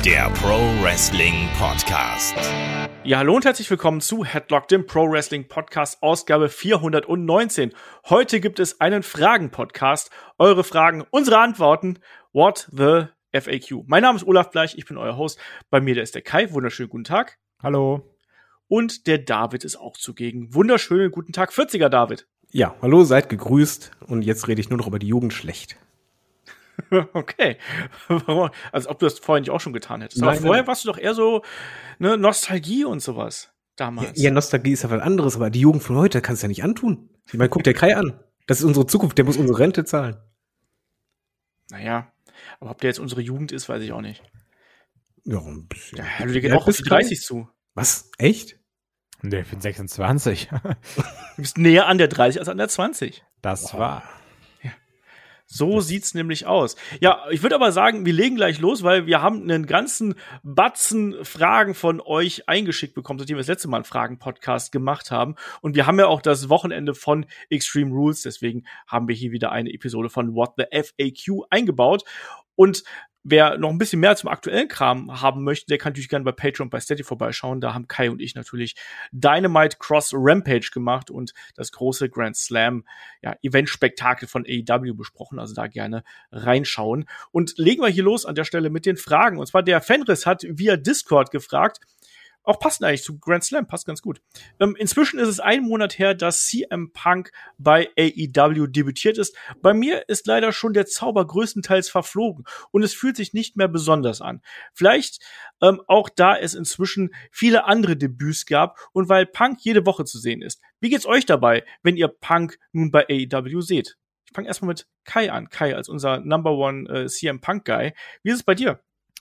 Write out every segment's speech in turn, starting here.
der Pro Wrestling Podcast. Ja, hallo und herzlich willkommen zu Headlock, dem Pro Wrestling Podcast, Ausgabe 419. Heute gibt es einen Fragen-Podcast. Eure Fragen, unsere Antworten. What the FAQ? Mein Name ist Olaf Bleich, ich bin euer Host. Bei mir, der ist der Kai. Wunderschönen guten Tag. Hallo. Und der David ist auch zugegen. Wunderschönen guten Tag, 40er David. Ja, hallo, seid gegrüßt. Und jetzt rede ich nur noch über die Jugend schlecht. Okay. Also ob du das vorher nicht auch schon getan hättest. Nein, aber vorher warst du doch eher so Nostalgie und sowas damals. Ja, Nostalgie ist ja was anderes, aber die Jugend von heute kannst du ja nicht antun. Ich meine, guck dir Kai an. Das ist unsere Zukunft, der muss unsere Rente zahlen. Naja, aber ob der jetzt unsere Jugend ist, weiß ich auch nicht. Ja, ein bisschen. Ja, du geht auch auf die 30 zu. Was? Echt? Nee, ich bin 26. Du bist näher an der 30 als an der 20. Das war. So sieht's nämlich aus. Ja, ich würde aber sagen, wir legen gleich los, weil wir haben einen ganzen Batzen Fragen von euch eingeschickt bekommen, seitdem wir das letzte Mal einen Fragen-Podcast gemacht haben. Und wir haben ja auch das Wochenende von Extreme Rules, deswegen haben wir hier wieder eine Episode von What the FAQ eingebaut. Und wer noch ein bisschen mehr zum aktuellen Kram haben möchte, der kann natürlich gerne bei Patreon und bei Steady vorbeischauen. Da haben Kai und ich natürlich Dynamite Cross Rampage gemacht und das große Grand Slam Event-Spektakel von AEW besprochen. Also da gerne reinschauen. Und legen wir hier los an der Stelle mit den Fragen. Und zwar der Fenris hat via Discord gefragt, auch passend eigentlich zu Grand Slam, passt ganz gut. Inzwischen ist es 1 Monat her, dass CM Punk bei AEW debütiert ist. Bei mir ist leider schon der Zauber größtenteils verflogen und es fühlt sich nicht mehr besonders an. Vielleicht auch da es inzwischen viele andere Debüts gab und weil Punk jede Woche zu sehen ist. Wie geht's euch dabei, wenn ihr Punk nun bei AEW seht? Ich fange erstmal mit Kai an. Kai als unser Number One CM Punk Guy. Wie ist es bei dir?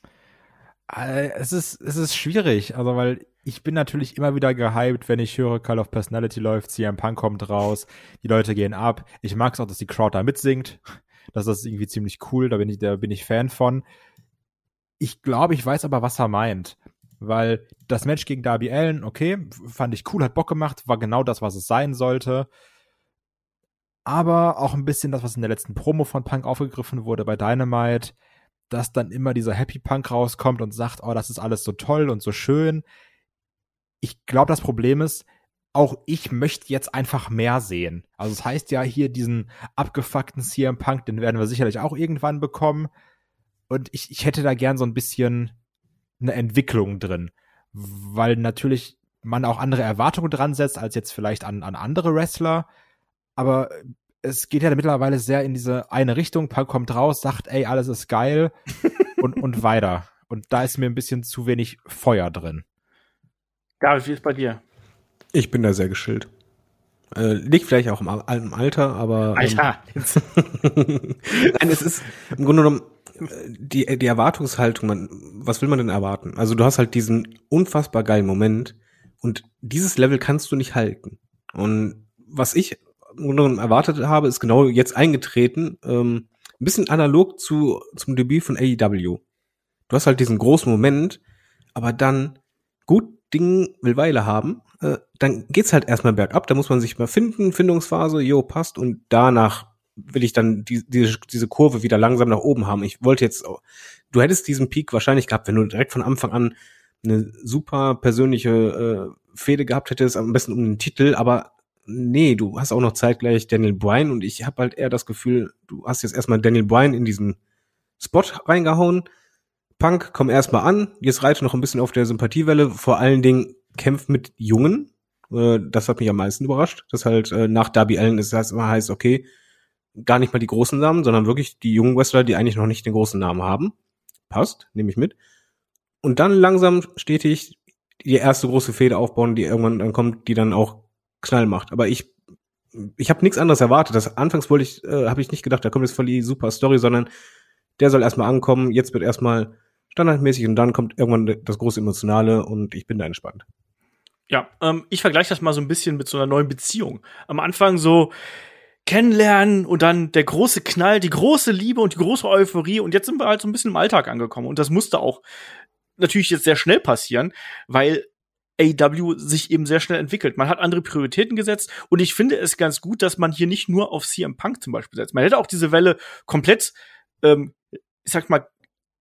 Es ist schwierig, also weil ich bin natürlich immer wieder gehypt, wenn ich höre, Call of Personality läuft, CM Punk kommt raus, die Leute gehen ab. Ich mag es auch, dass die Crowd da mitsingt. Das ist irgendwie ziemlich cool, da bin ich Fan von. Ich glaube, ich weiß aber, was er meint. Weil das Match gegen Darby Allin, okay, fand ich cool, hat Bock gemacht, war genau das, was es sein sollte. Aber auch ein bisschen das, was in der letzten Promo von Punk aufgegriffen wurde bei Dynamite, dass dann immer dieser Happy Punk rauskommt und sagt, oh, das ist alles so toll und so schön. Ich glaube, das Problem ist, auch ich möchte jetzt einfach mehr sehen. Also es heißt ja hier, diesen abgefuckten CM Punk, den werden wir sicherlich auch irgendwann bekommen. Und ich hätte da gern so ein bisschen eine Entwicklung drin. Weil natürlich man auch andere Erwartungen dran setzt, als jetzt vielleicht an andere Wrestler. Aber es geht ja mittlerweile sehr in diese eine Richtung. Punk kommt raus, sagt, ey, alles ist geil und weiter. Und da ist mir ein bisschen zu wenig Feuer drin. David, wie ist bei dir? Ich bin da sehr geschillt. Liegt vielleicht auch im Alter, aber Alter! Nein, es ist im Grunde genommen die Erwartungshaltung, was will man denn erwarten? Also du hast halt diesen unfassbar geilen Moment und dieses Level kannst du nicht halten. Und was ich erwartet habe, ist genau jetzt eingetreten. Ein bisschen analog zum Debüt von AEW. Du hast halt diesen großen Moment, aber dann gut Ding will Weile haben. Dann geht's halt erstmal bergab. Da muss man sich mal finden, Findungsphase, passt. Und danach will ich dann diese Kurve wieder langsam nach oben haben. Ich wollte jetzt, du hättest diesen Peak wahrscheinlich gehabt, wenn du direkt von Anfang an eine super persönliche Fehde gehabt hättest, am besten um den Titel, aber nee, du hast auch noch zeitgleich Daniel Bryan und ich habe halt eher das Gefühl, du hast jetzt erstmal Daniel Bryan in diesen Spot reingehauen. Punk, komm erstmal an, jetzt reite noch ein bisschen auf der Sympathiewelle, vor allen Dingen kämpft mit Jungen. Das hat mich am meisten überrascht, dass halt nach Darby Allin es immer heißt, okay, gar nicht mal die großen Namen, sondern wirklich die jungen Wrestler, die eigentlich noch nicht den großen Namen haben. Passt, nehme ich mit. Und dann langsam stetig die erste große Fehde aufbauen, die irgendwann dann kommt, die dann auch Knall macht. Aber ich habe nichts anderes erwartet. Anfangs habe ich nicht gedacht, da kommt jetzt voll die super Story, sondern der soll erstmal ankommen, jetzt wird erstmal standardmäßig und dann kommt irgendwann das große Emotionale und ich bin da entspannt. Ja, ich vergleiche das mal so ein bisschen mit so einer neuen Beziehung. Am Anfang so kennenlernen und dann der große Knall, die große Liebe und die große Euphorie und jetzt sind wir halt so ein bisschen im Alltag angekommen und das musste auch natürlich jetzt sehr schnell passieren, weil AEW sich eben sehr schnell entwickelt. Man hat andere Prioritäten gesetzt und ich finde es ganz gut, dass man hier nicht nur auf CM Punk zum Beispiel setzt. Man hätte auch diese Welle komplett, ich sag mal,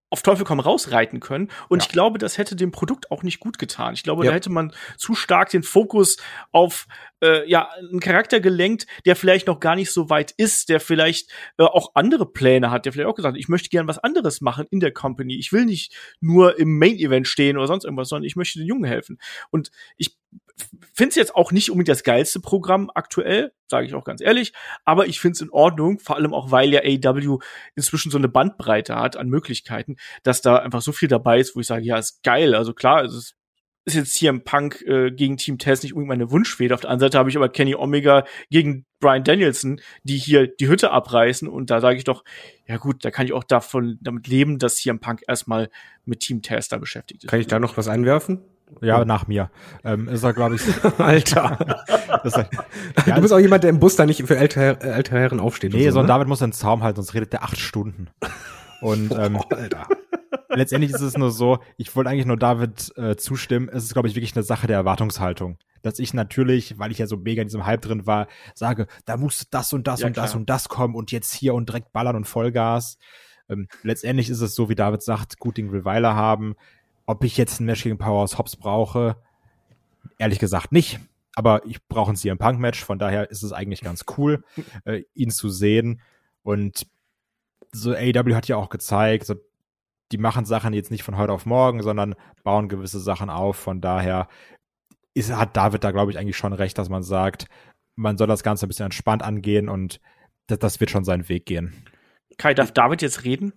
auf Teufel komm raus reiten können. Und ich glaube, das hätte dem Produkt auch nicht gut getan. Ich glaube, da hätte man zu stark den Fokus auf einen Charakter gelenkt, der vielleicht noch gar nicht so weit ist, der vielleicht auch andere Pläne hat, der vielleicht auch gesagt hat, ich möchte gern was anderes machen in der Company. Ich will nicht nur im Main-Event stehen oder sonst irgendwas, sondern ich möchte den Jungen helfen. Und ich finde es jetzt auch nicht unbedingt das geilste Programm aktuell, sage ich auch ganz ehrlich, aber ich finde es in Ordnung, vor allem auch, weil ja AEW inzwischen so eine Bandbreite hat an Möglichkeiten, dass da einfach so viel dabei ist, wo ich sage, ja, ist geil. Also klar, es ist jetzt hier im Punk gegen Team Taz nicht unbedingt meine Wunschfehde. Auf der anderen Seite habe ich aber Kenny Omega gegen Bryan Danielson, die hier die Hütte abreißen, und da sage ich doch, ja gut, da kann ich auch damit leben, dass hier im Punk erstmal mit Team Taz da beschäftigt ist. Kann ich da noch was einwerfen? Ja, nach mir. Ist er, glaube ich. Alter. Ja, du bist auch jemand, der im Bus da nicht für ältere Herren aufsteht. Nee, und so ne? David muss den Zaum halten, sonst redet der 8 Stunden. Und Alter. letztendlich ist es nur so, ich wollte eigentlich nur David zustimmen, es ist, glaube ich, wirklich eine Sache der Erwartungshaltung. Dass ich natürlich, weil ich ja so mega in diesem Hype drin war, sage, da muss das und das und das und das kommen und jetzt hier und direkt ballern und Vollgas. Letztendlich ist es so, wie David sagt, gut Ding will Weile haben. Ob ich jetzt ein Match gegen Powerhouse Hobbs brauche, ehrlich gesagt nicht. Aber ich brauche ein CM Punk Match, von daher ist es eigentlich ganz cool, ihn zu sehen. Und so AEW hat ja auch gezeigt, so, die machen Sachen jetzt nicht von heute auf morgen, sondern bauen gewisse Sachen auf. Von daher hat David da, glaube ich, eigentlich schon recht, dass man sagt, man soll das Ganze ein bisschen entspannt angehen und das wird schon seinen Weg gehen. Kai, darf David jetzt reden?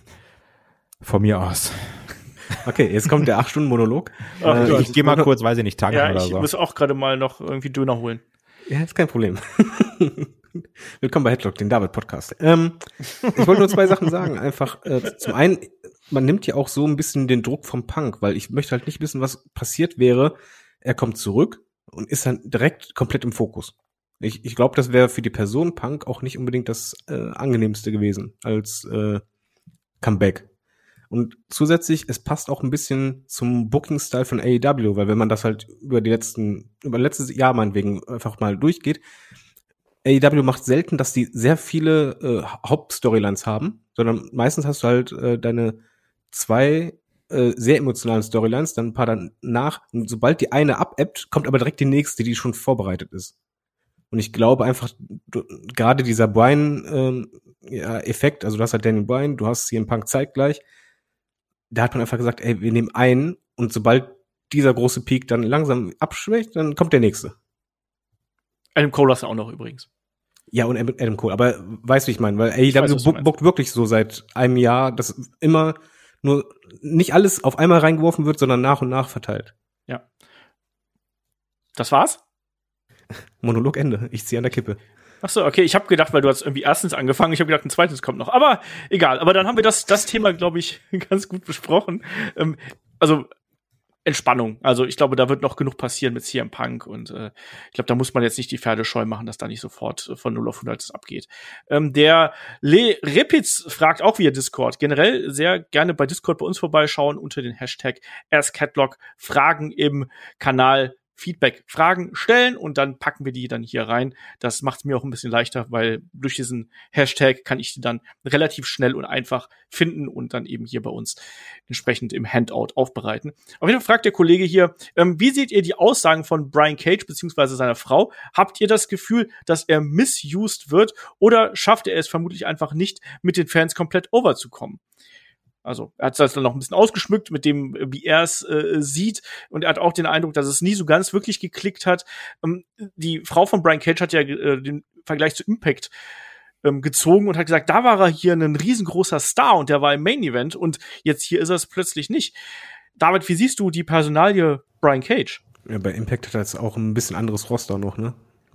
Von mir aus. Okay, jetzt kommt der 8-Stunden-Monolog. Ich gehe mal kurz, weiß ich nicht, tanken oder so. Ich muss auch gerade mal noch irgendwie Döner holen. Ja, ist kein Problem. Willkommen bei Headlock, den David-Podcast. Ich wollte nur 2 Sachen sagen. Einfach, zum einen, man nimmt ja auch so ein bisschen den Druck vom Punk, weil ich möchte halt nicht wissen, was passiert wäre. Er kommt zurück und ist dann direkt komplett im Fokus. Ich glaube, das wäre für die Person Punk auch nicht unbedingt das angenehmste gewesen als Comeback. Und zusätzlich, es passt auch ein bisschen zum Booking-Style von AEW, weil wenn man das halt über letztes Jahr meinetwegen einfach mal durchgeht, AEW macht selten, dass die sehr viele Hauptstorylines haben, sondern meistens hast du halt deine 2 sehr emotionalen Storylines, dann ein paar danach, und sobald die eine abebbt, kommt aber direkt die nächste, die schon vorbereitet ist. Und ich glaube einfach, gerade dieser Bryan-Effekt, also du hast halt Daniel Bryan, du hast CM Punk zeitgleich, da hat man einfach gesagt, ey, wir nehmen einen, und sobald dieser große Peak dann langsam abschwächt, dann kommt der nächste. Adam Cole hast du auch noch übrigens. Ja, und Adam Cole, aber weißt du, wie ich meine, weil AEW bookt wirklich so seit einem Jahr, dass immer nur nicht alles auf einmal reingeworfen wird, sondern nach und nach verteilt. Ja. Das war's? Monolog Ende. Ich ziehe an der Kippe. Ach so, okay. Ich habe gedacht, weil du hast irgendwie erstens angefangen, ich habe gedacht, ein zweites kommt noch. Aber egal. Aber dann haben wir das Thema, glaube ich, ganz gut besprochen. Also Entspannung. Also ich glaube, da wird noch genug passieren mit CM Punk, und ich glaube, da muss man jetzt nicht die Pferde scheu machen, dass da nicht sofort von 0 auf 100 abgeht. Der Le Repitz fragt auch via Discord. Generell sehr gerne bei Discord bei uns vorbeischauen unter den Hashtag AskHeadlock, Fragen im Kanal, Feedback, Fragen stellen, und dann packen wir die dann hier rein. Das macht es mir auch ein bisschen leichter, weil durch diesen Hashtag kann ich die dann relativ schnell und einfach finden und dann eben hier bei uns entsprechend im Handout aufbereiten. Auf jeden Fall fragt der Kollege hier, wie seht ihr die Aussagen von Brian Cage beziehungsweise seiner Frau? Habt ihr das Gefühl, dass er misused wird, oder schafft er es vermutlich einfach nicht, mit den Fans komplett overzukommen? Also er hat es dann noch ein bisschen ausgeschmückt mit dem, wie er es sieht, und er hat auch den Eindruck, dass es nie so ganz wirklich geklickt hat. Die Frau von Brian Cage hat ja den Vergleich zu Impact gezogen und hat gesagt, da war er hier ein riesengroßer Star und der war im Main Event, und jetzt hier ist er es plötzlich nicht. David, wie siehst du die Personalie Brian Cage? Ja, bei Impact hat er jetzt auch ein bisschen anderes Roster noch, ne?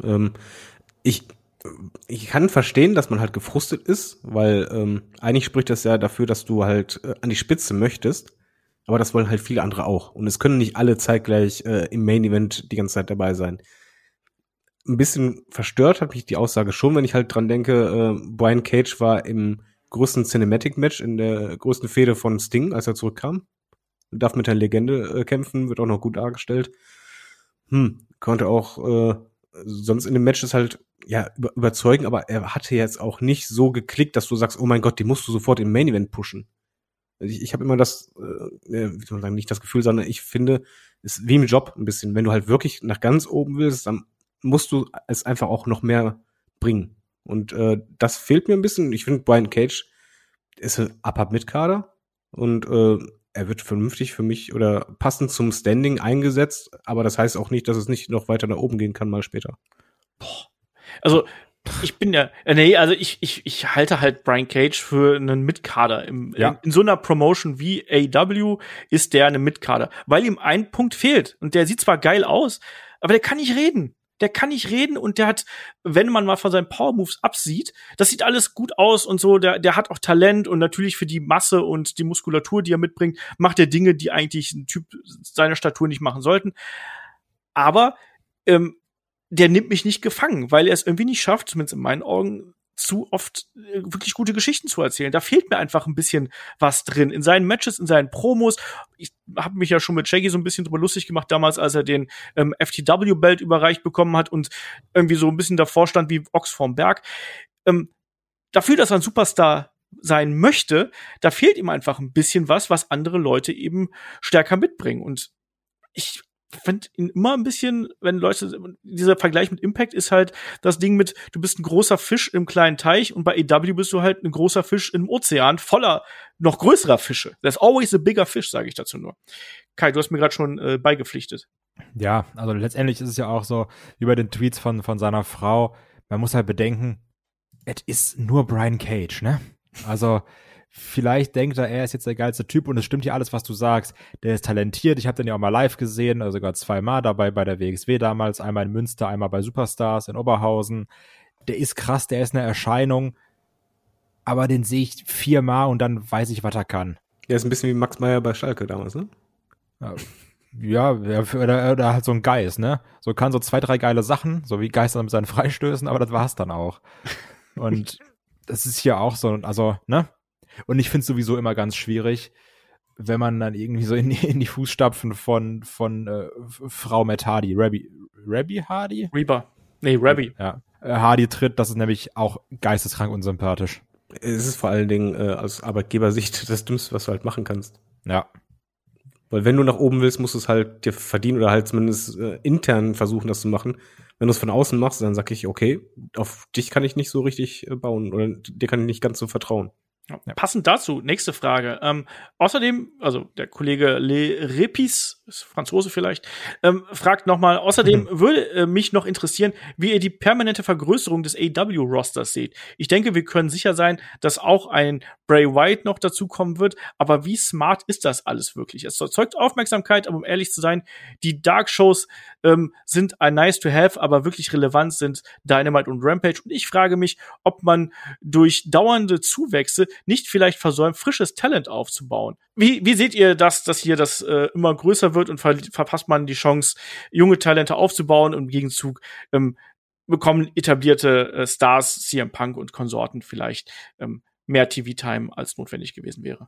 Ich kann verstehen, dass man halt gefrustet ist, weil eigentlich spricht das ja dafür, dass du halt an die Spitze möchtest, aber das wollen halt viele andere auch. Und es können nicht alle zeitgleich im Main Event die ganze Zeit dabei sein. Ein bisschen verstört hat mich die Aussage schon, wenn ich halt dran denke, Brian Cage war im größten Cinematic-Match in der größten Fehde von Sting, als er zurückkam. Darf mit der Legende kämpfen, wird auch noch gut dargestellt. Konnte auch sonst in den Matches halt ja überzeugen, aber er hatte jetzt auch nicht so geklickt, dass du sagst, oh mein Gott, die musst du sofort im Main Event pushen. Ich habe immer das, wie soll man sagen, nicht das Gefühl, sondern ich finde, es ist wie im Job ein bisschen. Wenn du halt wirklich nach ganz oben willst, dann musst du es einfach auch noch mehr bringen. Und das fehlt mir ein bisschen. Ich finde, Brian Cage ist ein Upper-Mid-Kader und er wird vernünftig für mich oder passend zum Standing eingesetzt, aber das heißt auch nicht, dass es nicht noch weiter nach oben gehen kann, mal später. Boah. Also, ich bin ja, also ich halte halt Brian Cage für einen Mitkader. In so einer Promotion wie AEW ist der eine Mitkader, weil ihm ein Punkt fehlt. Und der sieht zwar geil aus, aber der kann nicht reden. Der kann nicht reden und der hat, wenn man mal von seinen Power-Moves absieht, das sieht alles gut aus und so, der hat auch Talent und natürlich für die Masse und die Muskulatur, die er mitbringt, macht er Dinge, die eigentlich ein Typ seiner Statur nicht machen sollten. Aber der nimmt mich nicht gefangen, weil er es irgendwie nicht schafft, zumindest in meinen Augen, zu oft wirklich gute Geschichten zu erzählen. Da fehlt mir einfach ein bisschen was drin. In seinen Matches, in seinen Promos. Ich habe mich ja schon mit Shaggy so ein bisschen drüber lustig gemacht damals, als er den FTW-Belt überreicht bekommen hat und irgendwie so ein bisschen davor stand wie Ochs vorm Berg. Dafür, dass er ein Superstar sein möchte, da fehlt ihm einfach ein bisschen was andere Leute eben stärker mitbringen. Und ich finde ihn immer ein bisschen, wenn Leute, dieser Vergleich mit Impact ist halt das Ding mit, du bist ein großer Fisch im kleinen Teich und bei AEW bist du halt ein großer Fisch im Ozean voller noch größerer Fische. There's always a bigger fish, sage ich dazu nur. Kai, du hast mir gerade schon beigepflichtet. Ja, also letztendlich ist es ja auch so, wie bei den Tweets von seiner Frau, man muss halt bedenken, es ist nur Brian Cage, ne? Also vielleicht denkt er ist jetzt der geilste Typ und es stimmt ja alles, was du sagst. Der ist talentiert. Ich habe den ja auch mal live gesehen, also sogar 2-mal dabei bei der WXW damals. Einmal in Münster, einmal bei Superstars in Oberhausen. Der ist krass, der ist eine Erscheinung. Aber den sehe ich 4-mal und dann weiß ich, was er kann. Der ist ein bisschen wie Max Meyer bei Schalke damals, ne? Ja, oder halt so ein Geist, ne? So kann so 2, 3 geile Sachen, so wie Geister mit seinen Freistößen, aber das war's dann auch. Und das ist hier auch so, also, ne? Und ich finde es sowieso immer ganz schwierig, wenn man dann irgendwie so in die Fußstapfen von Frau Matt Hardy, Rebby Hardy? Reba. Nee, Rebby. Ja. Hardy tritt, das ist nämlich auch geisteskrank unsympathisch. Es ist vor allen Dingen aus Arbeitgebersicht das Dümmste, was du halt machen kannst. Ja. Weil wenn du nach oben willst, musst du es halt dir verdienen oder halt zumindest intern versuchen, das zu machen. Wenn du es von außen machst, dann sag ich, okay, auf dich kann ich nicht so richtig bauen oder dir kann ich nicht ganz so vertrauen. Ja. Passend dazu, nächste Frage. Außerdem, also der Kollege Le Repis, ist Franzose vielleicht, fragt nochmal, außerdem würde mich noch interessieren, wie ihr die permanente Vergrößerung des AEW-Rosters seht. Ich denke, wir können sicher sein, dass auch ein Bray Wyatt noch dazukommen wird, aber wie smart ist das alles wirklich? Es erzeugt Aufmerksamkeit, aber um ehrlich zu sein, die Dark-Shows sind ein nice to have, aber wirklich relevant sind Dynamite und Rampage. Und ich frage mich, ob man durch dauernde Zuwächse nicht vielleicht versäumt, frisches Talent aufzubauen. Wie seht ihr das hier immer größer wird und verpasst man die Chance, junge Talente aufzubauen und im Gegenzug bekommen etablierte Stars, CM Punk und Konsorten vielleicht mehr TV-Time als notwendig gewesen wäre?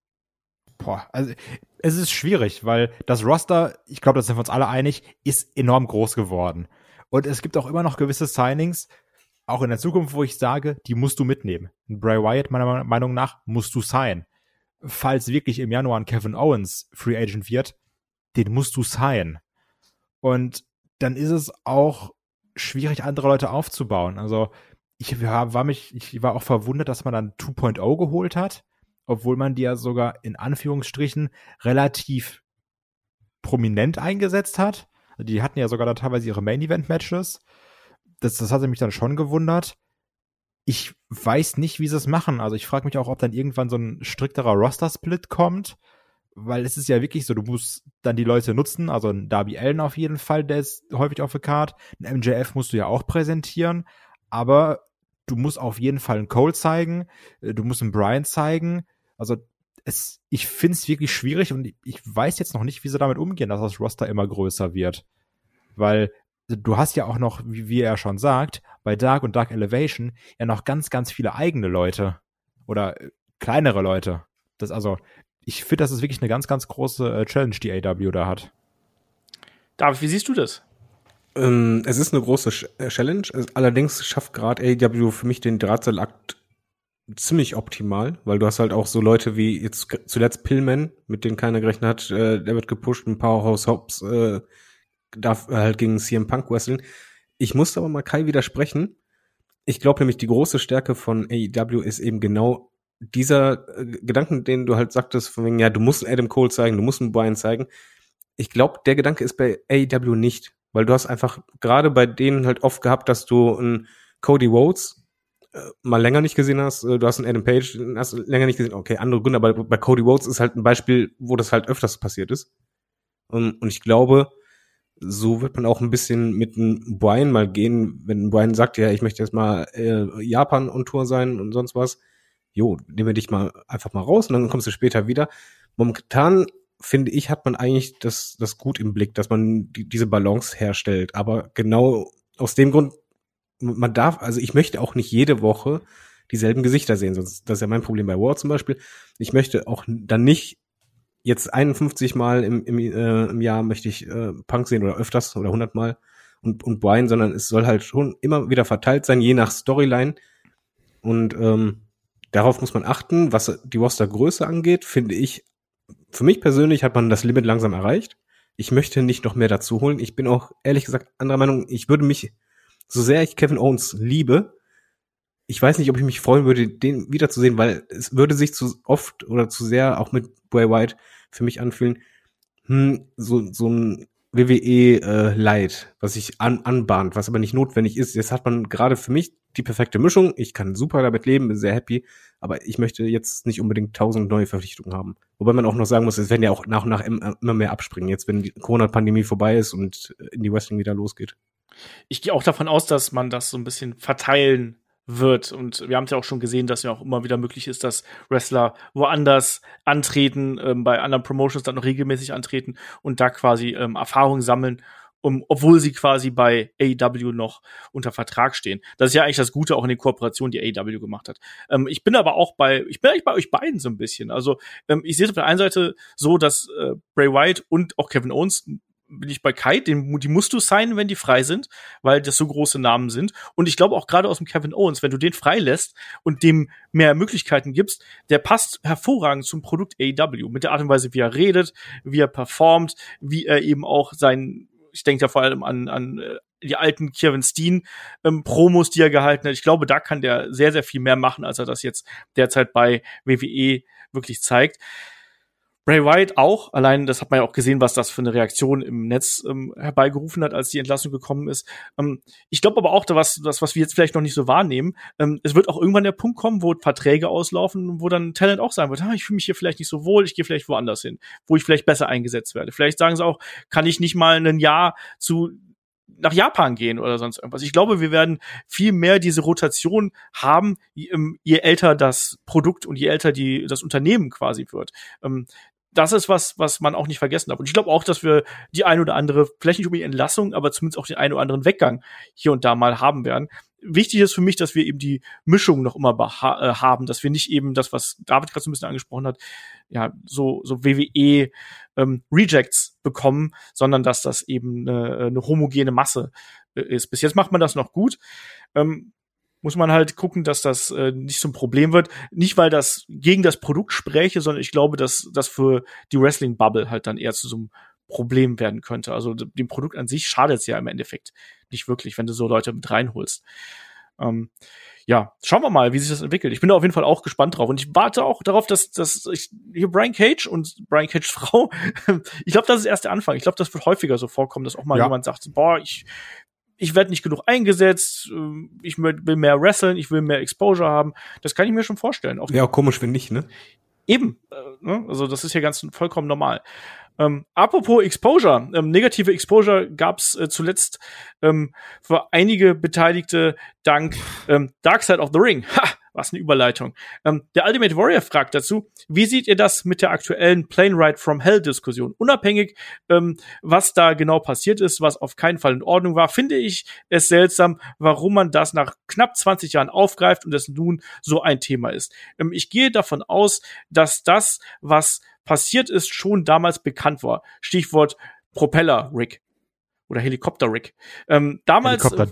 Boah, also es ist schwierig, weil das Roster, ich glaube, da sind wir uns alle einig, ist enorm groß geworden. Und es gibt auch immer noch gewisse Signings, auch in der Zukunft, wo ich sage, die musst du mitnehmen. Bray Wyatt, meiner Meinung nach, musst du signen. Falls wirklich im Januar ein Kevin Owens Free Agent wird, den musst du signen. Und dann ist es auch schwierig, andere Leute aufzubauen. Also ich war auch verwundert, dass man dann 2.0 geholt hat, obwohl man die ja sogar in Anführungsstrichen relativ prominent eingesetzt hat. Die hatten ja sogar da teilweise ihre Main-Event-Matches. Das hatte mich dann schon gewundert. Ich weiß nicht, wie sie es machen. Also ich frage mich auch, ob dann irgendwann so ein strikterer Roster-Split kommt, weil es ist ja wirklich so, du musst dann die Leute nutzen, also ein Darby Allin auf jeden Fall, der ist häufig auf der Card, ein MJF musst du ja auch präsentieren, aber du musst auf jeden Fall einen Cole zeigen, du musst einen Bryan zeigen, also ich finde es wirklich schwierig und ich weiß jetzt noch nicht, wie sie damit umgehen, dass das Roster immer größer wird, weil du hast ja auch noch, wie er schon sagt, bei Dark und Dark Elevation ja noch ganz, ganz viele eigene Leute oder kleinere Leute. Ich finde, das ist wirklich eine ganz, ganz große Challenge, die AEW da hat. David, wie siehst du das? Es ist eine große Challenge. Allerdings schafft gerade AEW für mich den Drahtseilakt ziemlich optimal, weil du hast halt auch so Leute wie jetzt zuletzt Pillman, mit denen keiner gerechnet hat, der wird gepusht, ein Powerhouse Hobbs darf halt gegen CM Punk wresteln. Ich musste aber mal Kai widersprechen. Ich glaube nämlich, die große Stärke von AEW ist eben genau dieser Gedanken, den du halt sagtest, von wegen, ja, du musst Adam Cole zeigen, du musst einen Bryan zeigen. Ich glaube, der Gedanke ist bei AEW nicht, weil du hast einfach gerade bei denen halt oft gehabt, dass du einen Cody Rhodes mal länger nicht gesehen hast, du hast einen Adam Page, hast länger nicht gesehen, okay, andere Gründe, aber bei Cody Rhodes ist halt ein Beispiel, wo das halt öfters passiert ist. Und ich glaube, so wird man auch ein bisschen mit einem Bryan mal gehen, wenn Bryan sagt, ja, ich möchte jetzt mal Japan on Tour sein und sonst was. Jo, nehmen wir dich mal einfach mal raus und dann kommst du später wieder. Momentan, finde ich, hat man eigentlich das gut im Blick, dass man diese Balance herstellt. Aber genau aus dem Grund, man darf, also ich möchte auch nicht jede Woche dieselben Gesichter sehen, sonst, das ist ja mein Problem bei Raw zum Beispiel. Ich möchte auch dann nicht jetzt 51 Mal im Jahr möchte ich Punk sehen oder öfters oder 100 Mal und Bryan, sondern es soll halt schon immer wieder verteilt sein, je nach Storyline. Und darauf muss man achten, was die Rostergröße angeht, finde ich, für mich persönlich hat man das Limit langsam erreicht. Ich möchte nicht noch mehr dazu holen. Ich bin auch ehrlich gesagt anderer Meinung, ich würde mich, so sehr ich Kevin Owens liebe, ich weiß nicht, ob ich mich freuen würde, den wiederzusehen, weil es würde sich zu oft oder zu sehr auch mit Bray Wyatt für mich anfühlen, so ein WWE Light, was sich anbahnt, was aber nicht notwendig ist. Jetzt hat man gerade für mich die perfekte Mischung. Ich kann super damit leben, bin sehr happy, aber ich möchte jetzt nicht unbedingt 1000 neue Verpflichtungen haben. Wobei man auch noch sagen muss, es werden ja auch nach und nach immer mehr abspringen, jetzt wenn die Corona-Pandemie vorbei ist und in die Wrestling wieder losgeht. Ich gehe auch davon aus, dass man das so ein bisschen verteilen wird. Und wir haben es ja auch schon gesehen, dass ja auch immer wieder möglich ist, dass Wrestler woanders antreten, bei anderen Promotions dann noch regelmäßig antreten und da quasi Erfahrung sammeln, obwohl sie quasi bei AEW noch unter Vertrag stehen. Das ist ja eigentlich das Gute auch in den Kooperationen, die AEW gemacht hat. Ich bin eigentlich bei euch beiden so ein bisschen. Also ich sehe es auf der einen Seite so, dass Bray Wyatt und auch Kevin Owens, bin ich bei Kai, die musst du signen, wenn die frei sind, weil das so große Namen sind. Und ich glaube auch gerade aus dem Kevin Owens, wenn du den freilässt und dem mehr Möglichkeiten gibst, der passt hervorragend zum Produkt AEW. Mit der Art und Weise, wie er redet, wie er performt, wie er eben auch ich denke da vor allem an die alten Kevin Steen Promos, die er gehalten hat. Ich glaube, da kann der sehr, sehr viel mehr machen, als er das jetzt derzeit bei WWE wirklich zeigt. Bray Wyatt auch, allein das hat man ja auch gesehen, was das für eine Reaktion im Netz herbeigerufen hat, als die Entlassung gekommen ist. Ich glaube aber auch, was wir jetzt vielleicht noch nicht so wahrnehmen, es wird auch irgendwann der Punkt kommen, wo Verträge auslaufen, wo dann Talent auch sagen wird, ich fühle mich hier vielleicht nicht so wohl, ich gehe vielleicht woanders hin, wo ich vielleicht besser eingesetzt werde. Vielleicht sagen sie auch, kann ich nicht mal ein Jahr nach Japan gehen oder sonst irgendwas. Ich glaube, wir werden viel mehr diese Rotation haben, je älter das Produkt und je älter das Unternehmen quasi wird. Das ist was man auch nicht vergessen darf. Und ich glaube auch, dass wir die ein oder andere, vielleicht nicht unbedingt Entlassung, aber zumindest auch den einen oder anderen Weggang hier und da mal haben werden. Wichtig ist für mich, dass wir eben die Mischung noch immer haben, dass wir nicht eben das, was David gerade so ein bisschen angesprochen hat, ja, so WWE Rejects bekommen, sondern dass das eben eine homogene Masse ist. Bis jetzt macht man das noch gut. Muss man halt gucken, dass das nicht so ein Problem wird. Nicht, weil das gegen das Produkt spräche, sondern ich glaube, dass das für die Wrestling-Bubble halt dann eher zu so einem Problem werden könnte. Also dem Produkt an sich schadet es ja im Endeffekt nicht wirklich, wenn du so Leute mit reinholst. Ja, schauen wir mal, wie sich das entwickelt. Ich bin da auf jeden Fall auch gespannt drauf. Und ich warte auch darauf, dass hier Brian Cage und Brian Cages Frau, ich glaube, das ist erst der Anfang. Ich glaube, das wird häufiger so vorkommen, dass auch mal jemand sagt, ich werde nicht genug eingesetzt, ich will mehr wresteln, ich will mehr Exposure haben. Das kann ich mir schon vorstellen. Wäre auch komisch, wenn nicht, ne? Eben. Ne? Also das ist ja ganz vollkommen normal. Apropos Exposure, negative Exposure gab's zuletzt für einige Beteiligte dank Dark Side of the Ring. Ha! Was eine Überleitung. Der Ultimate Warrior fragt dazu, wie seht ihr das mit der aktuellen Plane Ride from Hell Diskussion? Unabhängig, was da genau passiert ist, was auf keinen Fall in Ordnung war, finde ich es seltsam, warum man das nach knapp 20 Jahren aufgreift und es nun so ein Thema ist. Ich gehe davon aus, dass das, was passiert ist, schon damals bekannt war. Stichwort Propeller-Rig. Oder Helikopter-Rig. Damals, Helikopter-Dick.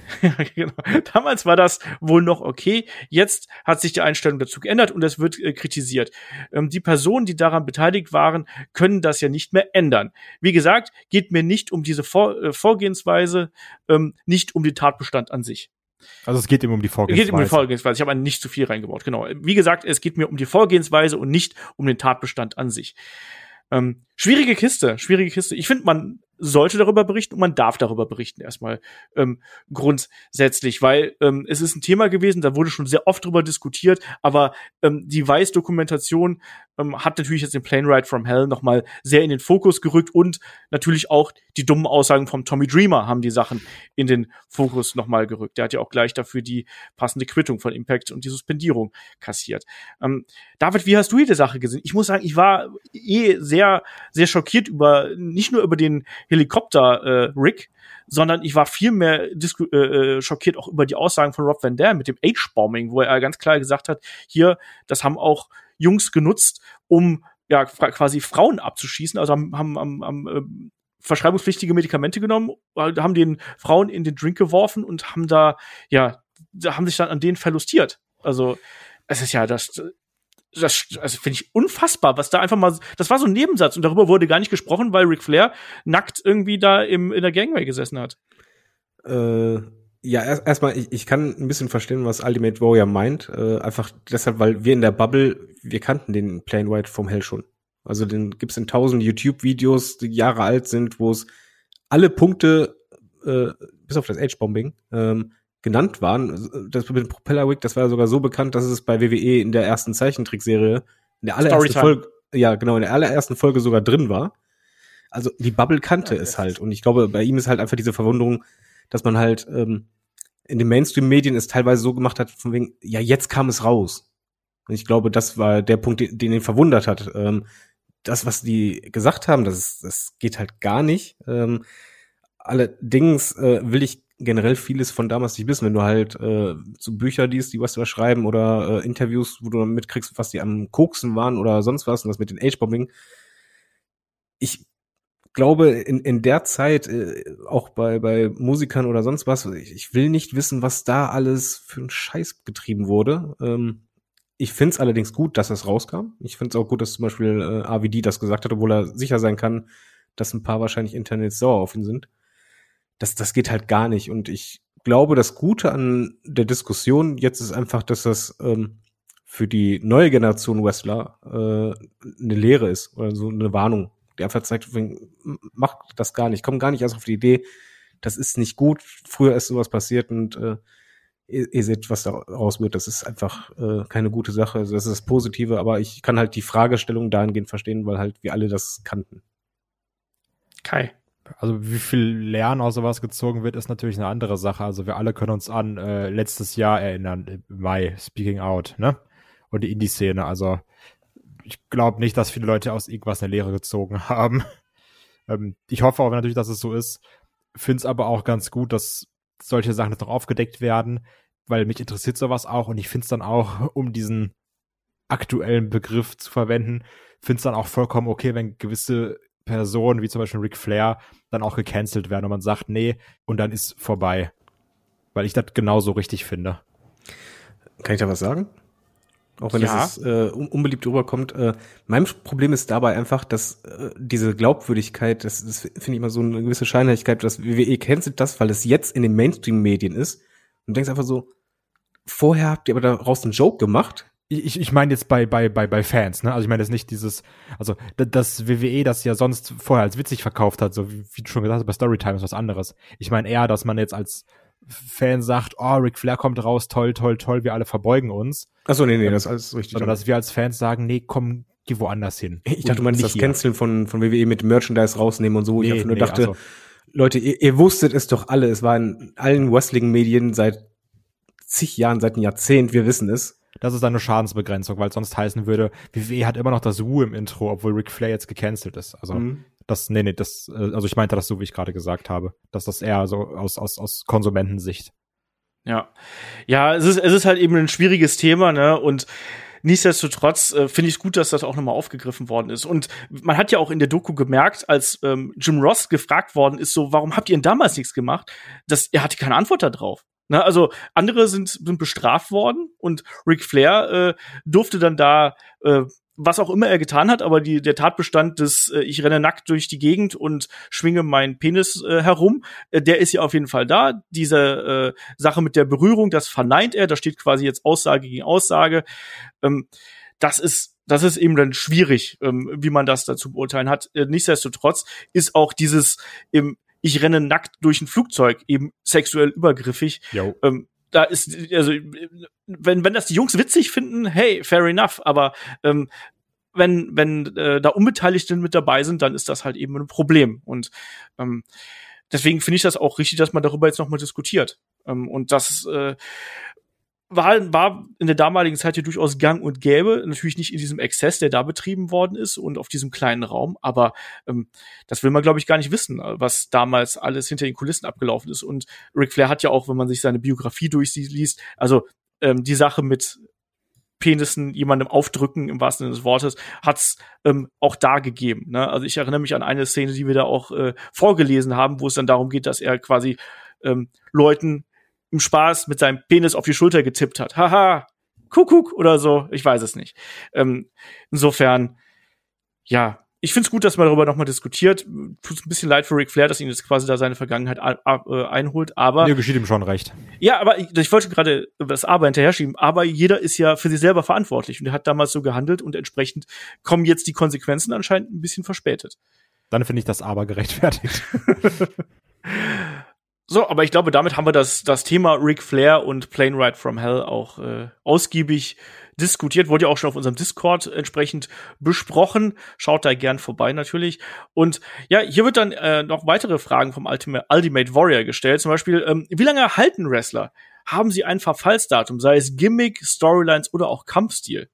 Ja, genau. Damals war das wohl noch okay. Jetzt hat sich die Einstellung dazu geändert und es wird kritisiert. Die Personen, die daran beteiligt waren, können das ja nicht mehr ändern. Wie gesagt, geht mir nicht um diese Vorgehensweise, nicht um den Tatbestand an sich. Also es geht ihm um die Vorgehensweise. Es geht um die Vorgehensweise. Ich habe nicht zu viel reingebaut, genau. Wie gesagt, es geht mir um die Vorgehensweise und nicht um den Tatbestand an sich. Schwierige Kiste. Ich finde, man sollte darüber berichten und man darf darüber berichten erstmal grundsätzlich, weil es ist ein Thema gewesen, da wurde schon sehr oft drüber diskutiert, aber die Vice-Dokumentation hat natürlich jetzt den Plane Ride from Hell noch mal sehr in den Fokus gerückt und natürlich auch die dummen Aussagen vom Tommy Dreamer haben die Sachen in den Fokus noch mal gerückt. Der hat ja auch gleich dafür die passende Quittung von Impact und die Suspendierung kassiert. David, wie hast du die Sache gesehen? Ich muss sagen, ich war sehr, sehr schockiert nicht nur über den Helikopter-Rig, sondern ich war viel mehr schockiert auch über die Aussagen von Rob Van Dam mit dem H-Bombing, wo er ganz klar gesagt hat, hier, das haben auch Jungs genutzt, um ja quasi Frauen abzuschießen, also haben verschreibungspflichtige Medikamente genommen, haben den Frauen in den Drink geworfen und haben haben sich dann an denen verlustiert. Also es ist ja das finde ich unfassbar, was da einfach mal, das war so ein Nebensatz und darüber wurde gar nicht gesprochen, weil Ric Flair nackt irgendwie da in der Gangway gesessen hat. Ja, erstmal, ich kann ein bisschen verstehen, was Ultimate Warrior meint, einfach deshalb, weil wir in der Bubble, wir kannten den Plane Ride from Hell schon. Also den gibt's in 1000 YouTube-Videos, die Jahre alt sind, wo es alle Punkte, bis auf das H-Bombing, genannt waren. Das mit dem Propeller-Wig, das war sogar so bekannt, dass es bei WWE in der ersten Zeichentrickserie in der allerersten Folge, ja genau, in der allerersten Folge sogar drin war. Also die Bubble kannte es halt. Und ich glaube, bei ihm ist halt einfach diese Verwunderung, dass man halt in den Mainstream-Medien es teilweise so gemacht hat, von wegen, ja, jetzt kam es raus. Und ich glaube, das war der Punkt, den ihn verwundert hat. Das, was die gesagt haben, das geht halt gar nicht. Allerdings will ich generell vieles von damals nicht wissen, wenn du halt so Bücher liest, die was da schreiben oder Interviews, wo du dann mitkriegst, was die am Koksen waren oder sonst was und das mit den H-Bombing. Ich glaube, in der Zeit, auch bei Musikern oder sonst was, ich will nicht wissen, was da alles für ein Scheiß getrieben wurde. Ich find's allerdings gut, dass es rauskam. Ich find's auch gut, dass zum Beispiel RVD das gesagt hat, obwohl er sicher sein kann, dass ein paar wahrscheinlich Internet sauer auf ihn sind. Das geht halt gar nicht. Und ich glaube, das Gute an der Diskussion jetzt ist einfach, dass das für die neue Generation Wrestler eine Lehre ist oder so eine Warnung, die einfach zeigt, macht das gar nicht. Kommt gar nicht erst auf die Idee, das ist nicht gut. Früher ist sowas passiert und ihr seht, was da raus wird. Das ist einfach keine gute Sache. Also das ist das Positive, aber ich kann halt die Fragestellung dahingehend verstehen, weil halt wir alle das kannten. Kai. Also wie viel Lernen aus sowas gezogen wird, ist natürlich eine andere Sache. Also wir alle können uns an letztes Jahr erinnern, im Mai, Speaking Out, ne? Und die Indie-Szene. Also ich glaube nicht, dass viele Leute aus irgendwas eine Lehre gezogen haben. Ich hoffe auch natürlich, dass es so ist. Finde es aber auch ganz gut, dass solche Sachen jetzt noch aufgedeckt werden, weil mich interessiert sowas auch und ich finde es dann auch, um diesen aktuellen Begriff zu verwenden, finde es dann auch vollkommen okay, wenn gewisse Personen, wie zum Beispiel Ric Flair, dann auch gecancelt werden und man sagt, nee, und dann ist vorbei. Weil ich das genauso richtig finde. Kann ich da was sagen? Auch wenn das unbeliebt rüberkommt. Mein Problem ist dabei einfach, dass diese Glaubwürdigkeit, das finde ich immer so eine gewisse Scheinheiligkeit, dass WWE cancelt das, weil es jetzt in den Mainstream-Medien ist. Und du denkst einfach so, vorher habt ihr aber daraus einen Joke gemacht. Ich meine jetzt bei Fans, ne? Also ich meine jetzt nicht dieses, also das WWE, das ja sonst vorher als witzig verkauft hat, so wie du schon gesagt hast, bei Storytime ist was anderes. Ich meine eher, dass man jetzt als Fan sagt, oh, Ric Flair kommt raus, toll, toll, toll, wir alle verbeugen uns. Achso, nee, das ist alles richtig. Sondern dass wir als Fans sagen, nee, komm, geh woanders hin. Ich dachte, du meinst das Canceln von WWE mit Merchandise rausnehmen und so. Ich einfach nur dachte, also, Leute, ihr wusstet es doch alle, es war in allen Wrestling-Medien seit zig Jahren, seit einem Jahrzehnt, wir wissen es. Das ist eine Schadensbegrenzung, weil sonst heißen würde, WWE hat immer noch das Wu im Intro, obwohl Ric Flair jetzt gecancelt ist. Also also ich meinte das so, wie ich gerade gesagt habe, dass das eher so aus Konsumentensicht. Ja, es ist halt eben ein schwieriges Thema, ne? Und nichtsdestotrotz finde ich es gut, dass das auch nochmal aufgegriffen worden ist. Und man hat ja auch in der Doku gemerkt, als Jim Ross gefragt worden ist, so, warum habt ihr denn damals nichts gemacht? Er hatte keine Antwort darauf. Na, also andere sind bestraft worden und Ric Flair durfte dann da was auch immer er getan hat, aber der Tatbestand des ich renne nackt durch die Gegend und schwinge meinen Penis herum, der ist ja auf jeden Fall da. Diese Sache mit der Berührung, das verneint er, da steht quasi jetzt Aussage gegen Aussage. Das ist eben dann schwierig, wie man das dazu beurteilen hat. Nichtsdestotrotz ist auch dieses ich renne nackt durch ein Flugzeug eben sexuell übergriffig. Da ist, also, wenn das die Jungs witzig finden, hey, fair enough, aber wenn da Unbeteiligte mit dabei sind, dann ist das halt eben ein Problem. Und deswegen finde ich das auch richtig, dass man darüber jetzt nochmal diskutiert. Und das war in der damaligen Zeit ja durchaus gang und gäbe, natürlich nicht in diesem Exzess, der da betrieben worden ist und auf diesem kleinen Raum, aber das will man, glaube ich, gar nicht wissen, was damals alles hinter den Kulissen abgelaufen ist. Und Ric Flair hat ja auch, wenn man sich seine Biografie durchliest, also die Sache mit Penissen jemandem aufdrücken, im wahrsten Sinne des Wortes, hat's auch da gegeben. Ne? Also ich erinnere mich an eine Szene, die wir da auch vorgelesen haben, wo es dann darum geht, dass er quasi Leuten im Spaß mit seinem Penis auf die Schulter getippt hat. Haha, Kuckuck oder so, ich weiß es nicht. Insofern, ja, ich find's gut, dass man darüber nochmal diskutiert. Tut's ein bisschen leid für Ric Flair, dass ihn jetzt quasi da seine Vergangenheit einholt, aber mir geschieht ihm schon recht. Ja, aber ich wollte gerade das Aber hinterher schieben, aber jeder ist ja für sich selber verantwortlich und er hat damals so gehandelt und entsprechend kommen jetzt die Konsequenzen anscheinend ein bisschen verspätet. Dann finde ich das Aber gerechtfertigt. So, aber ich glaube, damit haben wir das Thema Ric Flair und Plane Ride from Hell auch ausgiebig diskutiert. Wurde ja auch schon auf unserem Discord entsprechend besprochen. Schaut da gern vorbei natürlich. Und ja, hier wird dann noch weitere Fragen vom Ultimate Warrior gestellt. Zum Beispiel, wie lange halten Wrestler? Haben sie ein Verfallsdatum, sei es Gimmick, Storylines oder auch Kampfstil?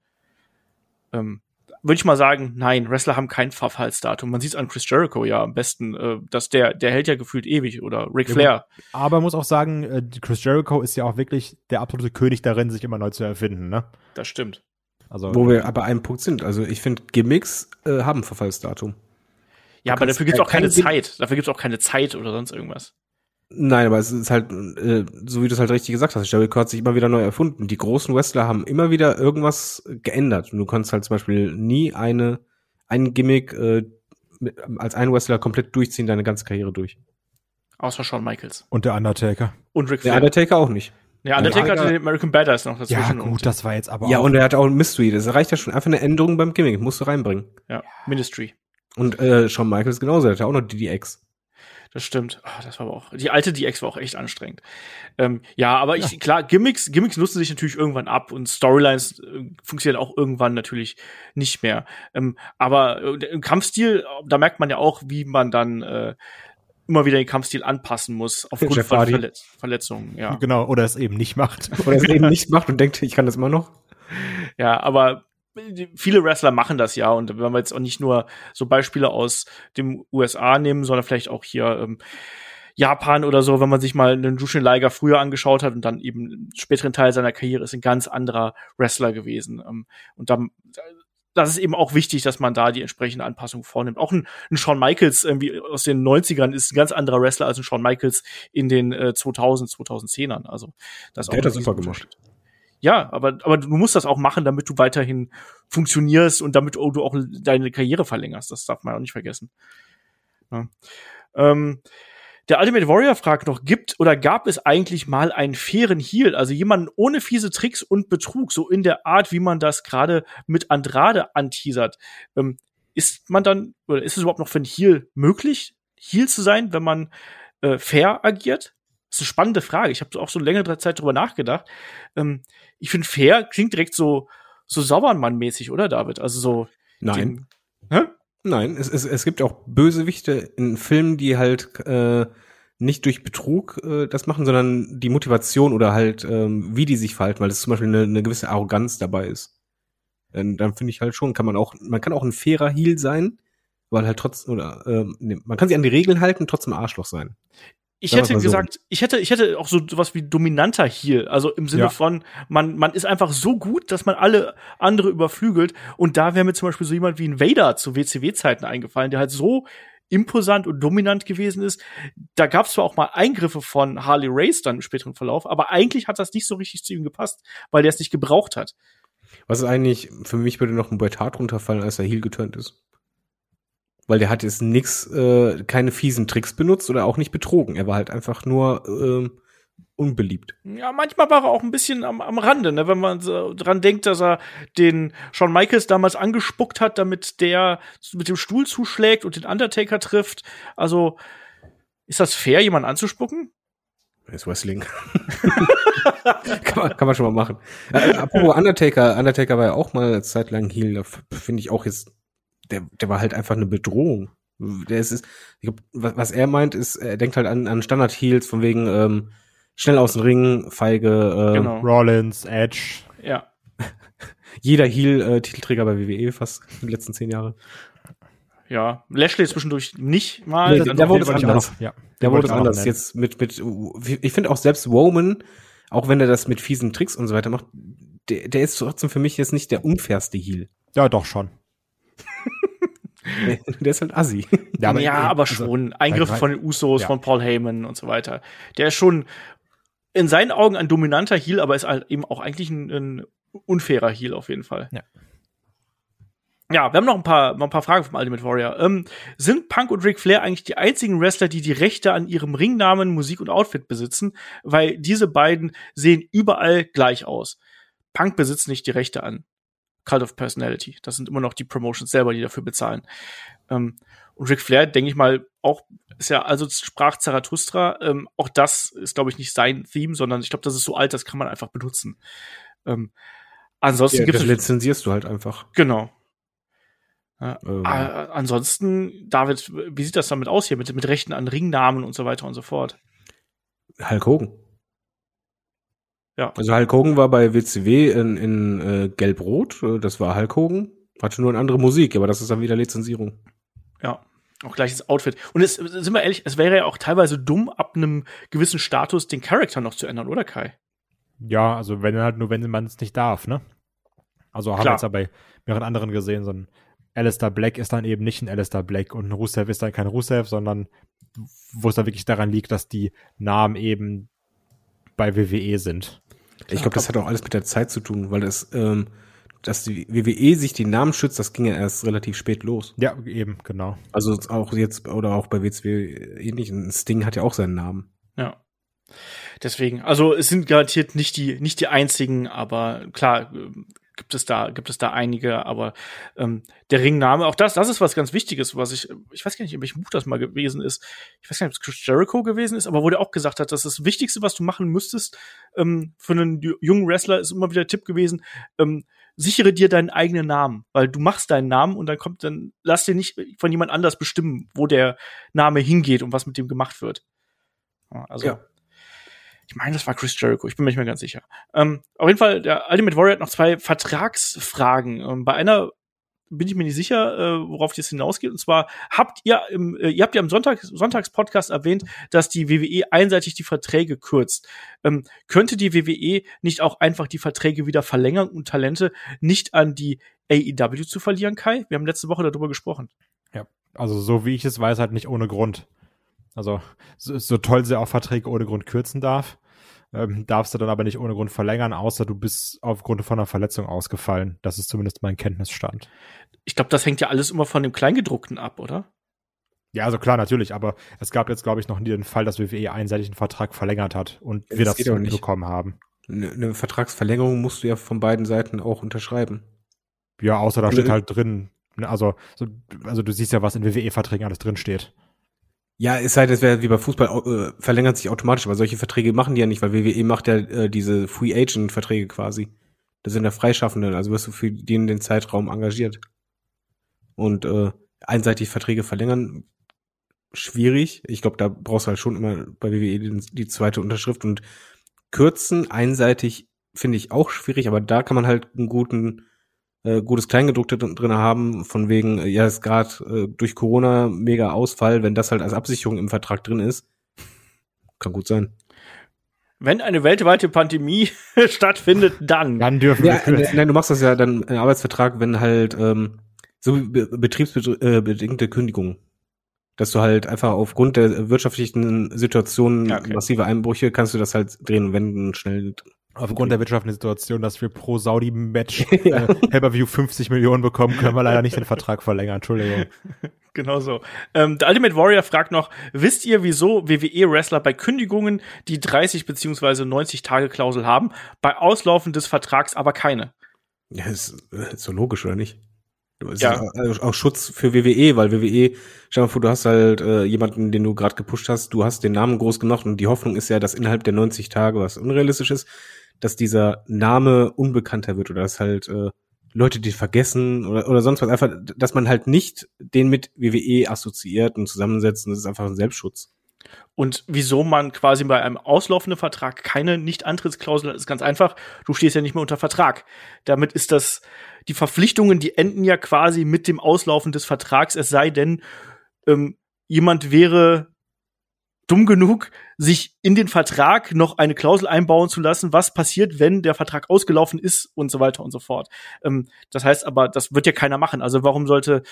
Würde ich mal sagen, nein, Wrestler haben kein Verfallsdatum. Man sieht es an Chris Jericho ja am besten, dass der hält ja gefühlt ewig, oder Ric Flair. Aber man muss auch sagen, Chris Jericho ist ja auch wirklich der absolute König darin, sich immer neu zu erfinden, ne? Das stimmt. Also, wo wir aber einem Punkt sind. Also ich finde, Gimmicks haben Verfallsdatum. Ja, aber dafür gibt's auch keine Zeit. Dafür gibt's auch keine Zeit oder sonst irgendwas. Nein, aber es ist halt, so wie du es halt richtig gesagt hast, Jericho hat sich immer wieder neu erfunden. Die großen Wrestler haben immer wieder irgendwas geändert. Und du kannst halt zum Beispiel nie ein Gimmick als ein Wrestler komplett durchziehen, deine ganze Karriere durch. Außer Shawn Michaels. Und der Undertaker. Und Ric Flair. Der Undertaker auch nicht. Ja, Undertaker hatte den American Badass noch dazwischen. Ja, gut, das war jetzt aber auch. Ja, und er hat auch ein Mystery. Das reicht ja schon. Einfach eine Änderung beim Gimmick. Musst du reinbringen. Ja, Ministry. Und Shawn Michaels genauso. Der hat ja auch noch die DX. Das stimmt. Das war aber auch, die alte DX war auch echt anstrengend. Ja, aber klar, Gimmicks nutzen sich natürlich irgendwann ab und Storylines funktionieren auch irgendwann natürlich nicht mehr. Aber im Kampfstil, da merkt man ja auch, wie man dann immer wieder den Kampfstil anpassen muss aufgrund von Verletzungen. Ja. Genau, oder es eben nicht macht. Oder es eben nicht macht und denkt, ich kann das immer noch. Ja, aber viele Wrestler machen das ja, und wenn wir jetzt auch nicht nur so Beispiele aus dem USA nehmen, sondern vielleicht auch hier Japan oder so, wenn man sich mal einen Jushin Liger früher angeschaut hat und dann eben im späteren Teil seiner Karriere ist ein ganz anderer Wrestler gewesen. Und dann, das ist eben auch wichtig, dass man da die entsprechende Anpassung vornimmt. Auch ein Shawn Michaels irgendwie aus den 90ern ist ein ganz anderer Wrestler als ein Shawn Michaels in den 2010ern. Also das der hat das super gemacht. Ja, aber du musst das auch machen, damit du weiterhin funktionierst und damit du auch deine Karriere verlängerst. Das darf man auch nicht vergessen. Ja. Der Ultimate Warrior fragt noch, gab es eigentlich mal einen fairen Heel, also jemanden ohne fiese Tricks und Betrug, so in der Art, wie man das gerade mit Andrade anteasert? Ist es überhaupt noch für einen Heel möglich, Heel zu sein, wenn man fair agiert? Das ist eine spannende Frage. Ich habe auch so längere Zeit drüber nachgedacht. Ich finde, fair klingt direkt so Sauermann-mäßig, oder, David? Also so. Nein. Nein, es gibt auch Bösewichte in Filmen, die halt nicht durch Betrug das machen, sondern die Motivation oder halt wie die sich verhalten, weil es zum Beispiel eine gewisse Arroganz dabei ist. Dann finde ich halt schon, man kann auch ein fairer Heel sein, weil halt trotzdem, man kann sich an die Regeln halten, trotzdem Arschloch sein. Ich hätte gesagt, ich hätte auch so was wie dominanter Heel, also im Sinne von, man ist einfach so gut, dass man alle andere überflügelt. Und da wäre mir zum Beispiel so jemand wie ein Vader zu WCW-Zeiten eingefallen, der halt so imposant und dominant gewesen ist. Da gab es zwar auch mal Eingriffe von Harley Race dann im späteren Verlauf, aber eigentlich hat das nicht so richtig zu ihm gepasst, weil der es nicht gebraucht hat. Was ist eigentlich, für mich würde noch ein Bret Hart runterfallen, als er Heel geturnt ist. Weil der hat jetzt keine fiesen Tricks benutzt oder auch nicht betrogen. Er war halt einfach nur unbeliebt. Ja, manchmal war er auch ein bisschen am Rande, ne? Wenn man so dran denkt, dass er den Shawn Michaels damals angespuckt hat, damit der mit dem Stuhl zuschlägt und den Undertaker trifft. Also, ist das fair, jemanden anzuspucken? Das ist Wrestling. kann man schon mal machen. Apropos Undertaker war ja auch mal eine Zeit lang Heel. Da finde ich auch jetzt, der war halt einfach eine Bedrohung. Ich glaub, was er meint, ist, er denkt halt an Standard-Heels von wegen schnell aus dem Ring, feige. Genau. Rollins, Edge. Ja. Jeder Heel Titelträger bei WWE fast in den letzten 10 Jahren. Ja, Lashley zwischendurch nicht mal. Nee, der wurde anders. Ja, der wurde anders. Jetzt mit ich finde auch selbst Roman, auch wenn er das mit fiesen Tricks und so weiter macht, der ist trotzdem für mich jetzt nicht der unfairste Heel. Ja, doch schon. Der ist halt assi. Ja, aber schon. Eingriffe von den Usos, von Paul Heyman und so weiter. Der ist schon in seinen Augen ein dominanter Heel, aber ist halt eben auch eigentlich ein unfairer Heel auf jeden Fall. Ja. Ja, wir haben noch ein paar Fragen vom Ultimate Warrior. Sind Punk und Ric Flair eigentlich die einzigen Wrestler, die die Rechte an ihrem Ringnamen, Musik und Outfit besitzen? Weil diese beiden sehen überall gleich aus. Punk besitzt nicht die Rechte an Cult of Personality. Das sind immer noch die Promotions selber, die dafür bezahlen. Und Ric Flair, denke ich mal, auch ist ja, also sprach Zarathustra, auch das ist, glaube ich, nicht sein Theme, sondern ich glaube, das ist so alt, das kann man einfach benutzen. Ansonsten das lizenzierst du halt einfach. Genau. Ansonsten, David, wie sieht das damit aus hier mit Rechten an Ringnamen und so weiter und so fort? Hulk Hogan. Ja. Also Hulk Hogan war bei WCW in Gelb-Rot, das war Hulk Hogan, hatte nur eine andere Musik, aber das ist dann wieder Lizenzierung. Ja, auch gleiches Outfit. Und sind wir ehrlich, es wäre ja auch teilweise dumm, ab einem gewissen Status den Charakter noch zu ändern, oder Kai? Ja, also wenn man es nicht darf, ne? Also haben wir jetzt ja bei mehreren anderen gesehen, so ein Alistair Black ist dann eben nicht ein Alistair Black und ein Rusev ist dann kein Rusev, sondern wo es dann wirklich daran liegt, dass die Namen eben bei WWE sind. Ich glaube, das hat auch alles mit der Zeit zu tun, weil dass die WWE sich die Namen schützt, das ging ja erst relativ spät los. Ja, eben, genau. Also auch jetzt, oder auch bei WCW ähnlich, Sting hat ja auch seinen Namen. Ja. Deswegen, also es sind garantiert nicht die einzigen, aber klar, gibt es da einige, aber der Ringname, auch das ist was ganz Wichtiges, was ich weiß gar nicht, in welchem Buch das mal gewesen ist. Ich weiß gar nicht, ob es Chris Jericho gewesen ist, aber wo der auch gesagt hat, dass das Wichtigste, was du machen müsstest für einen jungen Wrestler, ist immer wieder der Tipp gewesen, sichere dir deinen eigenen Namen, weil du machst deinen Namen und dann lass dir nicht von jemand anders bestimmen, wo der Name hingeht und was mit dem gemacht wird. Also ja. Ich meine, das war Chris Jericho, ich bin mir nicht mehr ganz sicher. Auf jeden Fall, der Ultimate Warrior hat noch 2 Vertragsfragen. Bei einer bin ich mir nicht sicher, worauf das hinausgeht. Und zwar ihr habt ja im Sonntagspodcast erwähnt, dass die WWE einseitig die Verträge kürzt. Könnte die WWE nicht auch einfach die Verträge wieder verlängern und Talente nicht an die AEW zu verlieren, Kai? Wir haben letzte Woche darüber gesprochen. Ja, also so wie ich es weiß, halt nicht ohne Grund. Also so toll sie auch Verträge ohne Grund kürzen darfst du dann aber nicht ohne Grund verlängern, außer du bist aufgrund von einer Verletzung ausgefallen. Das ist zumindest mein Kenntnisstand. Ich glaube, das hängt ja alles immer von dem Kleingedruckten ab, oder? Ja, also klar, natürlich, aber es gab jetzt, glaube ich, noch nie den Fall, dass WWE einseitig einen Vertrag verlängert hat und wir das bekommen haben. Eine Vertragsverlängerung musst du ja von beiden Seiten auch unterschreiben. Ja, außer da steht halt drin, also du siehst ja, was in WWE-Verträgen alles drin steht. Ja, es sei denn, es wäre wie bei Fußball, verlängert sich automatisch, aber solche Verträge machen die ja nicht, weil WWE macht ja diese Free Agent Verträge quasi. Das sind ja Freischaffende, also wirst du für den Zeitraum engagiert. Und einseitig Verträge verlängern, schwierig. Ich glaube, da brauchst du halt schon immer bei WWE die zweite Unterschrift, und kürzen einseitig finde ich auch schwierig, aber da kann man halt einen gutes Kleingedruckte drin haben, von wegen, ja, ist gerade durch Corona mega Ausfall, wenn das halt als Absicherung im Vertrag drin ist, Kann gut sein. Wenn eine weltweite Pandemie stattfindet, dann dürfen wir kürzen. Nein, du machst das ja dann im Arbeitsvertrag, wenn halt so betriebsbedingte Kündigungen. Dass du halt einfach aufgrund der wirtschaftlichen Situation massive Einbrüche kannst du das halt drehen und wenden schnell. Aufgrund der wirtschaftlichen Situation, dass wir pro Saudi-Match Pay-Per-View 50 Millionen bekommen, können wir leider nicht den Vertrag verlängern. Entschuldigung. Genau so. Der Ultimate Warrior fragt noch, wisst ihr, wieso WWE-Wrestler bei Kündigungen die 30 bzw. 90-Tage-Klausel haben, bei Auslaufen des Vertrags aber keine? Ja, ist so logisch, oder nicht? Es Ja. ist auch Schutz für WWE, weil WWE, stell dir mal vor, du hast halt jemanden, den du gerade gepusht hast, du hast den Namen groß gemacht und die Hoffnung ist ja, dass innerhalb der 90 Tage, was unrealistisch ist, dass dieser Name unbekannter wird oder dass halt Leute die vergessen oder sonst was, einfach, dass man halt nicht den mit WWE assoziiert und zusammensetzt und das ist einfach ein Selbstschutz. Und wieso man quasi bei einem auslaufenden Vertrag keine Nicht-Antrittsklausel hat, ist ganz einfach. Du stehst ja nicht mehr unter Vertrag. Damit ist die Verpflichtungen, die enden ja quasi mit dem Auslaufen des Vertrags, es sei denn, jemand wäre dumm genug, sich in den Vertrag noch eine Klausel einbauen zu lassen, was passiert, wenn der Vertrag ausgelaufen ist und so weiter und so fort. Das heißt aber, das wird ja keiner machen. Also warum sollte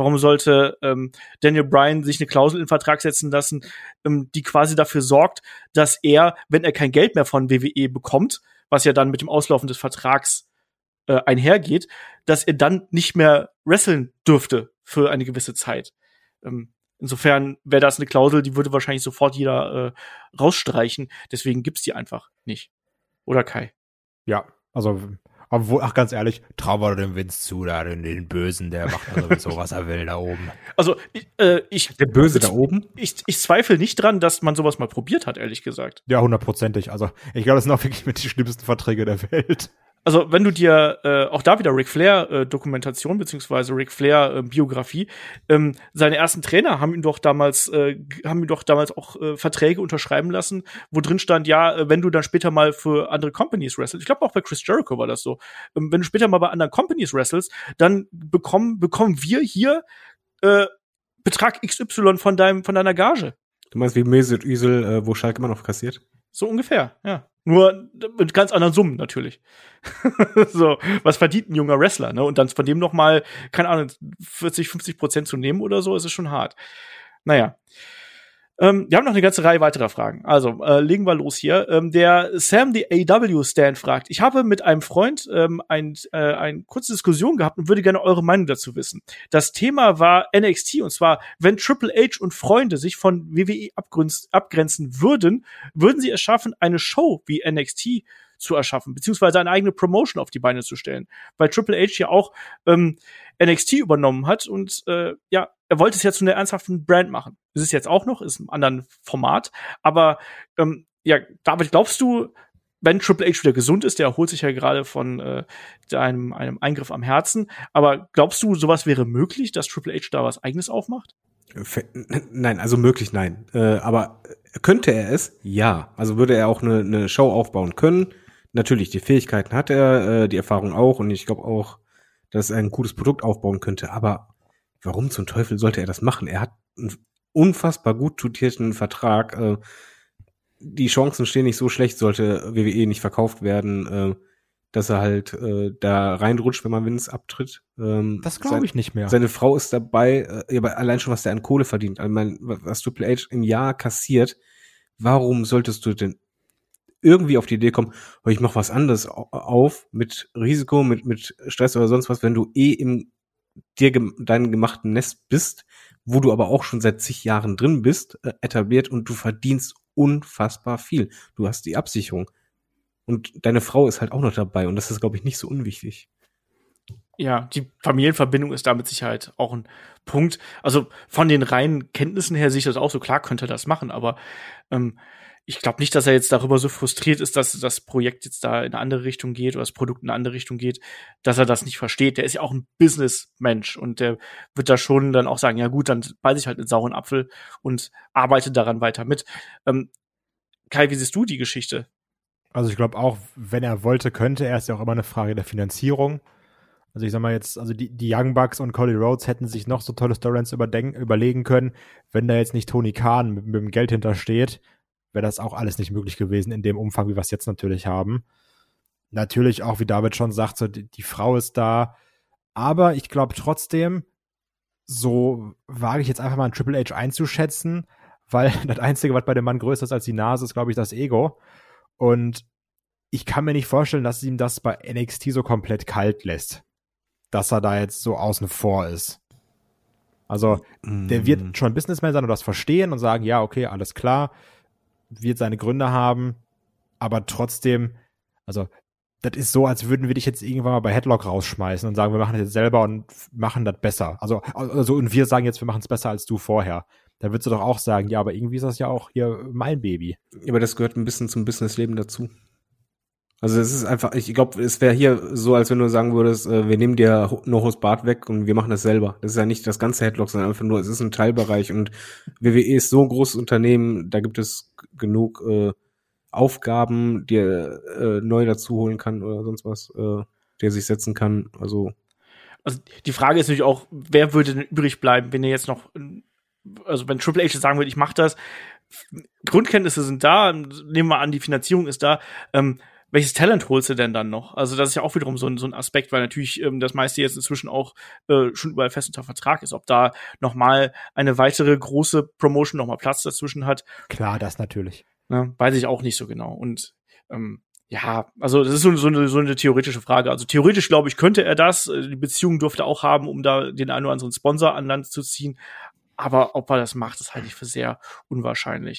Daniel Bryan sich eine Klausel in den Vertrag setzen lassen, die quasi dafür sorgt, dass er, wenn er kein Geld mehr von WWE bekommt, was ja dann mit dem Auslaufen des Vertrags einhergeht, dass er dann nicht mehr wresteln dürfte für eine gewisse Zeit. Insofern wäre das eine Klausel, die würde wahrscheinlich sofort jeder rausstreichen. Deswegen gibt's die einfach nicht. Oder Kai? Ja, also, obwohl, ganz ehrlich, trauen wir dem Vince zu, da den Bösen, der macht sowieso, was er will da oben. Also, Der Böse da oben? Ich zweifle nicht dran, dass man sowas mal probiert hat, ehrlich gesagt. Ja, 100%. Also, ich glaube, das sind auch wirklich mit die schlimmsten Verträge der Welt. Also, wenn du dir auch da wieder Ric Flair Dokumentation beziehungsweise Ric Flair Biografie, seine ersten Trainer haben ihn doch damals auch Verträge unterschreiben lassen, wo drin stand, ja, wenn du dann später mal für andere Companies wrestelst, ich glaube auch bei Chris Jericho war das so, wenn du später mal bei anderen Companies wrestelst, dann bekommen wir hier Betrag XY von deiner Gage. Du meinst wie Mesut Özil, wo Schalke immer noch kassiert? So ungefähr, ja. Nur mit ganz anderen Summen natürlich. So, was verdient ein junger Wrestler, ne? Und dann von dem noch mal, keine Ahnung, 40-50% zu nehmen oder so, ist es schon hart. Naja. Wir haben noch eine ganze Reihe weiterer Fragen. Also, legen wir los hier. Der Sam the AW Stan fragt, ich habe mit einem Freund eine kurze Diskussion gehabt und würde gerne eure Meinung dazu wissen. Das Thema war NXT und zwar, wenn Triple H und Freunde sich von WWE abgrenzen würden sie es schaffen, eine Show wie NXT zu erschaffen, beziehungsweise eine eigene Promotion auf die Beine zu stellen. Weil Triple H ja auch NXT übernommen hat und er wollte es ja zu einer ernsthaften Brand machen. Ist es jetzt auch noch, ist im anderen Format. Aber David, glaubst du, wenn Triple H wieder gesund ist, der erholt sich ja gerade von einem Eingriff am Herzen, aber glaubst du, sowas wäre möglich, dass Triple H da was Eigenes aufmacht? Nein, also möglich nein. Aber könnte er es? Ja. Also würde er auch eine Show aufbauen können. Natürlich, die Fähigkeiten hat er, die Erfahrung auch und ich glaube auch, dass er ein gutes Produkt aufbauen könnte. Aber warum zum Teufel sollte er das machen? Er hat einen unfassbar gut tutierten Vertrag. Die Chancen stehen nicht so schlecht, sollte WWE nicht verkauft werden, dass er halt da reinrutscht, wenn man Vince abtritt. Das glaube ich nicht mehr. Seine Frau ist dabei, aber allein schon, was der an Kohle verdient. Ich meine, was Triple H im Jahr kassiert, warum solltest du denn irgendwie auf die Idee kommen, ich mach was anderes auf, mit Risiko, mit Stress oder sonst was, wenn du im deinem gemachten Nest bist, wo du aber auch schon seit zig Jahren drin bist, etabliert und du verdienst unfassbar viel. Du hast die Absicherung. Und deine Frau ist halt auch noch dabei und das ist, glaube ich, nicht so unwichtig. Ja, die Familienverbindung ist da mit Sicherheit auch ein Punkt. Also von den reinen Kenntnissen her sehe ich das auch so, klar könnte er das machen, aber ich glaube nicht, dass er jetzt darüber so frustriert ist, dass das Projekt jetzt da in eine andere Richtung geht oder das Produkt in eine andere Richtung geht, dass er das nicht versteht. Der ist ja auch ein Businessmensch und der wird da schon dann auch sagen, ja gut, dann beiß ich halt einen sauren Apfel und arbeite daran weiter mit. Kai, wie siehst du die Geschichte? Also ich glaube auch, wenn er wollte, könnte er. Ist ja auch immer eine Frage der Finanzierung. Also ich sag mal jetzt, also die Young Bucks und Cody Rhodes hätten sich noch so tolle Storylines überlegen können, wenn da jetzt nicht Tony Khan mit dem Geld hintersteht. wäre das auch alles nicht möglich gewesen in dem Umfang, wie wir es jetzt natürlich haben. Natürlich auch, wie David schon sagt, so die Frau ist da. Aber ich glaube trotzdem, so wage ich jetzt einfach mal einen Triple H einzuschätzen, weil das Einzige, was bei dem Mann größer ist als die Nase, ist, glaube ich, das Ego. Und ich kann mir nicht vorstellen, dass ihm das bei NXT so komplett kalt lässt, dass er da jetzt so außen vor ist. Also, der wird schon Businessman sein und das verstehen und sagen, ja, okay, alles klar, wird seine Gründe haben, aber trotzdem, also, das ist so, als würden wir dich jetzt irgendwann mal bei Headlock rausschmeißen und sagen, wir machen das jetzt selber und machen das besser. Also und wir sagen jetzt, wir machen es besser als du vorher. Da würdest du doch auch sagen, ja, aber irgendwie ist das ja auch hier mein Baby. Ja, aber das gehört ein bisschen zum Businessleben dazu. Also es ist einfach, ich glaube, es wäre hier so, als wenn du sagen würdest, wir nehmen dir Nohos Bart weg und wir machen das selber. Das ist ja nicht das ganze Headlock, sondern einfach nur, es ist ein Teilbereich und WWE ist so ein großes Unternehmen, da gibt es genug Aufgaben, die er neu dazu holen kann oder sonst was, der sich setzen kann. Also die Frage ist natürlich auch, wer würde denn übrig bleiben, wenn er jetzt noch, also wenn Triple H sagen würde, ich mache das, Grundkenntnisse sind da, nehmen wir an, die Finanzierung ist da, welches Talent holst du denn dann noch? Also das ist ja auch wiederum so ein Aspekt, weil natürlich das meiste jetzt inzwischen auch schon überall fest unter Vertrag ist. Ob da noch mal eine weitere große Promotion noch mal Platz dazwischen hat. Klar, das natürlich. Ne, weiß ich auch nicht so genau. Und ja, also das ist so eine theoretische Frage. Also theoretisch, glaube ich, könnte er das. Die Beziehung dürfte er auch haben, um da den einen oder anderen Sponsor an Land zu ziehen. Aber ob er das macht, das halte ich für sehr unwahrscheinlich.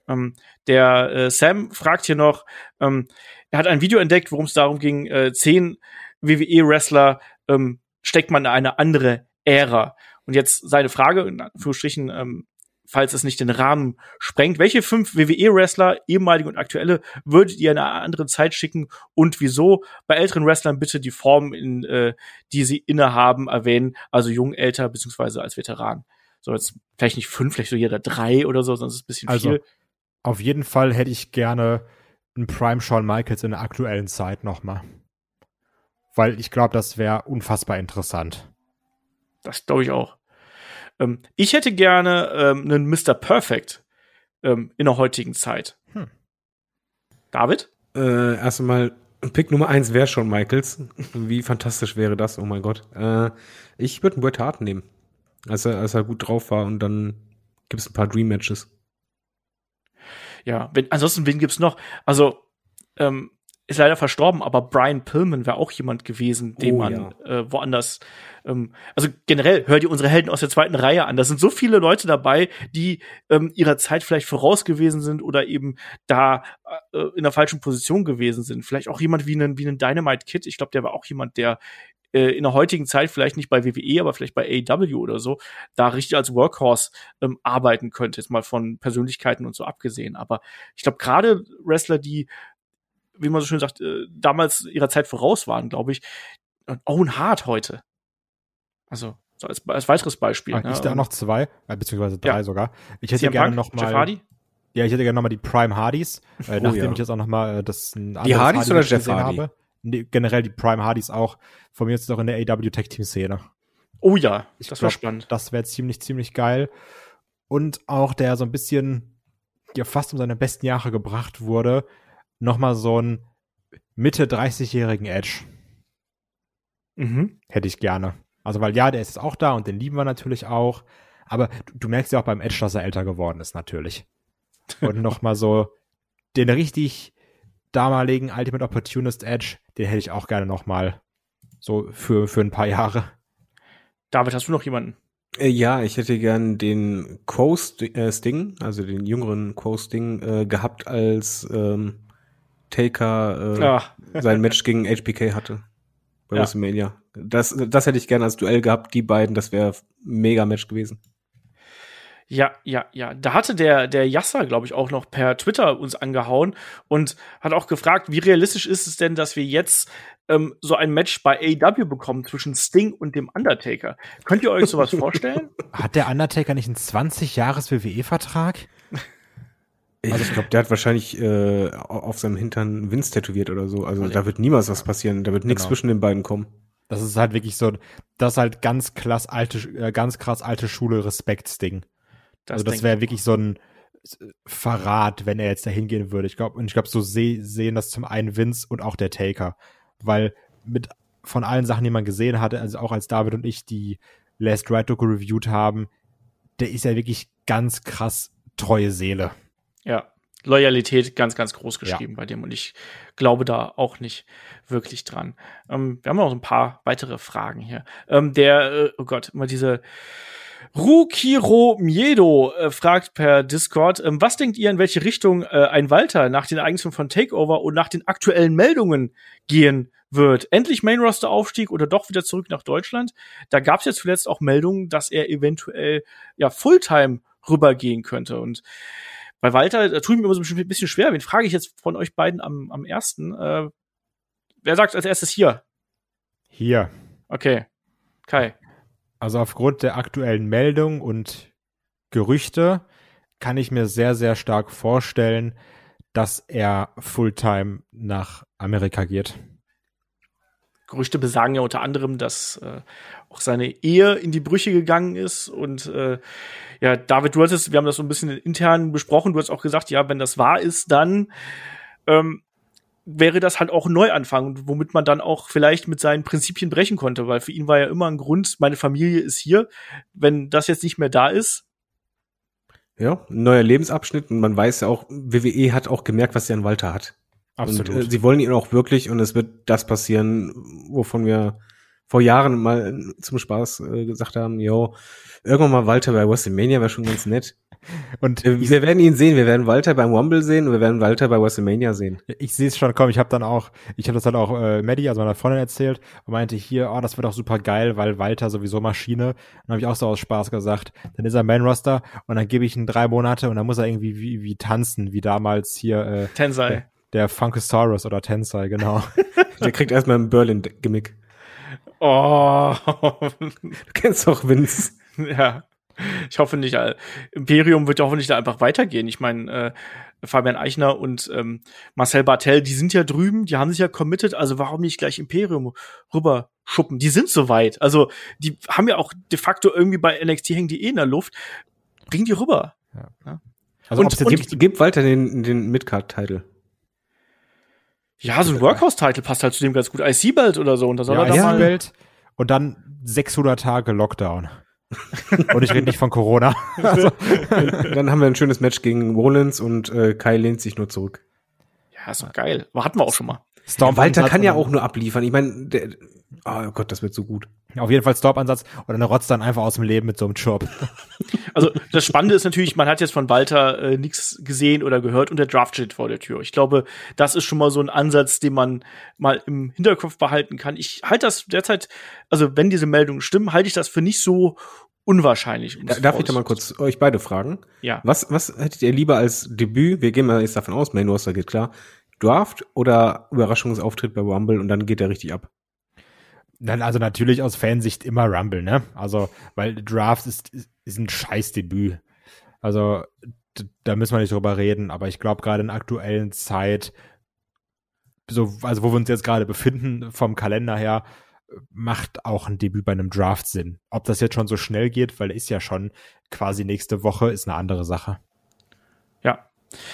Der Sam fragt hier noch, er hat ein Video entdeckt, worum es darum ging, 10 WWE-Wrestler steckt man in eine andere Ära. Und jetzt seine Frage, in Anführungsstrichen, falls es nicht den Rahmen sprengt, welche 5 WWE-Wrestler, ehemalige und aktuelle, würdet ihr in einer anderen Zeit schicken und wieso? Bei älteren Wrestlern bitte die Form, die sie innehaben, erwähnen, also jung, älter, beziehungsweise als Veteran. So, jetzt vielleicht nicht 5, vielleicht so jeder 3 oder so, sonst ist es ein bisschen viel. Also, auf jeden Fall hätte ich gerne einen Prime Shawn Michaels in der aktuellen Zeit nochmal. Weil ich glaube, das wäre unfassbar interessant. Das glaube ich auch. Ich hätte gerne einen Mr. Perfect in der heutigen Zeit. David? Erst einmal, Pick Nummer 1 wäre Shawn Michaels. Wie fantastisch wäre das, oh mein Gott. Ich würde einen Bret Hart nehmen. Als er gut drauf war und dann gibt es ein paar Dream-Matches. Ja, ansonsten, wen gibt's noch? Also, ist leider verstorben, aber Brian Pillman wäre auch jemand gewesen, den man woanders, also generell, hört ihr unsere Helden aus der zweiten Reihe an. Da sind so viele Leute dabei, die ihrer Zeit vielleicht voraus gewesen sind oder eben da in der falschen Position gewesen sind. Vielleicht auch jemand wie einen Dynamite Kid. Ich glaube, der war auch jemand, der in der heutigen Zeit vielleicht nicht bei WWE, aber vielleicht bei AEW oder so, da richtig als Workhorse arbeiten könnte, jetzt mal von Persönlichkeiten und so abgesehen. Aber ich glaube, gerade Wrestler, die, wie man so schön sagt, damals ihrer Zeit voraus waren, glaube ich, Owen Hart heute. Also, so als weiteres Beispiel. Ich da noch 2, beziehungsweise 3 sogar. Ich hätte gerne noch mal Jeff Hardy? Ja, ich hätte gerne noch mal die Prime Hardys, nachdem ich jetzt auch noch mal die Hardys oder Jeff Hardy? Habe. Nee, generell die Prime Hardys auch. Von mir ist es auch in der AEW Tag Team Szene. Oh ja, das wäre spannend. Das wäre ziemlich geil. Und auch der so ein bisschen, ja, fast um seine besten Jahre gebracht wurde, nochmal so einen Mitte 30-jährigen Edge. Hätte ich gerne. Also, weil ja, der ist auch da und den lieben wir natürlich auch. Aber du merkst ja auch beim Edge, dass er älter geworden ist, natürlich. Und nochmal so den richtig damaligen Ultimate Opportunist Edge, den hätte ich auch gerne nochmal so für ein paar Jahre. David, hast du noch jemanden? Ja, ich hätte gern den Sting, also den jüngeren Sting, gehabt, als Taker sein Match gegen HBK hatte bei WrestleMania. Das hätte ich gern als Duell gehabt, die beiden, das wäre mega Match gewesen. Ja. Da hatte der Yasser, glaube ich, auch noch per Twitter uns angehauen und hat auch gefragt, wie realistisch ist es denn, dass wir jetzt so ein Match bei AEW bekommen zwischen Sting und dem Undertaker? Könnt ihr euch sowas vorstellen? Hat der Undertaker nicht einen 20-Jahres-WWE-Vertrag? Also ich glaube, der hat wahrscheinlich auf seinem Hintern Vince tätowiert oder so. Also da wird niemals was passieren. Da wird nichts zwischen den beiden kommen. Das ist halt wirklich so, das ist halt ganz krass alte Schule Respekt-Ding. Also das wäre wirklich so ein Verrat, wenn er jetzt dahin gehen würde. Ich glaube, so sehen das zum einen Vince und auch der Taker. Weil von allen Sachen, die man gesehen hatte, also auch als David und ich die Last Ride-Doku reviewed haben, der ist ja wirklich ganz krass treue Seele. Ja, Loyalität ganz, ganz groß geschrieben bei dem und ich glaube da auch nicht wirklich dran. Wir haben noch ein paar weitere Fragen hier. Oh Gott, immer diese Rukiro Miedo fragt per Discord, was denkt ihr, in welche Richtung ein Walter nach den Ereignissen von Takeover und nach den aktuellen Meldungen gehen wird? Endlich Main-Roster-Aufstieg oder doch wieder zurück nach Deutschland? Da gab es ja zuletzt auch Meldungen, dass er eventuell Fulltime rübergehen könnte. Und bei Walter, da tue ich mir immer so ein bisschen schwer. Wen frage ich jetzt von euch beiden am ersten? Wer sagt als erstes hier? Hier. Okay. Kai. Also aufgrund der aktuellen Meldungen und Gerüchte kann ich mir sehr, sehr stark vorstellen, dass er Fulltime nach Amerika geht. Gerüchte besagen ja unter anderem, dass auch seine Ehe in die Brüche gegangen ist. Und David, wir haben das so ein bisschen intern besprochen, du hast auch gesagt, ja, wenn das wahr ist, dann wäre das halt auch ein Neuanfang, womit man dann auch vielleicht mit seinen Prinzipien brechen konnte, weil für ihn war ja immer ein Grund, meine Familie ist hier. Wenn das jetzt nicht mehr da ist. Ja, ein neuer Lebensabschnitt und man weiß ja auch, WWE hat auch gemerkt, was sie an Walter hat. Absolut. Und sie wollen ihn auch wirklich und es wird das passieren, wovon wir vor Jahren mal zum Spaß gesagt haben, irgendwann mal Walter bei WrestleMania wäre schon ganz nett. Und wir werden ihn sehen, wir werden Walter beim Rumble sehen und wir werden Walter bei WrestleMania sehen. Ich sehe es schon kommen, ich habe das dann auch Maddie, also meiner Freundin, erzählt und meinte hier, das wird auch super geil, weil Walter sowieso Maschine. Dann habe ich auch so aus Spaß gesagt, dann ist er Main Roster und dann gebe ich ihm 3 Monate und dann muss er irgendwie wie tanzen, wie damals hier Tensai. Der Funkasaurus oder Tensai, genau. Der kriegt erstmal ein Berlin-Gimmick. Oh. Du kennst doch Vince. Ja. Ich hoffe nicht. Imperium wird ja hoffentlich da einfach weitergehen. Ich meine, Fabian Eichner und Marcel Bartel, die sind ja drüben, die haben sich ja committed, also warum nicht gleich Imperium rüber schuppen? Die sind soweit. Also, die haben ja auch de facto irgendwie bei NXT hängen die in der Luft. Bring die rüber. Ja. Also, gibt Walter den Midcard-Title. Ja, so ein Workhouse-Title passt halt zu dem ganz gut. IC-Belt oder so. Und da soll er da mal und dann 600 Tage Lockdown. Und ich rede nicht von Corona. Also. Dann haben wir ein schönes Match gegen Rollins und Kai lehnt sich nur zurück. Ja, ist doch geil. Aber hatten wir auch schon mal. Walter kann ja auch nur abliefern. Ich meine, oh Gott, das wird so gut. Auf jeden Fall Stop-Ansatz oder eine rotzt dann einfach aus dem Leben mit so einem Job. Also das Spannende ist natürlich, man hat jetzt von Walter nichts gesehen oder gehört und der Draft steht vor der Tür. Ich glaube, das ist schon mal so ein Ansatz, den man mal im Hinterkopf behalten kann. Ich halte das derzeit, also wenn diese Meldungen stimmen, halte ich das für nicht so unwahrscheinlich. Darf ich da mal kurz euch beide fragen? Ja. Was hättet ihr lieber als Debüt? Wir gehen mal jetzt davon aus, Main Roster geht klar. Draft oder Überraschungsauftritt bei Rumble und dann geht der richtig ab? Also natürlich aus Fansicht immer Rumble, ne? Also, weil Draft ist ein Scheißdebüt. Also, da müssen wir nicht drüber reden, aber ich glaube gerade in der aktuellen Zeit, also wo wir uns jetzt gerade befinden, vom Kalender her, macht auch ein Debüt bei einem Draft Sinn. Ob das jetzt schon so schnell geht, weil ist ja schon quasi nächste Woche, ist eine andere Sache. Ja.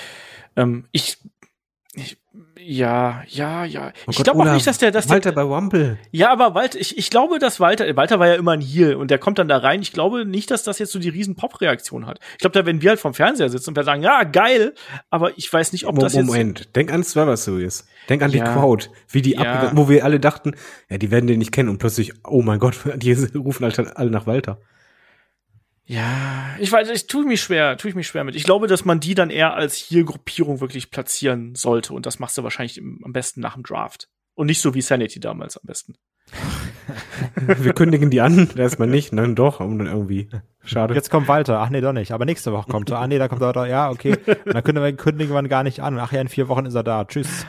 Ja. Oh Ich glaube auch nicht, dass der Walter bei Rumble. Ja, aber Walter, ich glaube, dass Walter war ja immer ein Heel und der kommt dann da rein. Ich glaube nicht, dass das jetzt so die riesen Pop-Reaktion hat. Ich glaube, da werden wir halt vom Fernseher sitzen und wir sagen, ja, geil, aber ich weiß nicht, ob das jetzt... Moment, denk an Survivor Series. Denk an die Crowd, wie die wo wir alle dachten, ja, die werden den nicht kennen und plötzlich, oh mein Gott, die rufen halt alle nach Walter. Ja, ich weiß, tue ich mich schwer mit. Ich glaube, dass man die dann eher als Heel-Gruppierung wirklich platzieren sollte und das machst du wahrscheinlich am besten nach dem Draft. Und nicht so wie Sanity damals am besten. Wir kündigen die an, erstmal nicht, dann doch, und dann irgendwie. Schade. Jetzt kommt Walter. Ach nee, doch nicht. Aber nächste Woche kommt er. Ah nee, da kommt er doch. Ja, okay. Und dann kündigen wir ihn gar nicht an. Ach ja, in 4 Wochen ist er da. Tschüss.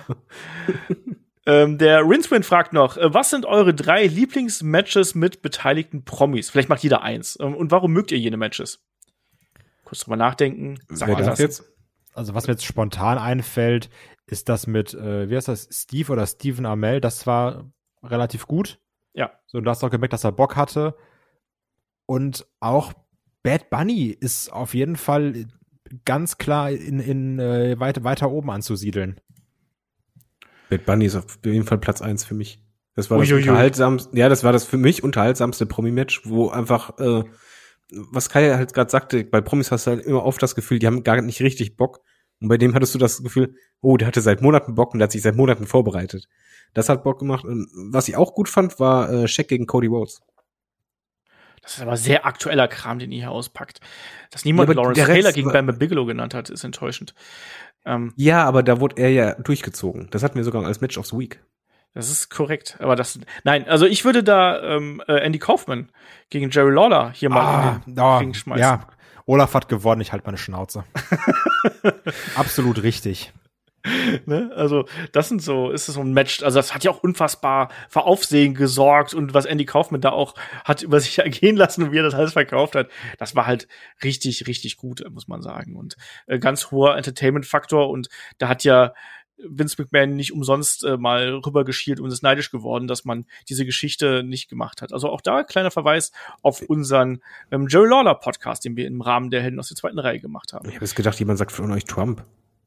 Der Rinswin fragt noch, was sind eure 3 Lieblingsmatches mit beteiligten Promis? Vielleicht macht jeder eins. Und warum mögt ihr jene Matches? Kurz drüber nachdenken. Wer darf jetzt? Also was mir jetzt spontan einfällt, ist das mit, wie heißt das, Steve oder Stephen Amell. Das war relativ gut. Ja. So, du hast auch gemerkt, dass er Bock hatte. Und auch Bad Bunny ist auf jeden Fall ganz klar weiter oben anzusiedeln. Bad Bunny ist auf jeden Fall Platz 1 für mich. Das war das das für mich unterhaltsamste Promi-Match, wo einfach, was Kai halt gerade sagte, bei Promis hast du halt immer oft das Gefühl, die haben gar nicht richtig Bock. Und bei dem hattest du das Gefühl, oh, der hatte seit Monaten Bock und der hat sich seit Monaten vorbereitet. Das hat Bock gemacht. Und was ich auch gut fand, war Shaq gegen Cody Rhodes. Das ist aber sehr aktueller Kram, den ihr hier auspackt. Dass niemand Lawrence Taylor gegen Bam Bigelow genannt hat, ist enttäuschend. Ja, aber da wurde er ja durchgezogen. Das hatten wir sogar als Match of the Week. Das ist korrekt. Aber nein, also ich würde da Andy Kaufman gegen Jerry Lawler hier mal in den Ring schmeißen. Ja, Olaf hat gewonnen, ich halte meine Schnauze. Absolut richtig. Ne? Also, ist so ein Match, also das hat ja auch unfassbar für Aufsehen gesorgt und was Andy Kaufman da auch hat über sich ergehen lassen und wie er das alles verkauft hat, das war halt richtig, richtig gut, muss man sagen. Und ganz hoher Entertainment-Faktor und da hat ja Vince McMahon nicht umsonst mal rübergeschielt und ist neidisch geworden, dass man diese Geschichte nicht gemacht hat. Also auch da kleiner Verweis auf unseren Jerry Lawler Podcast, den wir im Rahmen der Helden aus der zweiten Reihe gemacht haben. Ich habe jetzt gedacht, jemand sagt von euch Trump.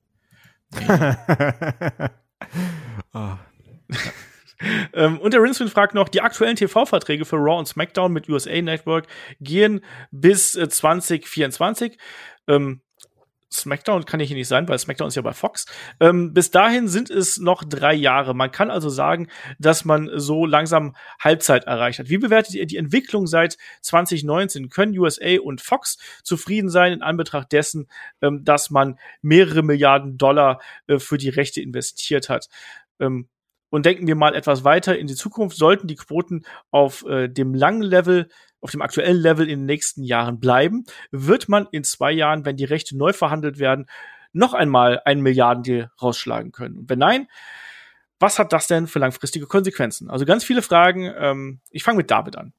Und der Rincewind fragt noch, die aktuellen TV-Verträge für Raw und SmackDown mit USA Network gehen bis 2024. SmackDown kann hier nicht sein, weil SmackDown ist ja bei Fox. Bis dahin sind es noch 3 Jahre. Man kann also sagen, dass man so langsam Halbzeit erreicht hat. Wie bewertet ihr die Entwicklung seit 2019? Können USA und Fox zufrieden sein in Anbetracht dessen, dass man mehrere Milliarden $, für die Rechte investiert hat? Und denken wir mal etwas weiter in die Zukunft, sollten die Quoten auf dem aktuellen Level in den nächsten Jahren bleiben, wird man in 2 Jahren, wenn die Rechte neu verhandelt werden, noch einmal einen Milliardendeal rausschlagen können. Und wenn nein, was hat das denn für langfristige Konsequenzen? Also ganz viele Fragen. Ich fange mit David an.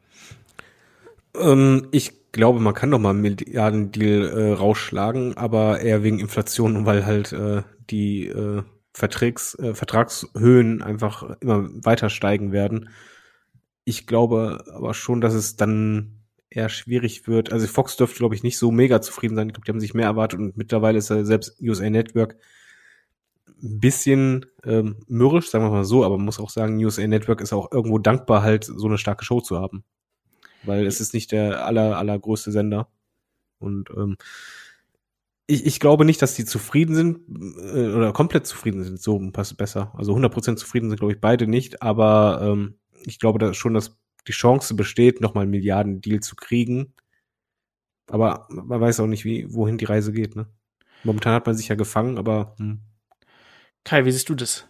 Ich glaube, man kann noch mal einen Milliardendeal rausschlagen, aber eher wegen Inflation, weil halt die Vertragshöhen einfach immer weiter steigen werden. Ich glaube aber schon, dass es dann eher schwierig wird. Also Fox dürfte, glaube ich, nicht so mega zufrieden sein. Ich glaube, die haben sich mehr erwartet und mittlerweile ist ja selbst USA Network ein bisschen mürrisch, sagen wir mal so, aber man muss auch sagen, USA Network ist auch irgendwo dankbar, halt so eine starke Show zu haben. Weil es ist nicht der allergrößte Sender. Und ich glaube nicht, dass die zufrieden sind oder komplett zufrieden sind, so passt besser. Also 100% zufrieden sind, glaube ich, beide nicht, aber ich glaube dass die Chance besteht, nochmal einen Milliarden-Deal zu kriegen. Aber man weiß auch nicht, wohin die Reise geht, ne? Momentan hat man sich ja gefangen, aber Kai, wie siehst du das?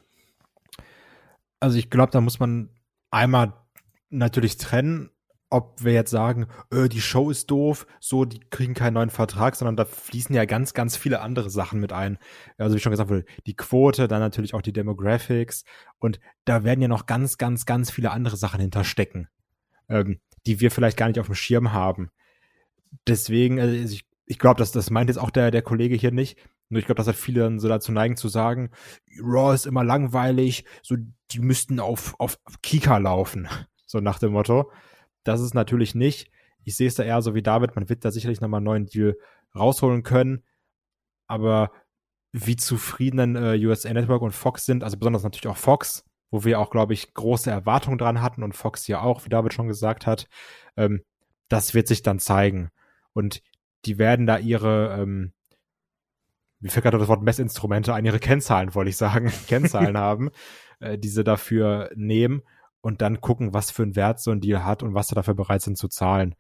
Also ich glaube, da muss man einmal natürlich trennen, ob wir jetzt sagen, die Show ist doof, so, die kriegen keinen neuen Vertrag, sondern da fließen ja ganz, ganz viele andere Sachen mit ein. Also wie schon gesagt wurde, die Quote, dann natürlich auch die Demographics und da werden ja noch ganz, ganz, ganz viele andere Sachen hinterstecken, die wir vielleicht gar nicht auf dem Schirm haben. Deswegen, also ich glaube, das meint jetzt auch der Kollege hier nicht. Nur ich glaube, dass halt viele dann so dazu neigen zu sagen, Raw ist immer langweilig, so die müssten auf Kika laufen, so nach dem Motto. Das ist natürlich nicht. Ich sehe es da eher so wie David, man wird da sicherlich nochmal einen neuen Deal rausholen können, aber wie zufrieden dann USA Network und Fox sind, also besonders natürlich auch Fox, wo wir auch, glaube ich, große Erwartungen dran hatten und Fox ja auch, wie David schon gesagt hat, das wird sich dann zeigen. Und die werden da ihre, mir fällt gerade das Wort Messinstrumente ein, ihre Kennzahlen, wollte ich sagen, Kennzahlen haben, die sie dafür nehmen und dann gucken, was für einen Wert so ein Deal hat und was sie dafür bereit sind zu zahlen.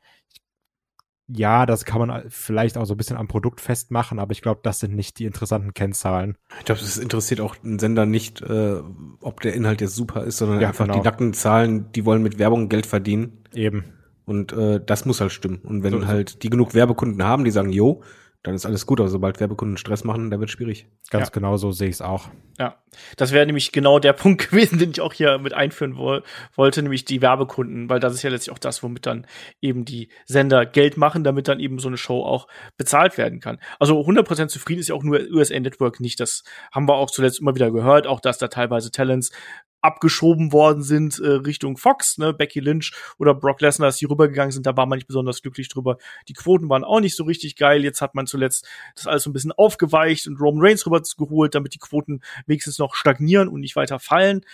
Ja, das kann man vielleicht auch so ein bisschen am Produkt festmachen, aber ich glaube, das sind nicht die interessanten Kennzahlen. Ich glaube, es interessiert auch den Sender nicht, ob der Inhalt jetzt super ist, sondern ja, einfach genau. Die nackten Zahlen, die wollen mit Werbung Geld verdienen. Eben. Und das muss halt stimmen. Und wenn halt die genug Werbekunden haben, die sagen, jo, dann ist alles gut. Aber sobald Werbekunden Stress machen, dann wird es schwierig. Ganz genau so sehe ich es auch. Ja, das wäre nämlich genau der Punkt gewesen, den ich auch hier mit einführen wollte, nämlich die Werbekunden, weil das ist ja letztlich auch das, womit dann eben die Sender Geld machen, damit dann eben so eine Show auch bezahlt werden kann. Also 100% zufrieden ist ja auch nur USA Network nicht. Das haben wir auch zuletzt immer wieder gehört, auch dass da teilweise Talents abgeschoben worden sind Richtung Fox, ne, Becky Lynch oder Brock Lesnar, als die rübergegangen sind, da war man nicht besonders glücklich drüber. Die Quoten waren auch nicht so richtig geil. Jetzt hat man zuletzt das alles so ein bisschen aufgeweicht und Roman Reigns rübergeholt, damit die Quoten wenigstens noch stagnieren und nicht weiter fallen.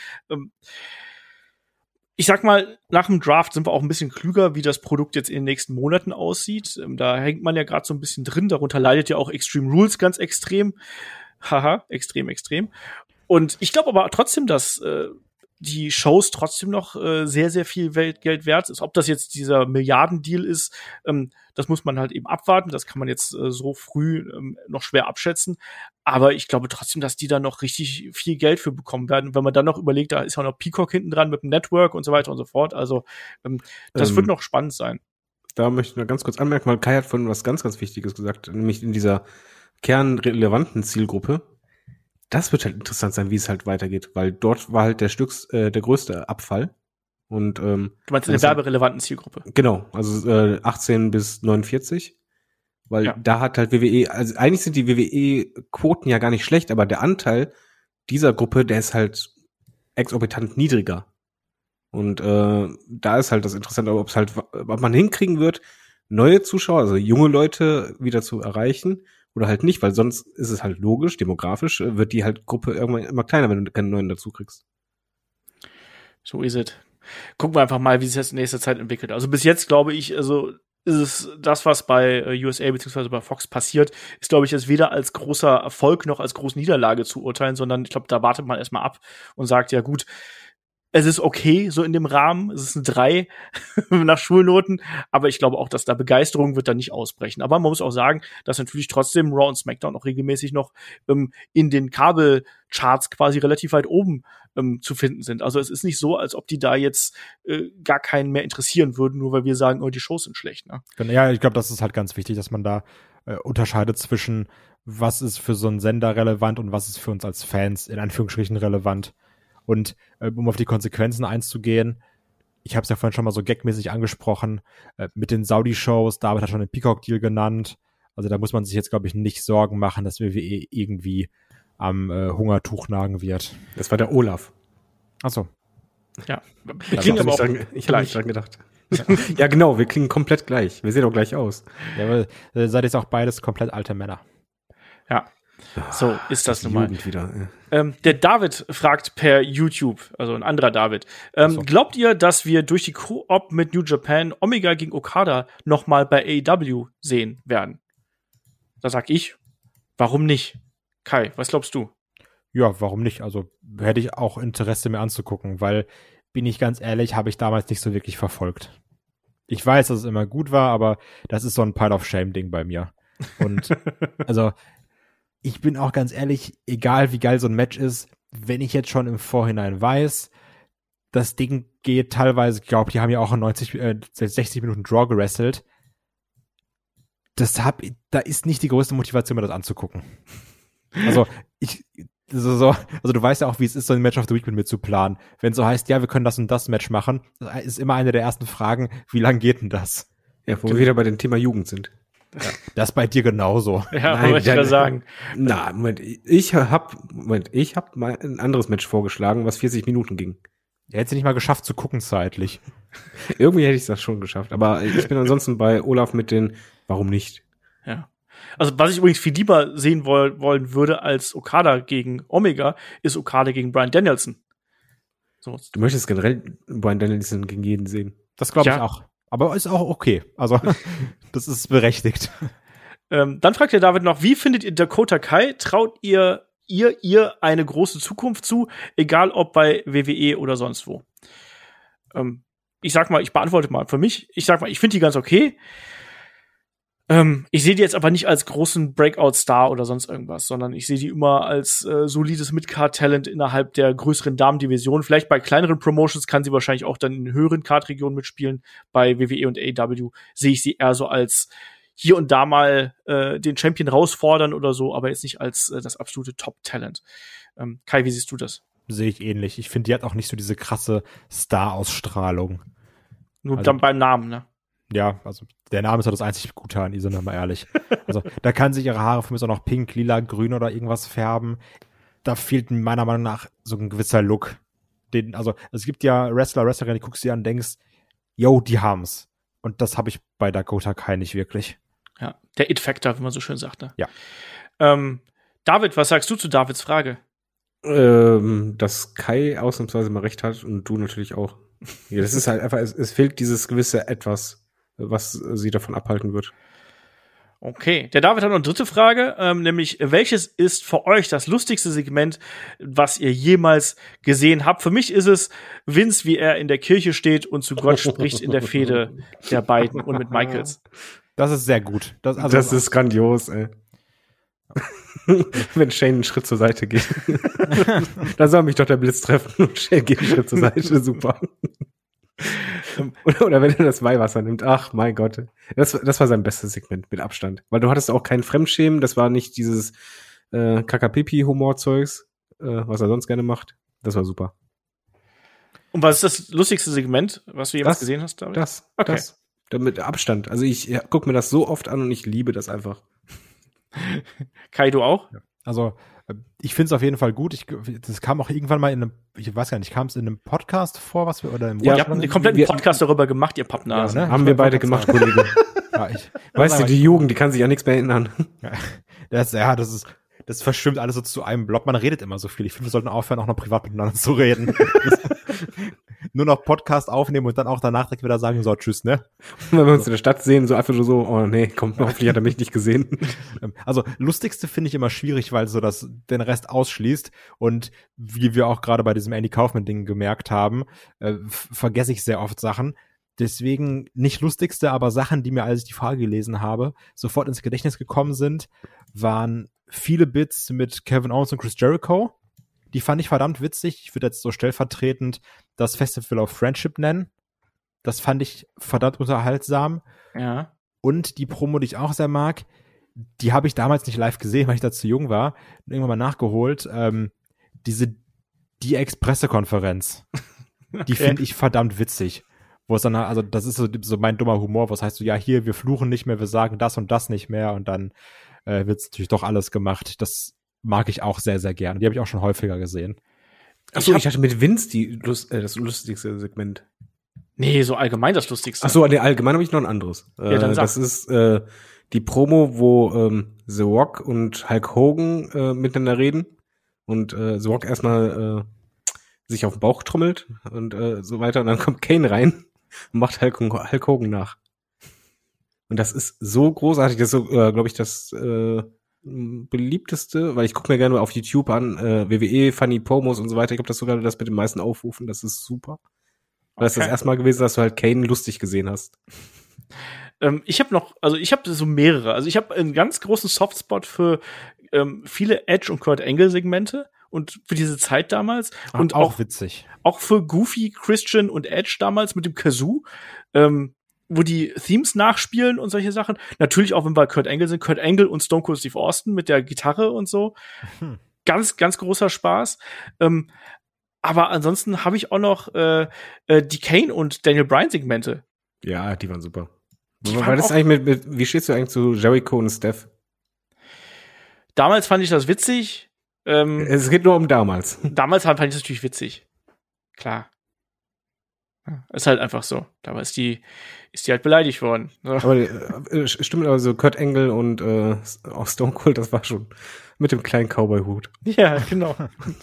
Ich sag mal, nach dem Draft sind wir auch ein bisschen klüger, wie das Produkt jetzt in den nächsten Monaten aussieht. Da hängt man ja gerade so ein bisschen drin. Darunter leidet ja auch Extreme Rules ganz extrem. Haha, extrem. Und ich glaube aber trotzdem, dass die Shows trotzdem noch sehr, sehr viel Geld wert ist. Ob das jetzt dieser Milliardendeal ist, das muss man halt eben abwarten. Das kann man jetzt so früh noch schwer abschätzen. Aber ich glaube trotzdem, dass die da noch richtig viel Geld für bekommen werden. Wenn man dann noch überlegt, da ist auch noch Peacock hinten dran mit dem Network und so weiter und so fort. Also das wird noch spannend sein. Da möchte ich nur ganz kurz anmerken, weil Kai hat vorhin was ganz, ganz Wichtiges gesagt, nämlich in dieser kernrelevanten Zielgruppe. Das wird halt interessant sein, wie es halt weitergeht, weil dort war halt der größte Abfall. Und du meinst in der werberelevanten Zielgruppe? Genau, also 18 bis 49. Weil da hat halt WWE, also eigentlich sind die WWE-Quoten ja gar nicht schlecht, aber der Anteil dieser Gruppe, der ist halt exorbitant niedriger. Und da ist halt das Interessante, ob man hinkriegen wird, neue Zuschauer, also junge Leute wieder zu erreichen oder halt nicht, weil sonst ist es halt logisch, demografisch wird die halt Gruppe irgendwann immer kleiner, wenn du keine neuen dazu kriegst. So ist es. Gucken wir einfach mal, wie sich das in nächster Zeit entwickelt. Also bis jetzt glaube ich, also ist es das, was bei USA bzw. bei Fox passiert, ist, glaube ich, jetzt weder als großer Erfolg noch als große Niederlage zu urteilen, sondern ich glaube, da wartet man erstmal ab und sagt, ja gut, es ist okay, so in dem Rahmen, es ist eine 3 nach Schulnoten, aber ich glaube auch, dass da Begeisterung wird da nicht ausbrechen. Aber man muss auch sagen, dass natürlich trotzdem Raw und SmackDown auch regelmäßig noch in den Kabelcharts quasi relativ weit oben zu finden sind. Also es ist nicht so, als ob die da jetzt gar keinen mehr interessieren würden, nur weil wir sagen, oh, die Shows sind schlecht. Ne? Ja, ich glaube, das ist halt ganz wichtig, dass man da unterscheidet zwischen, was ist für so einen Sender relevant und was ist für uns als Fans in Anführungsstrichen relevant. Und um auf die Konsequenzen einzugehen, ich habe es ja vorhin schon mal so gagmäßig angesprochen, mit den Saudi-Shows, David hat schon den Peacock-Deal genannt, also da muss man sich jetzt, glaube ich, nicht Sorgen machen, dass WWE irgendwie am Hungertuch nagen wird. Das war der Olaf. Ach so. Ja, ich habe nicht dran gedacht. Ja, genau, wir klingen komplett gleich. Wir sehen auch gleich aus. Ja, weil seid jetzt auch beides komplett alte Männer. Ja. So ist das nun mal. Wieder, der David fragt per YouTube, also ein anderer David. Glaubt ihr, dass wir durch die Koop mit New Japan Omega gegen Okada nochmal bei AEW sehen werden? Da sag ich, warum nicht? Kai, was glaubst du? Ja, warum nicht? Also hätte ich auch Interesse, mir anzugucken, weil, bin ich ganz ehrlich, habe ich damals nicht so wirklich verfolgt. Ich weiß, dass es immer gut war, aber das ist so ein Pile-of-Shame-Ding bei mir. Und also ich bin auch ganz ehrlich, egal wie geil so ein Match ist, wenn ich jetzt schon im Vorhinein weiß, das Ding geht teilweise, ich glaube, die haben ja auch in 60 Minuten Draw gewrestelt. Da ist nicht die größte Motivation, mir das anzugucken. Also, also du weißt ja auch, wie es ist, so ein Match of the Week mit mir zu planen. Wenn es so heißt, ja, wir können das und das Match machen, das ist immer eine der ersten Fragen, wie lang geht denn das? Ja, wo wir wieder bei dem Thema Jugend sind. Ja. Das ist bei dir genauso. Ja, wollte ich da sagen. Na, Moment, ich hab mal ein anderes Match vorgeschlagen, was 40 Minuten ging. Er hätte es nicht mal geschafft zu gucken zeitlich. Irgendwie hätte ich das schon geschafft, aber ich bin ansonsten bei Olaf mit den, warum nicht? Ja. Also was ich übrigens viel lieber sehen wollen würde als Okada gegen Omega, ist Okada gegen Bryan Danielson. So. Du möchtest generell Bryan Danielson gegen jeden sehen. Das glaube ich auch. Aber ist auch okay. Also, das ist berechtigt. Dann fragt der David noch, wie findet ihr Dakota Kai? Traut ihr eine große Zukunft zu, egal ob bei WWE oder sonst wo? Ich sag mal, ich beantworte mal für mich. Ich sag mal, ich finde die ganz okay. Ich sehe die jetzt aber nicht als großen Breakout-Star oder sonst irgendwas, sondern ich sehe die immer als solides Mid-Card-Talent innerhalb der größeren Damendivision. Vielleicht bei kleineren Promotions kann sie wahrscheinlich auch dann in höheren Card-Regionen mitspielen. Bei WWE und AEW sehe ich sie eher so als hier und da mal den Champion rausfordern oder so, aber jetzt nicht als das absolute Top-Talent. Kai, wie siehst du das? Sehe ich ähnlich. Ich finde, die hat auch nicht so diese krasse Star-Ausstrahlung. Nur also, dann beim Namen, ne? Ja, also der Name ist ja das einzig Gute an ihr, sind wir mal ehrlich. Also da kann sich ihre Haare für mich auch noch pink, lila, grün oder irgendwas färben. Da fehlt meiner Meinung nach so ein gewisser Look. also es gibt ja Wrestlerinnen, die guckst du dir an und denkst, yo, die haben's. Und das habe ich bei Dakota Kai nicht wirklich. Ja, der It-Factor, wie man so schön sagt. Ne? Ja. David, was sagst du zu Davids Frage? Dass Kai ausnahmsweise mal recht hat und du natürlich auch. Ja, das ist halt einfach, es fehlt dieses gewisse Etwas, was sie davon abhalten wird. Okay, der David hat noch eine dritte Frage, nämlich welches ist für euch das lustigste Segment, was ihr jemals gesehen habt? Für mich ist es Vince, wie er in der Kirche steht und zu Gott spricht in der Fehde der beiden und mit Michaels. Das ist sehr gut. Das ist grandios, ey. Wenn Shane einen Schritt zur Seite geht. Dann soll mich doch der Blitz treffen und Shane geht einen Schritt zur Seite, super. Oder wenn er das Weihwasser nimmt, ach mein Gott. Das war sein bestes Segment mit Abstand. Weil du hattest auch kein Fremdschämen, das war nicht dieses Kakapipi-Humor-Zeugs, was er sonst gerne macht. Das war super. Und was ist das lustigste Segment, was du jemals gesehen hast, David? Das. Mit Abstand. Also ich gucke mir das so oft an und ich liebe das einfach. Kai, du auch? Also ich finde es auf jeden Fall gut. Das kam auch irgendwann mal in einem, ich weiß gar nicht, kam es in einem Podcast vor, was wir, oder im ihr habt einen kompletten Podcast darüber gemacht, ihr Pappnasen. Ja, ne? Haben wir beide gemacht, Kollege. Ja, weißt du, die Jugend, die kann sich an nichts mehr erinnern. Ja, das verschwimmt alles so zu einem Block. Man redet immer so viel. Ich finde, wir sollten aufhören, auch noch privat miteinander zu reden. Nur noch Podcast aufnehmen und dann auch danach direkt wieder sagen, so, tschüss, ne? Und wenn wir uns in der Stadt sehen, so einfach nur so, oh nee, komm, hoffentlich hat er mich nicht gesehen. Also, lustigste finde ich immer schwierig, weil so das den Rest ausschließt. Und wie wir auch gerade bei diesem Andy Kaufman-Ding gemerkt haben, vergesse ich sehr oft Sachen. Deswegen nicht lustigste, aber Sachen, die mir, als ich die Frage gelesen habe, sofort ins Gedächtnis gekommen sind, waren viele Bits mit Kevin Owens und Chris Jericho. Die fand ich verdammt witzig. Ich würde jetzt so stellvertretend das Festival of Friendship nennen. Das fand ich verdammt unterhaltsam. Ja. Und die Promo, die ich auch sehr mag, die habe ich damals nicht live gesehen, weil ich da zu jung war. Und irgendwann mal nachgeholt. Die Expressekonferenz. Okay. Die finde ich verdammt witzig. Wo es dann, also das ist so mein dummer Humor, was heißt so, ja, hier, wir fluchen nicht mehr, wir sagen das und das nicht mehr und dann wird es natürlich doch alles gemacht. Das mag ich auch sehr, sehr gern. Die habe ich auch schon häufiger gesehen. Achso, ich hatte mit Vince das lustigste Segment. Nee, so allgemein das Lustigste. Achso, nee, allgemein habe ich noch ein anderes. Ja, dann sag. Das ist die Promo, wo The Rock und Hulk Hogan miteinander reden und The Rock erstmal sich auf den Bauch trommelt und so weiter und dann kommt Kane rein und macht Hulk Hogan nach. Und das ist so großartig, das ist so, glaube ich, das beliebteste, weil ich gucke mir gerne mal auf YouTube an, WWE, Funny Promos und so weiter. Ich glaube, das ist sogar das mit den meisten Aufrufen, das ist super. Weil das ist das erste Mal gewesen, dass du halt Kane lustig gesehen hast. Ich habe so mehrere. Also ich habe einen ganz großen Softspot für viele Edge- und Kurt Angle-Segmente und für diese Zeit damals. Und auch witzig. Auch für Goofy, Christian und Edge damals mit dem Kazoo. Wo die Themes nachspielen und solche Sachen. Natürlich auch, wenn wir Kurt Angle sind. Kurt Angle und Stone Cold Steve Austin mit der Gitarre und so. Ganz, ganz großer Spaß. Aber ansonsten habe ich auch noch die Kane und Daniel Bryan Segmente. Ja, die waren super. War das eigentlich wie stehst du eigentlich zu Jericho und Steph? Damals fand ich das witzig. Es geht nur um damals. Damals fand ich das natürlich witzig. Klar. Ist halt einfach so. Damals ist die halt beleidigt worden. So. Aber stimmt, also Kurt Angle und auch Stone Cold, das war schon mit dem kleinen Cowboy-Hut. Ja, genau.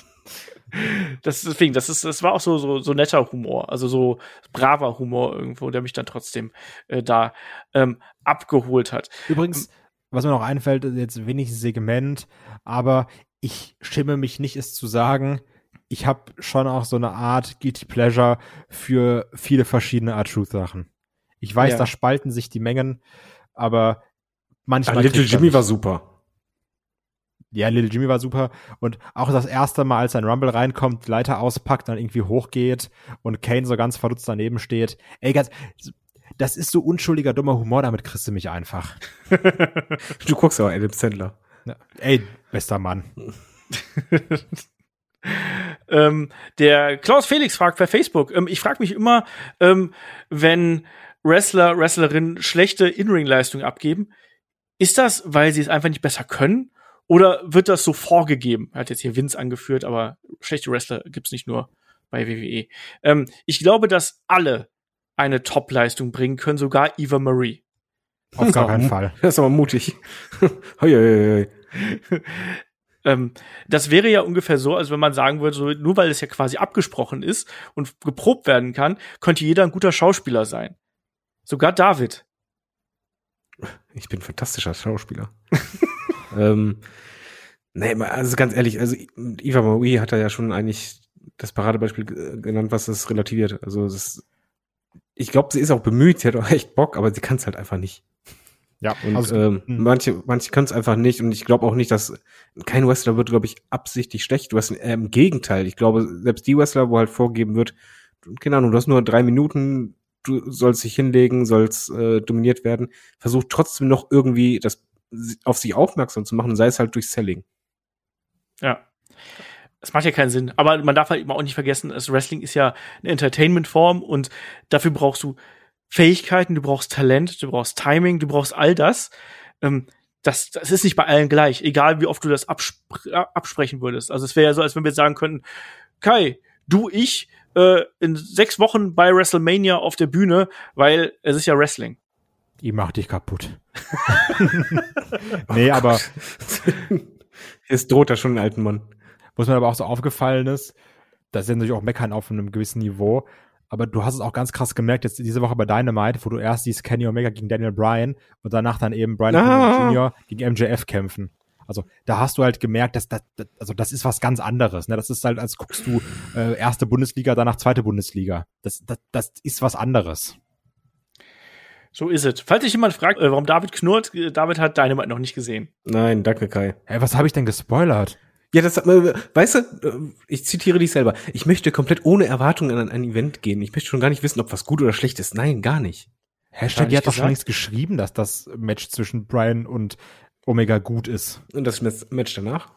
Das war auch so netter Humor, also so braver Humor irgendwo, der mich dann trotzdem da abgeholt hat. Übrigens, was mir noch einfällt, ist jetzt wenig Segment, aber ich schäme mich nicht, es zu sagen, ich habe schon auch so eine Art Guilty Pleasure für viele verschiedene R-Truth-Sachen. Ich weiß, da spalten sich die Mengen, aber manchmal. Little Jimmy war super. Ja, Little Jimmy war super. Und auch das erste Mal, als ein Rumble reinkommt, die Leiter auspackt, dann irgendwie hochgeht und Kane so ganz verdutzt daneben steht. Ey, das ist so unschuldiger, dummer Humor, damit kriegst du mich einfach. Du guckst aber Adam Sandler. Ja. Ey, bester Mann. Der Klaus Felix fragt per Facebook, ich frage mich immer, wenn Wrestlerinnen schlechte In-Ring-Leistungen abgeben, ist das, weil sie es einfach nicht besser können? Oder wird das so vorgegeben? Er hat jetzt hier Vince angeführt, aber schlechte Wrestler gibt's nicht nur bei WWE. Ich glaube, dass alle eine Top-Leistung bringen können, sogar Eva Marie. Auf gar keinen Fall. Das ist aber mutig. Hoi, hoi, hoi. Das wäre ja ungefähr so, als wenn man sagen würde, so, nur weil es ja quasi abgesprochen ist und geprobt werden kann, könnte jeder ein guter Schauspieler sein. Sogar David. Ich bin ein fantastischer Schauspieler. Nee, also ganz ehrlich, also Eva Marie hat da ja schon eigentlich das Paradebeispiel genannt, was das relativiert. Also ich glaube, sie ist auch bemüht, sie hat auch echt Bock, aber sie kann es halt einfach nicht. Ja, Und also, manche können es einfach nicht, und ich glaube auch nicht, dass kein Wrestler wird, glaube ich, absichtlich schlecht. Im Gegenteil, ich glaube, selbst die Wrestler, wo halt vorgegeben wird, keine Ahnung, du hast nur 3 Minuten, du sollst dich hinlegen, sollst dominiert werden, versucht trotzdem noch irgendwie das auf sich aufmerksam zu machen, sei es halt durch Selling. Ja. Das macht ja keinen Sinn. Aber man darf halt immer auch nicht vergessen, das Wrestling ist ja eine Entertainment-Form und dafür brauchst du Fähigkeiten, du brauchst Talent, du brauchst Timing, du brauchst all das. Das ist nicht bei allen gleich, egal wie oft du das absprechen würdest. Also es wäre ja so, als wenn wir jetzt sagen könnten, Kai, du, ich, in 6 Wochen bei WrestleMania auf der Bühne, weil es ist ja Wrestling. Ich mach dich kaputt. Nee, aber Jetzt droht da schon ein alten Mann. was mir aber auch so aufgefallen ist, das ist ja natürlich auch Meckern auf einem gewissen Niveau, aber du hast es auch ganz krass gemerkt, jetzt diese Woche bei Dynamite, wo du erst siehst Kenny Omega gegen Daniel Bryan und danach dann eben Bryan Jr. gegen MJF kämpfen. Also da hast du halt gemerkt, dass das ist was ganz anderes. Ne? Das ist halt, als guckst du erste Bundesliga, danach zweite Bundesliga. Das ist was anderes. So ist es. Falls sich jemand fragt, warum David knurrt, David hat Dynamite noch nicht gesehen. Nein, danke, Kai. Hey, was habe ich denn gespoilert? Ja, weißt du, ich zitiere dich selber. Ich möchte komplett ohne Erwartungen an ein Event gehen. Ich möchte schon gar nicht wissen, ob was gut oder schlecht ist. Nein, gar nicht. Hashtag, die hat doch schon längst geschrieben, dass das Match zwischen Bryan und Omega gut ist. Und das Match danach?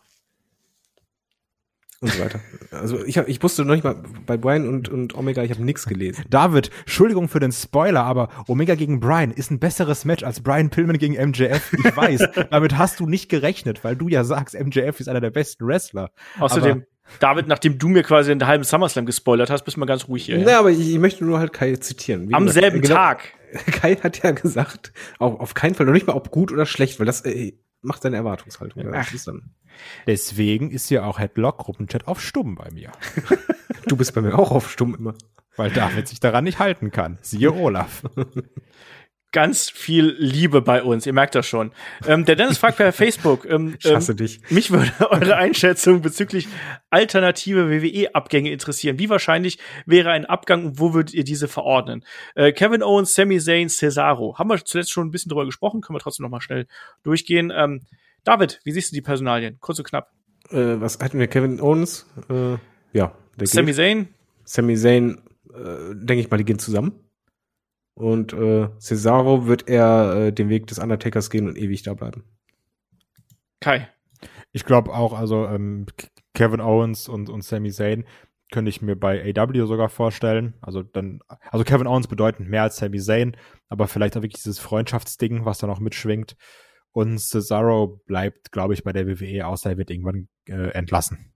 Und so weiter. Also ich wusste noch nicht mal bei Bryan und Omega, ich habe nichts gelesen. David, Entschuldigung für den Spoiler, aber Omega gegen Bryan ist ein besseres Match als Brian Pillman gegen MJF. Ich weiß, damit hast du nicht gerechnet, weil du ja sagst, MJF ist einer der besten Wrestler. Außerdem, David, nachdem du mir quasi einen halben SummerSlam gespoilert hast, bist du mal ganz ruhig hier. Ja, aber ich möchte nur halt Kai zitieren. Wie Am gesagt, selben Tag. Kai hat ja gesagt, auch auf keinen Fall, noch nicht mal ob gut oder schlecht, weil das macht seine Erwartungshaltung. Ja, das ist dann Deswegen ist ja auch Headlock-Gruppenchat auf Stumm bei mir. Du bist bei mir auch auf Stumm immer. Weil David sich daran nicht halten kann. Siehe Olaf. Ganz viel Liebe bei uns, ihr merkt das schon. Der Dennis fragt per Facebook, Ich hasse dich. mich würde eure Einschätzung bezüglich alternative WWE-Abgänge interessieren. Wie wahrscheinlich wäre ein Abgang und wo würdet ihr diese verordnen? Kevin Owens, Sami Zayn, Cesaro. Haben wir zuletzt schon ein bisschen drüber gesprochen, können wir trotzdem noch mal schnell durchgehen. David, wie siehst du die Personalien? Kurz und knapp. Was hatten wir? Kevin Owens? Ja, der Sami Zayn? Sami Zayn, denke ich mal, die gehen zusammen. Und Cesaro wird er den Weg des Undertakers gehen und ewig da bleiben. Kai. Ich glaube auch, also Kevin Owens und Sami Zayn könnte ich mir bei AW sogar vorstellen. Also Kevin Owens bedeutend mehr als Sami Zayn, aber vielleicht auch wirklich dieses Freundschaftsding, was da noch mitschwingt. Und Cesaro bleibt, glaube ich, bei der WWE, außer er wird irgendwann entlassen.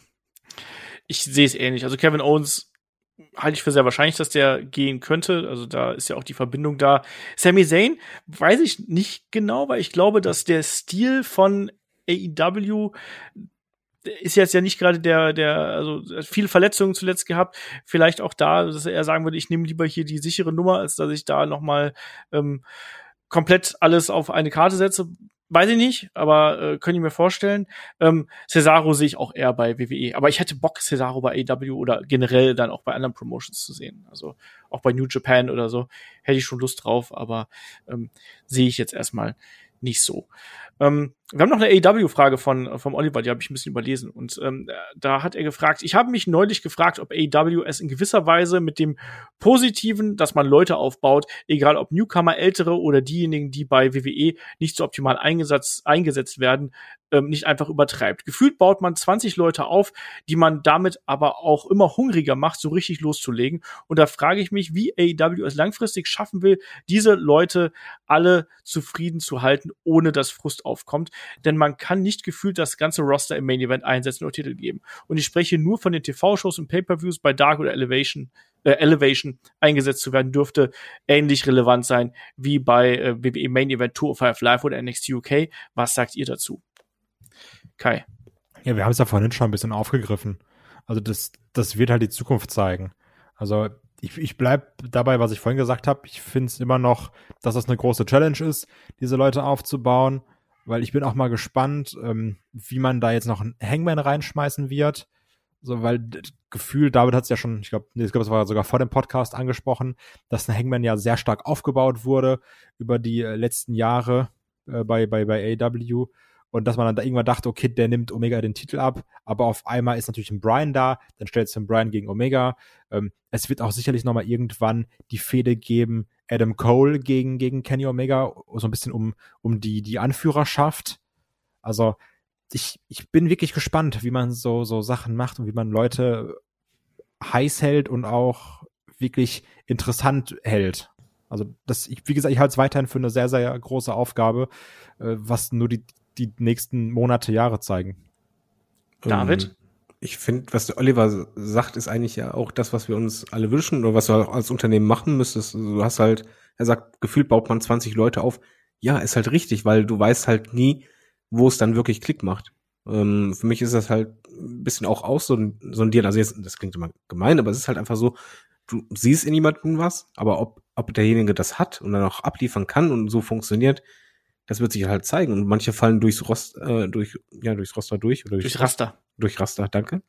Ich sehe es ähnlich. Also Kevin Owens halte ich für sehr wahrscheinlich, dass der gehen könnte. Also da ist ja auch die Verbindung da. Sami Zayn weiß ich nicht genau, weil ich glaube, dass der Stil von AEW ist jetzt ja nicht gerade also viele Verletzungen zuletzt gehabt. Vielleicht auch da, dass er sagen würde, ich nehme lieber hier die sichere Nummer, als dass ich da noch mal komplett alles auf eine Karte setze. Weiß ich nicht, aber könnte ich mir vorstellen. Cesaro sehe ich auch eher bei WWE. Aber ich hätte Bock, Cesaro bei AEW oder generell dann auch bei anderen Promotions zu sehen. Also auch bei New Japan oder so hätte ich schon Lust drauf, aber sehe ich jetzt erstmal nicht so. Wir haben noch eine AEW-Frage vom Oliver, die habe ich ein bisschen überlesen. Und da hat er gefragt, ich habe mich neulich gefragt, ob AEW es in gewisser Weise mit dem Positiven, dass man Leute aufbaut, egal ob Newcomer, Ältere oder diejenigen, die bei WWE nicht so optimal eingesetzt werden, nicht einfach übertreibt. Gefühlt baut man 20 Leute auf, die man damit aber auch immer hungriger macht, so richtig loszulegen. Und da frage ich mich, wie AEW es langfristig schaffen will, diese Leute alle zufrieden zu halten, ohne dass Frust aufkommt. Denn man kann nicht gefühlt das ganze Roster im Main Event einsetzen oder Titel geben. Und ich spreche nur von den TV-Shows und Pay-Per-Views. Bei Dark oder Elevation eingesetzt zu werden, dürfte ähnlich relevant sein wie bei WWE Main Event 205 Live oder NXT UK. Was sagt ihr dazu? Kai. Ja, wir haben es ja vorhin schon ein bisschen aufgegriffen. Also das wird halt die Zukunft zeigen. Also ich bleib dabei, was ich vorhin gesagt habe. Ich finde es immer noch, dass das eine große Challenge ist, diese Leute aufzubauen, weil ich bin auch mal gespannt, wie man da jetzt noch einen Hangman reinschmeißen wird. So, weil Gefühl, David hat es ja schon, ich glaube, das war sogar vor dem Podcast angesprochen, dass ein Hangman ja sehr stark aufgebaut wurde über die letzten Jahre bei AEW. Und dass man dann da irgendwann dachte, okay, der nimmt Omega den Titel ab, aber auf einmal ist natürlich ein Bryan da, dann stellt es den Bryan gegen Omega. Es wird auch sicherlich nochmal irgendwann die Fehde geben, Adam Cole gegen Kenny Omega, so ein bisschen um die Anführerschaft. Also ich bin wirklich gespannt, wie man so Sachen macht und wie man Leute heiß hält und auch wirklich interessant hält. Also wie gesagt, ich halte es weiterhin für eine sehr, sehr große Aufgabe, was nur die nächsten Monate, Jahre zeigen. David? Ich finde, was der Oliver sagt, ist eigentlich ja auch das, was wir uns alle wünschen oder was du auch als Unternehmen machen müsstest. Du hast halt, er sagt, gefühlt baut man 20 Leute auf. Ja, ist halt richtig, weil du weißt halt nie, wo es dann wirklich Klick macht. Für mich ist das halt ein bisschen auch aussondieren. Also jetzt, das klingt immer gemein, aber es ist halt einfach so, du siehst in jemandem was, aber ob derjenige das hat und dann auch abliefern kann und so funktioniert, das wird sich halt zeigen. Und manche fallen durchs Raster durch. Durch Raster, danke.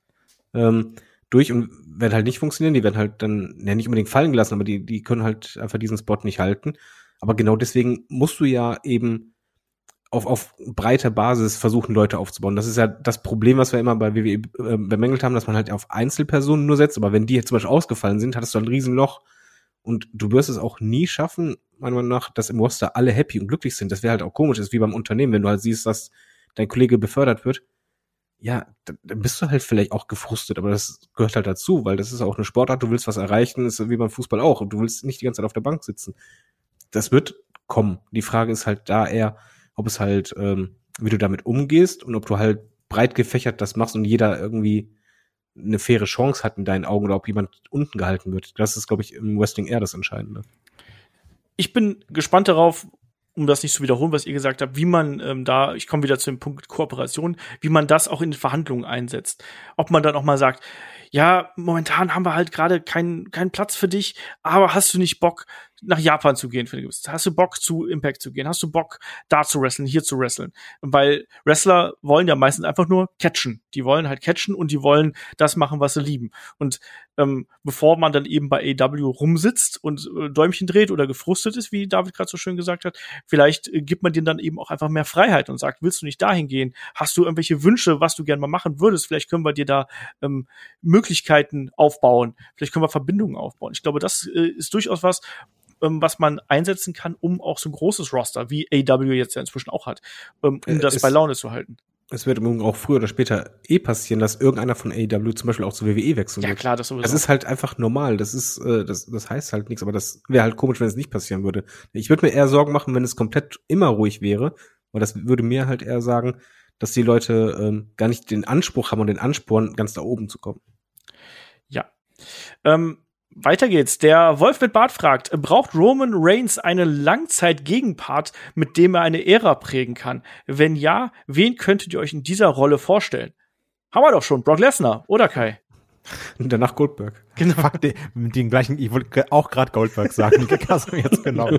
Durch und werden halt nicht funktionieren. Die werden halt dann, nicht unbedingt fallen gelassen, aber die können halt einfach diesen Spot nicht halten. Aber genau deswegen musst du ja eben auf breiter Basis versuchen, Leute aufzubauen. Das ist ja das Problem, was wir immer bei WWE bemängelt haben, dass man halt auf Einzelpersonen nur setzt. Aber wenn die jetzt zum Beispiel ausgefallen sind, hattest du ein Riesenloch. Und du wirst es auch nie schaffen, meiner Meinung nach, dass im Roster alle happy und glücklich sind. Das wäre halt auch komisch. Das ist wie beim Unternehmen, wenn du halt siehst, dass dein Kollege befördert wird. Ja, dann bist du halt vielleicht auch gefrustet, aber das gehört halt dazu, weil das ist auch eine Sportart, du willst was erreichen, das ist wie beim Fußball auch. Und du willst nicht die ganze Zeit auf der Bank sitzen. Das wird kommen. Die Frage ist halt da eher, ob es halt, wie du damit umgehst und ob du halt breit gefächert das machst und jeder irgendwie eine faire Chance hat in deinen Augen oder ob jemand unten gehalten wird. Das ist, glaube ich, im Wrestling eher das Entscheidende. Ich bin gespannt darauf, um das nicht zu wiederholen, was ihr gesagt habt, wie man ich komme wieder zu dem Punkt Kooperation, wie man das auch in den Verhandlungen einsetzt. Ob man dann auch mal sagt, ja, momentan haben wir halt gerade keinen Platz für dich, aber hast du nicht Bock, nach Japan zu gehen für eine gewisse Zeit? Hast du Bock, zu Impact zu gehen? Hast du Bock, da zu wrestlen, hier zu wrestlen? Weil Wrestler wollen ja meistens einfach nur catchen. Die wollen halt catchen und die wollen das machen, was sie lieben. Und bevor man dann eben bei AEW rumsitzt und Däumchen dreht oder gefrustet ist, wie David gerade so schön gesagt hat, vielleicht gibt man denen dann eben auch einfach mehr Freiheit und sagt, willst du nicht dahin gehen? Hast du irgendwelche Wünsche, was du gerne mal machen würdest? Vielleicht können wir dir da Möglichkeiten aufbauen. Vielleicht können wir Verbindungen aufbauen. Ich glaube, das ist durchaus was man einsetzen kann, um auch so ein großes Roster, wie AEW jetzt ja inzwischen auch hat, um das bei Laune zu halten. Es wird auch früher oder später passieren, dass irgendeiner von AEW zum Beispiel auch zu WWE wechseln wird. Ja, klar, das sowieso. Das ist halt einfach normal. Das ist, das heißt halt nichts, aber das wäre halt komisch, wenn es nicht passieren würde. Ich würde mir eher Sorgen machen, wenn es komplett immer ruhig wäre, weil das würde mir halt eher sagen, dass die Leute gar nicht den Anspruch haben und den Ansporn, ganz da oben zu kommen. Ja. Weiter geht's. Der Wolf mit Bart fragt, braucht Roman Reigns einen Langzeit-Gegenpart, mit dem er eine Ära prägen kann? Wenn ja, wen könntet ihr euch in dieser Rolle vorstellen? Haben wir doch schon, Brock Lesnar, oder Kai? Und danach Goldberg. Genau. Mit den gleichen, ich wollte auch gerade Goldberg sagen, die hast du jetzt genommen.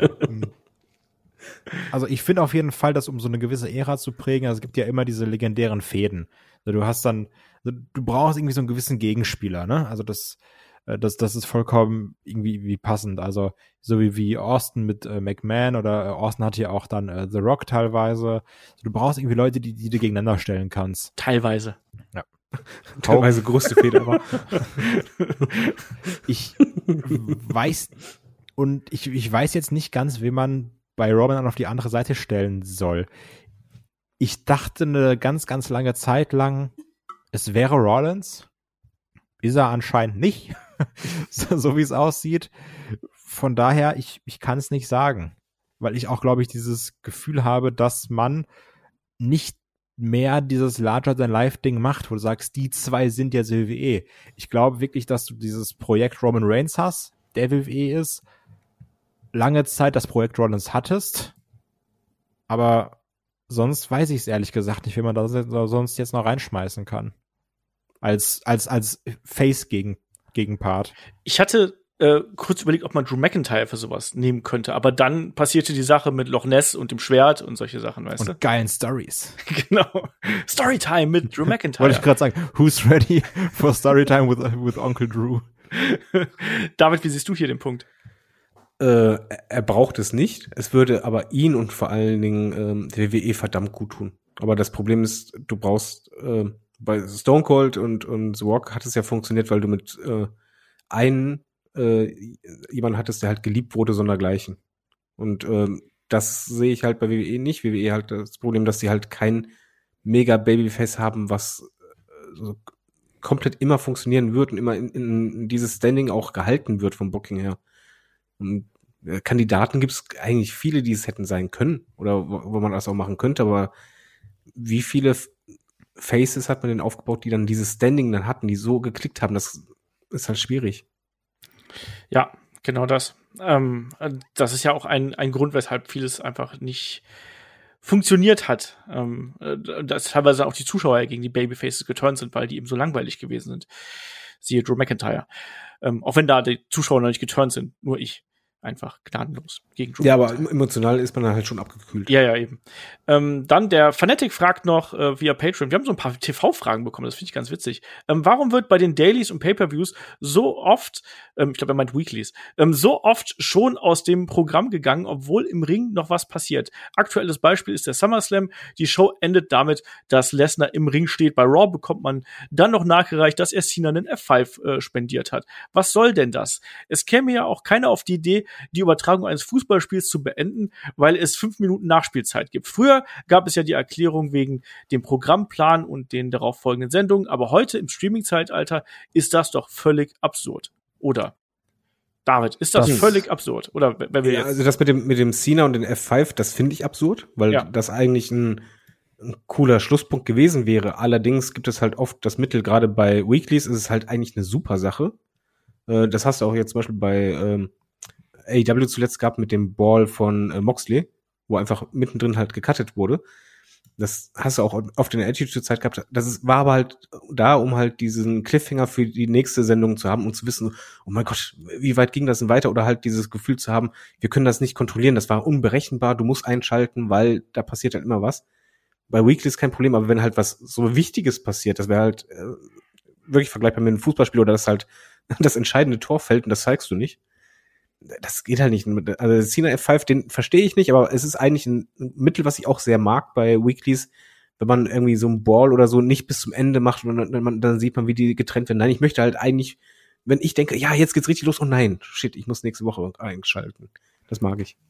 Also ich finde auf jeden Fall, dass um so eine gewisse Ära zu prägen, also es gibt ja immer diese legendären Fäden. Also du brauchst irgendwie so einen gewissen Gegenspieler, ne? Also das ist vollkommen irgendwie passend. Also so wie Austin mit McMahon oder Austin hatte ja auch dann The Rock teilweise. Also, du brauchst irgendwie Leute, die du gegeneinander stellen kannst. Teilweise. Ja. Teilweise größte Fehler, aber ich weiß jetzt nicht ganz, wie man bei Roman auf die andere Seite stellen soll. Ich dachte eine ganz, ganz lange Zeit lang, es wäre Rollins. Ist er anscheinend nicht, so wie es aussieht. Von daher, ich kann es nicht sagen. Weil ich auch, glaube ich, dieses Gefühl habe, dass man nicht mehr dieses Larger-than-Life-Ding macht, wo du sagst, die zwei sind jetzt WWE. Ich glaube wirklich, dass du dieses Projekt Roman Reigns hast, der WWE ist, lange Zeit das Projekt Rollins hattest, aber sonst weiß ich es ehrlich gesagt nicht, wie man das sonst jetzt noch reinschmeißen kann. Als Face-Gegenpart. Ich hatte kurz überlegt, ob man Drew McIntyre für sowas nehmen könnte, aber dann passierte die Sache mit Loch Ness und dem Schwert und solche Sachen, weißt du? Und geilen Stories. Genau. Storytime mit Drew McIntyre. Wollte ich gerade sagen, who's ready for Storytime with Uncle Drew? David, wie siehst du hier den Punkt? Er braucht es nicht. Es würde aber ihn und vor allen Dingen der WWE verdammt gut tun. Aber das Problem ist, du brauchst bei Stone Cold und The Rock hat es ja funktioniert, weil du mit jemand hattest, der halt geliebt wurde, sondergleichen. Und das sehe ich halt bei WWE nicht. WWE halt das Problem, dass sie halt kein mega Babyface haben, was so komplett immer funktionieren wird und immer in dieses Standing auch gehalten wird vom Booking her. Und Kandidaten gibt es eigentlich viele, die es hätten sein können oder wo man das auch machen könnte, aber wie viele Faces hat man denn aufgebaut, die dann dieses Standing dann hatten, die so geklickt haben, das ist halt schwierig. Ja, genau das. Das ist ja auch ein Grund, weshalb vieles einfach nicht funktioniert hat. Dass teilweise auch die Zuschauer gegen die Babyfaces geturnt sind, weil die eben so langweilig gewesen sind. Siehe Drew McIntyre. Auch wenn da die Zuschauer noch nicht geturnt sind, nur ich. Einfach gnadenlos gegen Drew. Ja, aber emotional ist man dann halt schon abgekühlt. Ja, eben. Dann der Fanatic fragt noch via Patreon, wir haben so ein paar TV-Fragen bekommen, das finde ich ganz witzig. Warum wird bei den Dailies und Pay-Per-Views so oft, ich glaube, er meint Weeklies, so oft schon aus dem Programm gegangen, obwohl im Ring noch was passiert? Aktuelles Beispiel ist der SummerSlam. Die Show endet damit, dass Lesnar im Ring steht. Bei Raw bekommt man dann noch nachgereicht, dass er Cena einen F5 spendiert hat. Was soll denn das? Es käme ja auch keiner auf die Idee, die Übertragung eines Fußballspiels zu beenden, weil es 5 Minuten Nachspielzeit gibt. Früher gab es ja die Erklärung wegen dem Programmplan und den darauf folgenden Sendungen, aber heute im Streaming-Zeitalter ist das doch völlig absurd. Oder? David, ist das völlig absurd? Oder wenn wir ja, also das mit dem Cena und den F5, das finde ich absurd, weil das eigentlich ein cooler Schlusspunkt gewesen wäre. Allerdings gibt es halt oft das Mittel, gerade bei Weeklies ist es halt eigentlich eine super Sache. Das hast du auch jetzt zum Beispiel bei AEW zuletzt gehabt mit dem Ball von Moxley, wo einfach mittendrin halt gecuttet wurde. Das hast du auch oft in der Attitude-Zeit gehabt. War aber halt da, um halt diesen Cliffhanger für die nächste Sendung zu haben und zu wissen, oh mein Gott, wie weit ging das denn weiter? Oder halt dieses Gefühl zu haben, wir können das nicht kontrollieren, das war unberechenbar, du musst einschalten, weil da passiert halt immer was. Bei Weekly ist kein Problem, aber wenn halt was so Wichtiges passiert, das wäre halt wirklich vergleichbar mit einem Fußballspiel oder dass halt das entscheidende Tor fällt und das zeigst du nicht. Das geht halt nicht. Also Cena F5, den verstehe ich nicht, aber es ist eigentlich ein Mittel, was ich auch sehr mag bei Weeklies, wenn man irgendwie so einen Ball oder so nicht bis zum Ende macht und dann sieht man, wie die getrennt werden. Nein, ich möchte halt eigentlich, wenn ich denke, ja, jetzt geht's richtig los, oh nein, shit, ich muss nächste Woche einschalten. Das mag ich.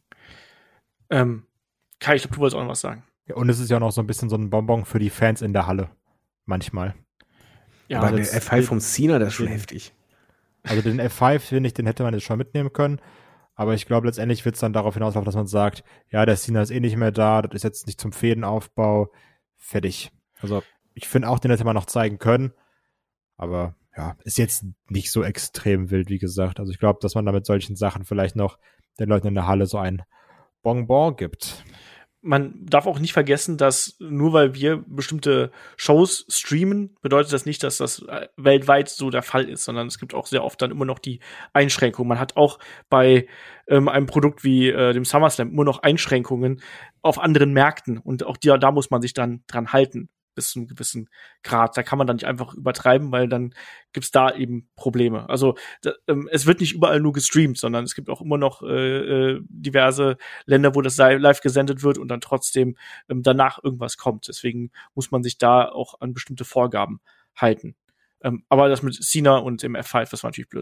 Kai, ich glaube, du wolltest auch noch was sagen. Ja, und es ist ja noch so ein bisschen so ein Bonbon für die Fans in der Halle. Manchmal. Ja, aber der F5 vom Cena, das ist schon heftig. Also den F5, finde ich, den hätte man jetzt schon mitnehmen können. Aber ich glaube, letztendlich wird es dann darauf hinauslaufen, dass man sagt, ja, der Cena ist eh nicht mehr da, das ist jetzt nicht zum Fädenaufbau. Fertig. Also ich finde auch, den hätte man noch zeigen können. Aber ja, ist jetzt nicht so extrem wild, wie gesagt. Also ich glaube, dass man da mit solchen Sachen vielleicht noch den Leuten in der Halle so ein Bonbon gibt. Man darf auch nicht vergessen, dass nur weil wir bestimmte Shows streamen, bedeutet das nicht, dass das weltweit so der Fall ist, sondern es gibt auch sehr oft dann immer noch die Einschränkungen. Man hat auch bei einem Produkt wie dem SummerSlam immer noch Einschränkungen auf anderen Märkten und auch da muss man sich dann dran halten bis zu einem gewissen Grad. Da kann man dann nicht einfach übertreiben, weil dann gibt's da eben Probleme. Also es wird nicht überall nur gestreamt, sondern es gibt auch immer noch diverse Länder, wo das live gesendet wird und dann trotzdem danach irgendwas kommt. Deswegen muss man sich da auch an bestimmte Vorgaben halten. Aber das mit Cena und dem F5, das war natürlich Blödsinn.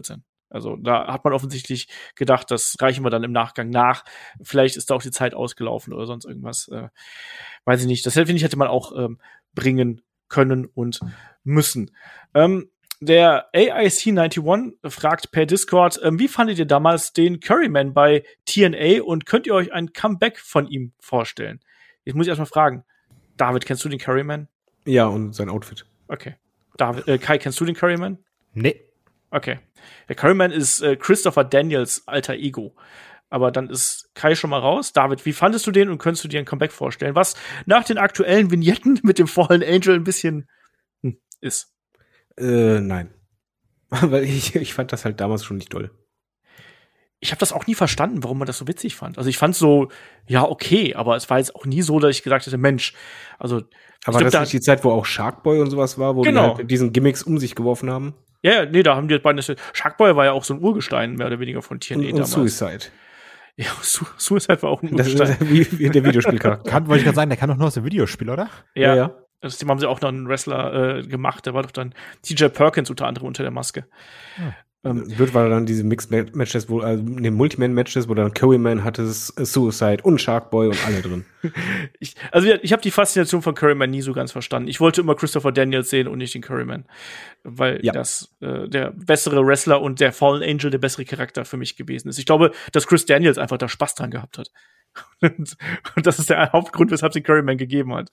Also da hat man offensichtlich gedacht, das reichen wir dann im Nachgang nach. Vielleicht ist da auch die Zeit ausgelaufen oder sonst irgendwas. Weiß ich nicht. Das finde ich, hätte man auch bringen können und müssen. Der AIC91 fragt per Discord, wie fandet ihr damals den Curryman bei TNA und könnt ihr euch ein Comeback von ihm vorstellen? Jetzt muss ich erstmal fragen. David, kennst du den Curryman? Ja, und sein Outfit. Okay. Kai, kennst du den Curryman? Nee. Okay. Der Curryman ist Christopher Daniels alter Ego. Aber dann ist Kai schon mal raus. David, wie fandest du den und könntest du dir ein Comeback vorstellen? Was nach den aktuellen Vignetten mit dem Fallen Angel ein bisschen ist. Nein. Weil ich fand das halt damals schon nicht toll. Ich habe das auch nie verstanden, warum man das so witzig fand. Also ich fand so, ja, okay, aber es war jetzt auch nie so, dass ich gesagt hätte, Mensch, also. Aber das ist nicht die Zeit, wo auch Sharkboy und sowas war, wo die halt diesen Gimmicks um sich geworfen haben? Ja, nee, da haben die beide. Sharkboy war ja auch so ein Urgestein, mehr oder weniger von TNA damals. Und Suicide. Ja, Suicide war auch ein Urgestein. Wie der Videospielcharakter. Wollte ich gerade sagen, der kann doch nur aus dem Videospiel, oder? Ja. Aus dem haben sie auch noch einen Wrestler gemacht. Der war doch dann TJ Perkins unter anderem unter der Maske. Ja. Wird war dann diese Mixed-Matches, wo Multiman-Matches, wo dann Curryman hatte, Suicide und Sharkboy und alle drin. Ich habe die Faszination von Curryman nie so ganz verstanden. Ich wollte immer Christopher Daniels sehen und nicht den Curryman. Weil das der bessere Wrestler und der Fallen Angel der bessere Charakter für mich gewesen ist. Ich glaube, dass Chris Daniels einfach da Spaß dran gehabt hat. Und das ist der Hauptgrund, weshalb sie Curryman gegeben hat.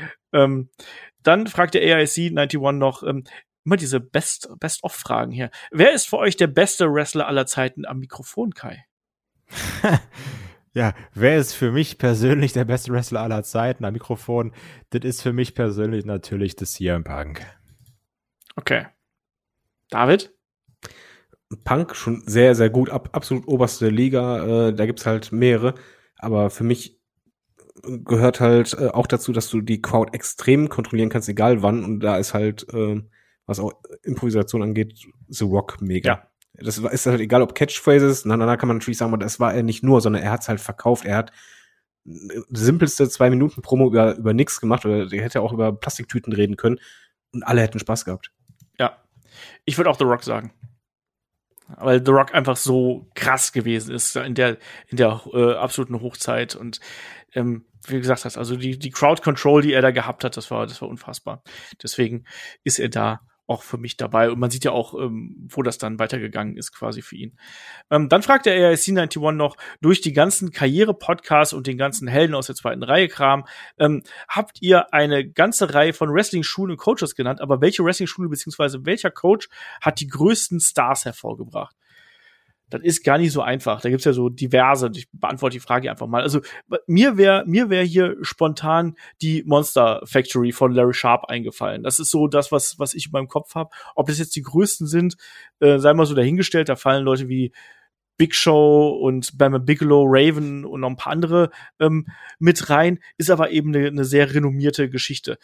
Dann fragt der AIC91 noch, immer diese Best-of-Fragen hier. Wer ist für euch der beste Wrestler aller Zeiten am Mikrofon, Kai? Ja, wer ist für mich persönlich der beste Wrestler aller Zeiten am Mikrofon? Das ist für mich persönlich natürlich das CM Punk. Okay. David? Punk schon sehr, sehr gut, absolut oberste Liga. Da gibt's halt mehrere. Aber für mich gehört halt auch dazu, dass du die Crowd extrem kontrollieren kannst, egal wann. Und da ist halt was auch Improvisation angeht, The Rock mega. Ja. Das ist halt egal, ob Catchphrases, dann kann man natürlich sagen, das war er nicht nur, sondern er hat's halt verkauft. Er hat simpelste 2-Minuten-Promo über nichts gemacht, oder der hätte auch über Plastiktüten reden können und alle hätten Spaß gehabt. Ja. Ich würde auch The Rock sagen. Weil The Rock einfach so krass gewesen ist in der absoluten Hochzeit und wie gesagt hast, also die Crowd Control, die er da gehabt hat, das war unfassbar. Deswegen ist er da auch für mich dabei. Und man sieht ja auch, wo das dann weitergegangen ist quasi für ihn. Dann fragt der AIC91 noch, durch die ganzen Karriere-Podcasts und den ganzen Helden aus der zweiten Reihe-Kram, habt ihr eine ganze Reihe von Wrestling-Schulen und Coaches genannt, aber welche Wrestling-Schule bzw. welcher Coach hat die größten Stars hervorgebracht? Das ist gar nicht so einfach. Da gibt's ja so diverse. Ich beantworte die Frage einfach mal. Also mir wär hier spontan die Monster Factory von Larry Sharp eingefallen. Das ist so das, was ich in meinem Kopf habe. Ob das jetzt die größten sind, sei mal so dahingestellt. Da fallen Leute wie Big Show und Bam Bigelow, Raven und noch ein paar andere mit rein. Ist aber eben eine sehr renommierte Geschichte.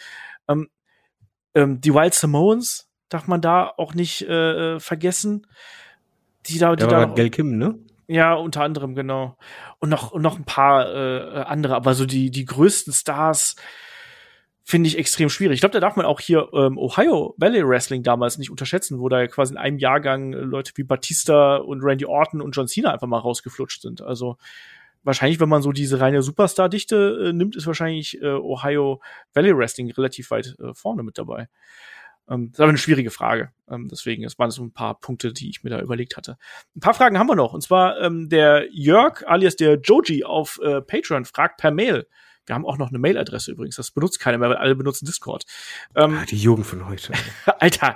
Die Wild Samoans darf man da auch nicht vergessen. Die da Gail Kim, ne? Ja, unter anderem, genau. Und noch ein paar andere, aber so die größten Stars finde ich extrem schwierig. Ich glaube, da darf man auch hier Ohio Valley Wrestling damals nicht unterschätzen, wo da ja quasi in einem Jahrgang Leute wie Batista und Randy Orton und John Cena einfach mal rausgeflutscht sind. Also wahrscheinlich, wenn man so diese reine Superstar-Dichte nimmt, ist wahrscheinlich Ohio Valley Wrestling relativ weit vorne mit dabei. Das ist aber eine schwierige Frage. Deswegen, es waren so ein paar Punkte, die ich mir da überlegt hatte. Ein paar Fragen haben wir noch. Und zwar der Jörg, alias der Joji auf Patreon, fragt per Mail. Wir haben auch noch eine Mailadresse übrigens. Das benutzt keiner mehr, weil alle benutzen Discord. Die Jugend von heute. Alter.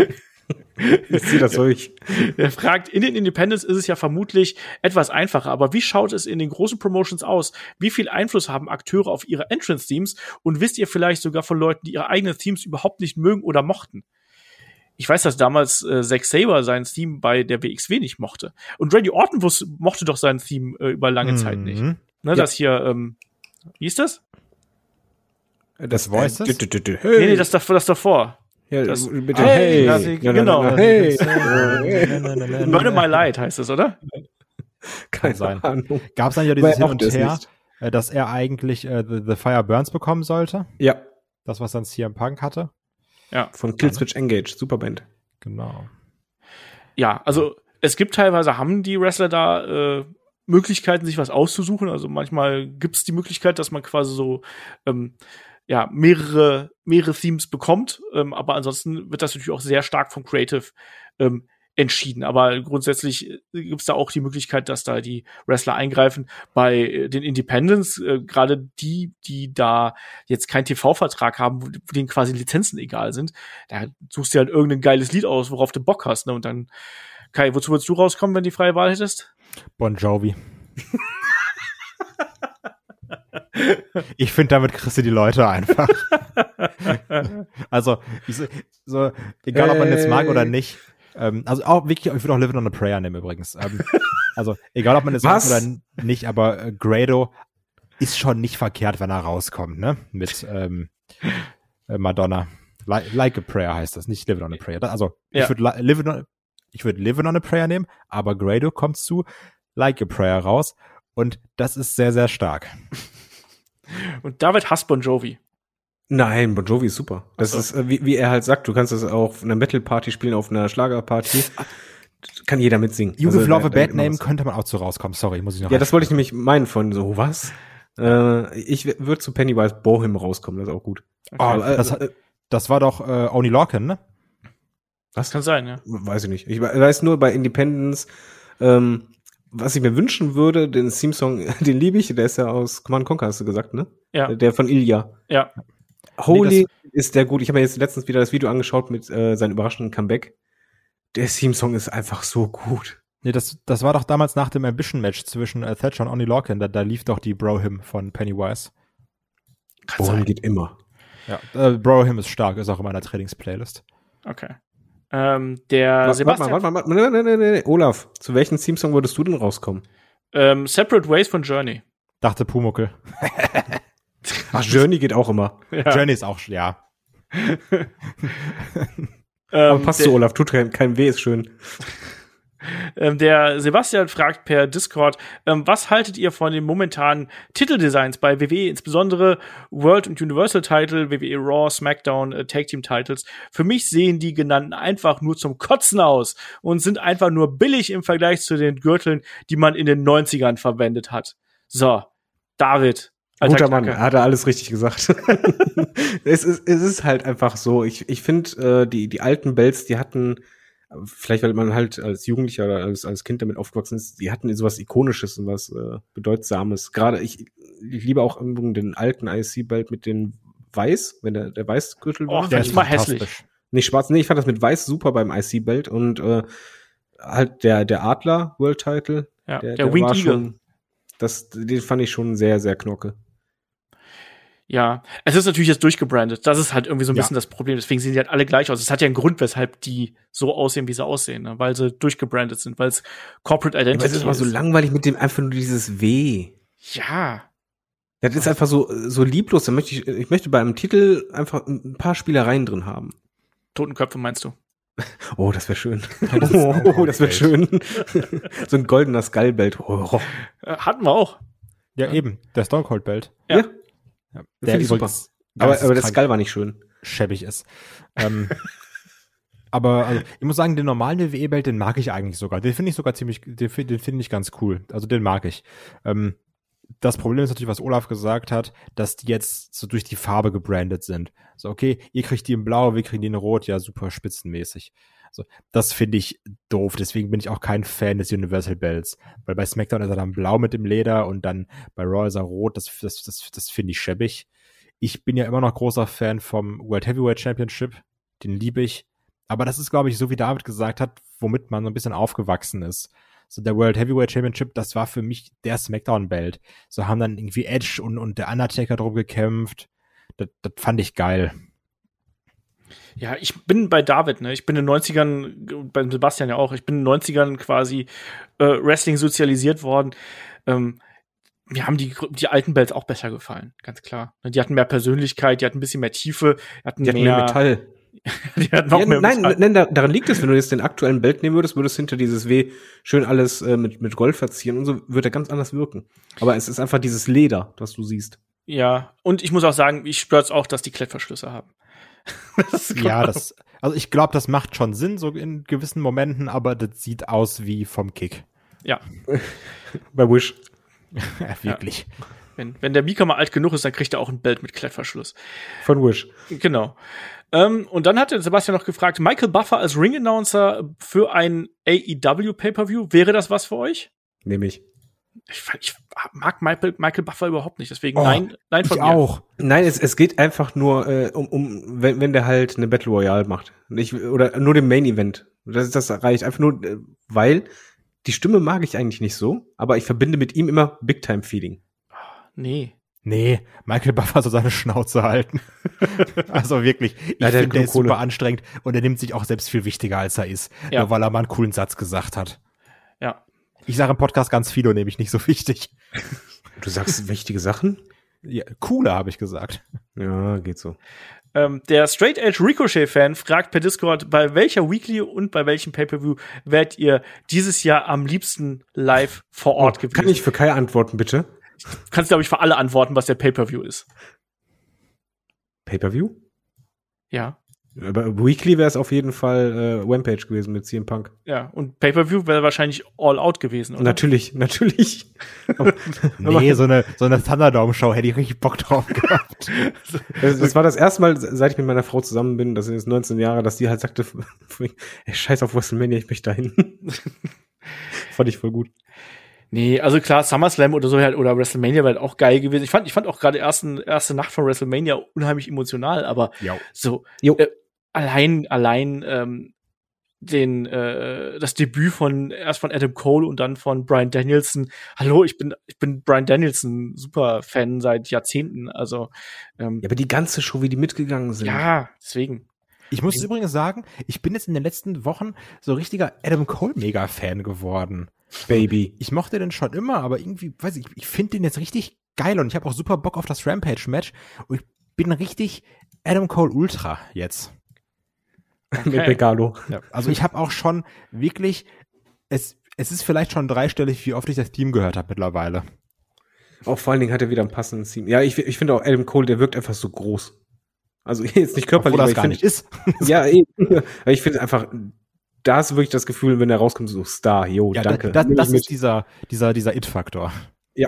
Ich zieh das durch. Er fragt, in den Independents ist es ja vermutlich etwas einfacher, aber wie schaut es in den großen Promotions aus? Wie viel Einfluss haben Akteure auf ihre Entrance-Themes? Und wisst ihr vielleicht sogar von Leuten, die ihre eigenen Themes überhaupt nicht mögen oder mochten? Ich weiß, dass damals Zack Sabre sein Theme bei der WXW nicht mochte. Und Randy Orton mochte doch sein Theme über lange Zeit nicht. Ne, ja. Das hier, wie ist das? Das Voices? Nee, das davor. Ja, das, bitte, hey. Genau. Hey. Murder My Light heißt das, oder? Kann sein. Gab es dann ja dieses Hin und Her, dass er eigentlich The Fire Burns bekommen sollte? Ja. Das, was dann CM Punk hatte? Ja. Von Killswitch Engage, Superband. Genau. Ja, also es gibt teilweise, haben die Wrestler da Möglichkeiten, sich was auszusuchen. Also manchmal gibt es die Möglichkeit, dass man quasi so mehrere Themes bekommt. Aber ansonsten wird das natürlich auch sehr stark vom Creative entschieden. Aber grundsätzlich gibt es da auch die Möglichkeit, dass da die Wrestler eingreifen. Bei den Independents, gerade die da jetzt keinen TV-Vertrag haben, wo denen quasi Lizenzen egal sind, da suchst du halt irgendein geiles Lied aus, worauf du Bock hast. Ne? Und dann, Kai, wozu würdest du rauskommen, wenn du die freie Wahl hättest? Bon Jovi. Ich finde, damit kriegst du die Leute einfach. Also, so, egal ob man jetzt mag oder nicht. Also auch wirklich, ich würde auch Living on a Prayer nehmen übrigens. Also, egal ob man jetzt mag oder nicht, aber Grado ist schon nicht verkehrt, wenn er rauskommt, ne? Mit Madonna. Like a Prayer heißt das, nicht Living on a Prayer. Also, ich würde Living on a Prayer nehmen, aber Grado kommt zu Like a Prayer raus. Und das ist sehr, sehr stark. Und David hasst Bon Jovi. Nein, Bon Jovi ist super. Das ist, wie er halt sagt, du kannst das auf einer Metal-Party spielen, auf einer Schlagerparty. Kann jeder mitsingen. You Give Love a Bad Name könnte man auch zu rauskommen. Sorry, muss ich noch. Ja, das wollte ich nämlich meinen von so, was? Ich würde zu Pennywise Bohem rauskommen, das ist auch gut. Okay. Das war doch Oni Lorcan, ne? Das kann sein, ja. Weiß ich nicht. Ich weiß nur bei Independence, was ich mir wünschen würde, den Theme-Song, den liebe ich, der ist ja aus Command & Conquer, hast du gesagt, ne? Ja. Der von Ilya. Ja. Holy ist der gut. Ich habe mir jetzt letztens wieder das Video angeschaut mit seinem überraschenden Comeback. Der Theme-Song ist einfach so gut. Nee, das war doch damals nach dem Ambition-Match zwischen Thatcher und Oni Lorcan. Da lief doch die Bro-Hymn von Pennywise. Bohem geht immer. Ja, Bro-Hymn ist stark, ist auch in meiner Trainingsplaylist. Okay. Der Sebastian. Warte mal. Nee. Olaf, zu welchem Theme-Song würdest du denn rauskommen? Separate Ways von Journey. Dachte Pumuckl. Ach, Journey geht auch immer. Ja. Journey ist auch, ja. Aber passt zu Olaf, tut kein weh, ist schön. Der Sebastian fragt per Discord, was haltet ihr von den momentanen Titeldesigns bei WWE, insbesondere World und Universal Title, WWE Raw, SmackDown, Tag Team Titles? Für mich sehen die genannten einfach nur zum Kotzen aus und sind einfach nur billig im Vergleich zu den Gürteln, die man in den 90ern verwendet hat. So, David. Guter Mann, hat er alles richtig gesagt. Es ist halt einfach so. Ich finde, die alten Belts, die hatten, vielleicht weil man halt als Jugendlicher oder als Kind damit aufgewachsen ist, die hatten sowas Ikonisches und was Bedeutsames. Gerade ich liebe auch den alten IC-Belt mit den Weiß, wenn der Weißgürtel war. Der ist mal hässlich. Nicht schwarz, nee, ich fand das mit Weiß super beim IC-Belt und halt der Adler World Title. Ja, der Winged Eagle. Den fand ich schon sehr, sehr knocke. Ja, es ist natürlich jetzt durchgebrandet. Das ist halt irgendwie so ein bisschen das Problem. Deswegen sehen die halt alle gleich aus. Es hat ja einen Grund, weshalb die so aussehen, wie sie aussehen, ne? Weil sie durchgebrandet sind, weil es Corporate Identity ist. Das ist aber so langweilig mit dem einfach nur dieses W. Ja. Das ist einfach so lieblos. Ich möchte bei einem Titel einfach ein paar Spielereien drin haben. Totenköpfe meinst du? Oh, das wäre schön. Das wäre schön. So ein goldener Skullbelt. Oh. Hatten wir auch. Ja, eben. Der Stone Cold Belt. Ja. Der finde ich super. Aber der Skull war nicht schön. Schäbig ist. Aber also, ich muss sagen, den normalen WWE-Belt, den mag ich eigentlich sogar. Den finde ich sogar den finde ich ganz cool. Also den mag ich. Das Problem ist natürlich, was Olaf gesagt hat, dass die jetzt so durch die Farbe gebrandet sind. So, okay, ihr kriegt die in Blau, wir kriegen die in Rot, ja, super spitzenmäßig. So, das finde ich doof, deswegen bin ich auch kein Fan des Universal Belts. Weil bei SmackDown ist er dann blau mit dem Leder und dann bei Raw ist er rot, das finde ich schäbig. Ich bin ja immer noch großer Fan vom World Heavyweight Championship, den liebe ich. Aber das ist, glaube ich, so wie David gesagt hat, womit man so ein bisschen aufgewachsen ist. So der World Heavyweight Championship, das war für mich der SmackDown-Belt. So haben dann irgendwie Edge und der Undertaker drum gekämpft. Das fand ich geil. Ja, ich bin bei David, ne? Ich bin in den 90ern, bei Sebastian ja auch, ich bin in den 90ern quasi Wrestling sozialisiert worden. Mir haben die alten Belts auch besser gefallen, ganz klar. Die hatten mehr Persönlichkeit, die hatten ein bisschen mehr Tiefe, die hatten mehr Metall. Die hatten auch mehr Metall. Nein, daran liegt es, wenn du jetzt den aktuellen Belt nehmen würdest hinter dieses W schön alles mit Gold verzieren und so, würde er ganz anders wirken. Aber es ist einfach dieses Leder, das du siehst. Ja, und ich muss auch sagen, ich stört's auch, dass die Klettverschlüsse haben. Also ich glaube, das macht schon Sinn, so in gewissen Momenten, aber das sieht aus wie vom Kick. Ja. Bei Wish. Ja, wirklich. Ja. Wenn der Mika mal alt genug ist, dann kriegt er auch ein Belt mit Klettverschluss. Von Wish. Genau. Und dann hat Sebastian noch gefragt, Michael Buffer als Ring-Announcer für ein AEW Pay-Per-View, wäre das was für euch? Nehme ich. Ich mag Michael Buffer überhaupt nicht, deswegen nein von Ich mir. auch. Nein, es geht einfach nur wenn der halt eine Battle Royale macht. Oder nur den Main Event. Das reicht einfach nur, weil die Stimme mag ich eigentlich nicht so, aber ich verbinde mit ihm immer Big-Time-Feeling. Nee, Michael Buffer soll seine Schnauze halten. Also wirklich, ich finde, der ist super anstrengend und er nimmt sich auch selbst viel wichtiger, als er ist. Ja. Nur weil er mal einen coolen Satz gesagt hat. Ja. Ich sage im Podcast ganz viel und nämlich nicht so wichtig. Du sagst wichtige Sachen? Ja, cooler, habe ich gesagt. Ja, geht so. Der Straight Edge Ricochet-Fan fragt per Discord, bei welcher Weekly und bei welchem Pay-Per-View werdet ihr dieses Jahr am liebsten live vor Ort gewesen? Kann ich für Kai antworten, bitte? Du kannst, glaube ich, für alle antworten, was der Pay-Per-View ist. Pay-Per-View? Ja. Aber Weekly wäre es auf jeden Fall Rampage gewesen mit CM Punk. Ja, und Pay-Per-View wäre wahrscheinlich All Out gewesen, oder? Natürlich. Nee, so eine Thunderdome-Show hätte ich richtig Bock drauf gehabt. Das war das erste Mal, seit ich mit meiner Frau zusammen bin, das sind jetzt 19 Jahre, dass die halt sagte, ey, scheiß auf WrestleMania, ich möchte dahin. Fand ich voll gut. Nee, also klar, SummerSlam oder so halt, oder WrestleMania wäre halt auch geil gewesen. Ich fand auch gerade erste Nacht von WrestleMania unheimlich emotional, aber so allein das Debüt erst von Adam Cole und dann von Bryan Danielson. Hallo, ich bin Bryan Danielson super Fan seit Jahrzehnten, also ja, aber die ganze Show, wie die mitgegangen sind. Ja, deswegen. Ich muss übrigens sagen, ich bin jetzt in den letzten Wochen so richtiger Adam Cole Mega-Fan geworden. Baby. Ich mochte den schon immer, aber irgendwie, weiß ich finde den jetzt richtig geil und ich habe auch super Bock auf das Rampage-Match und ich bin richtig Adam Cole Ultra jetzt. Okay. Mit Begalo. Ja, also ich habe auch schon wirklich, es ist vielleicht schon dreistellig, wie oft ich das Team gehört habe mittlerweile. Auch vor allen Dingen hat er wieder ein passendes Team. Ja, ich finde auch Adam Cole, der wirkt einfach so groß. Also jetzt nicht körperlich, obwohl das gar nicht ist. Ja, aber ich finde einfach, da hast du wirklich das Gefühl, wenn er rauskommt, so Star, jo, ja, danke. Das ist dieser It-Faktor. Ja.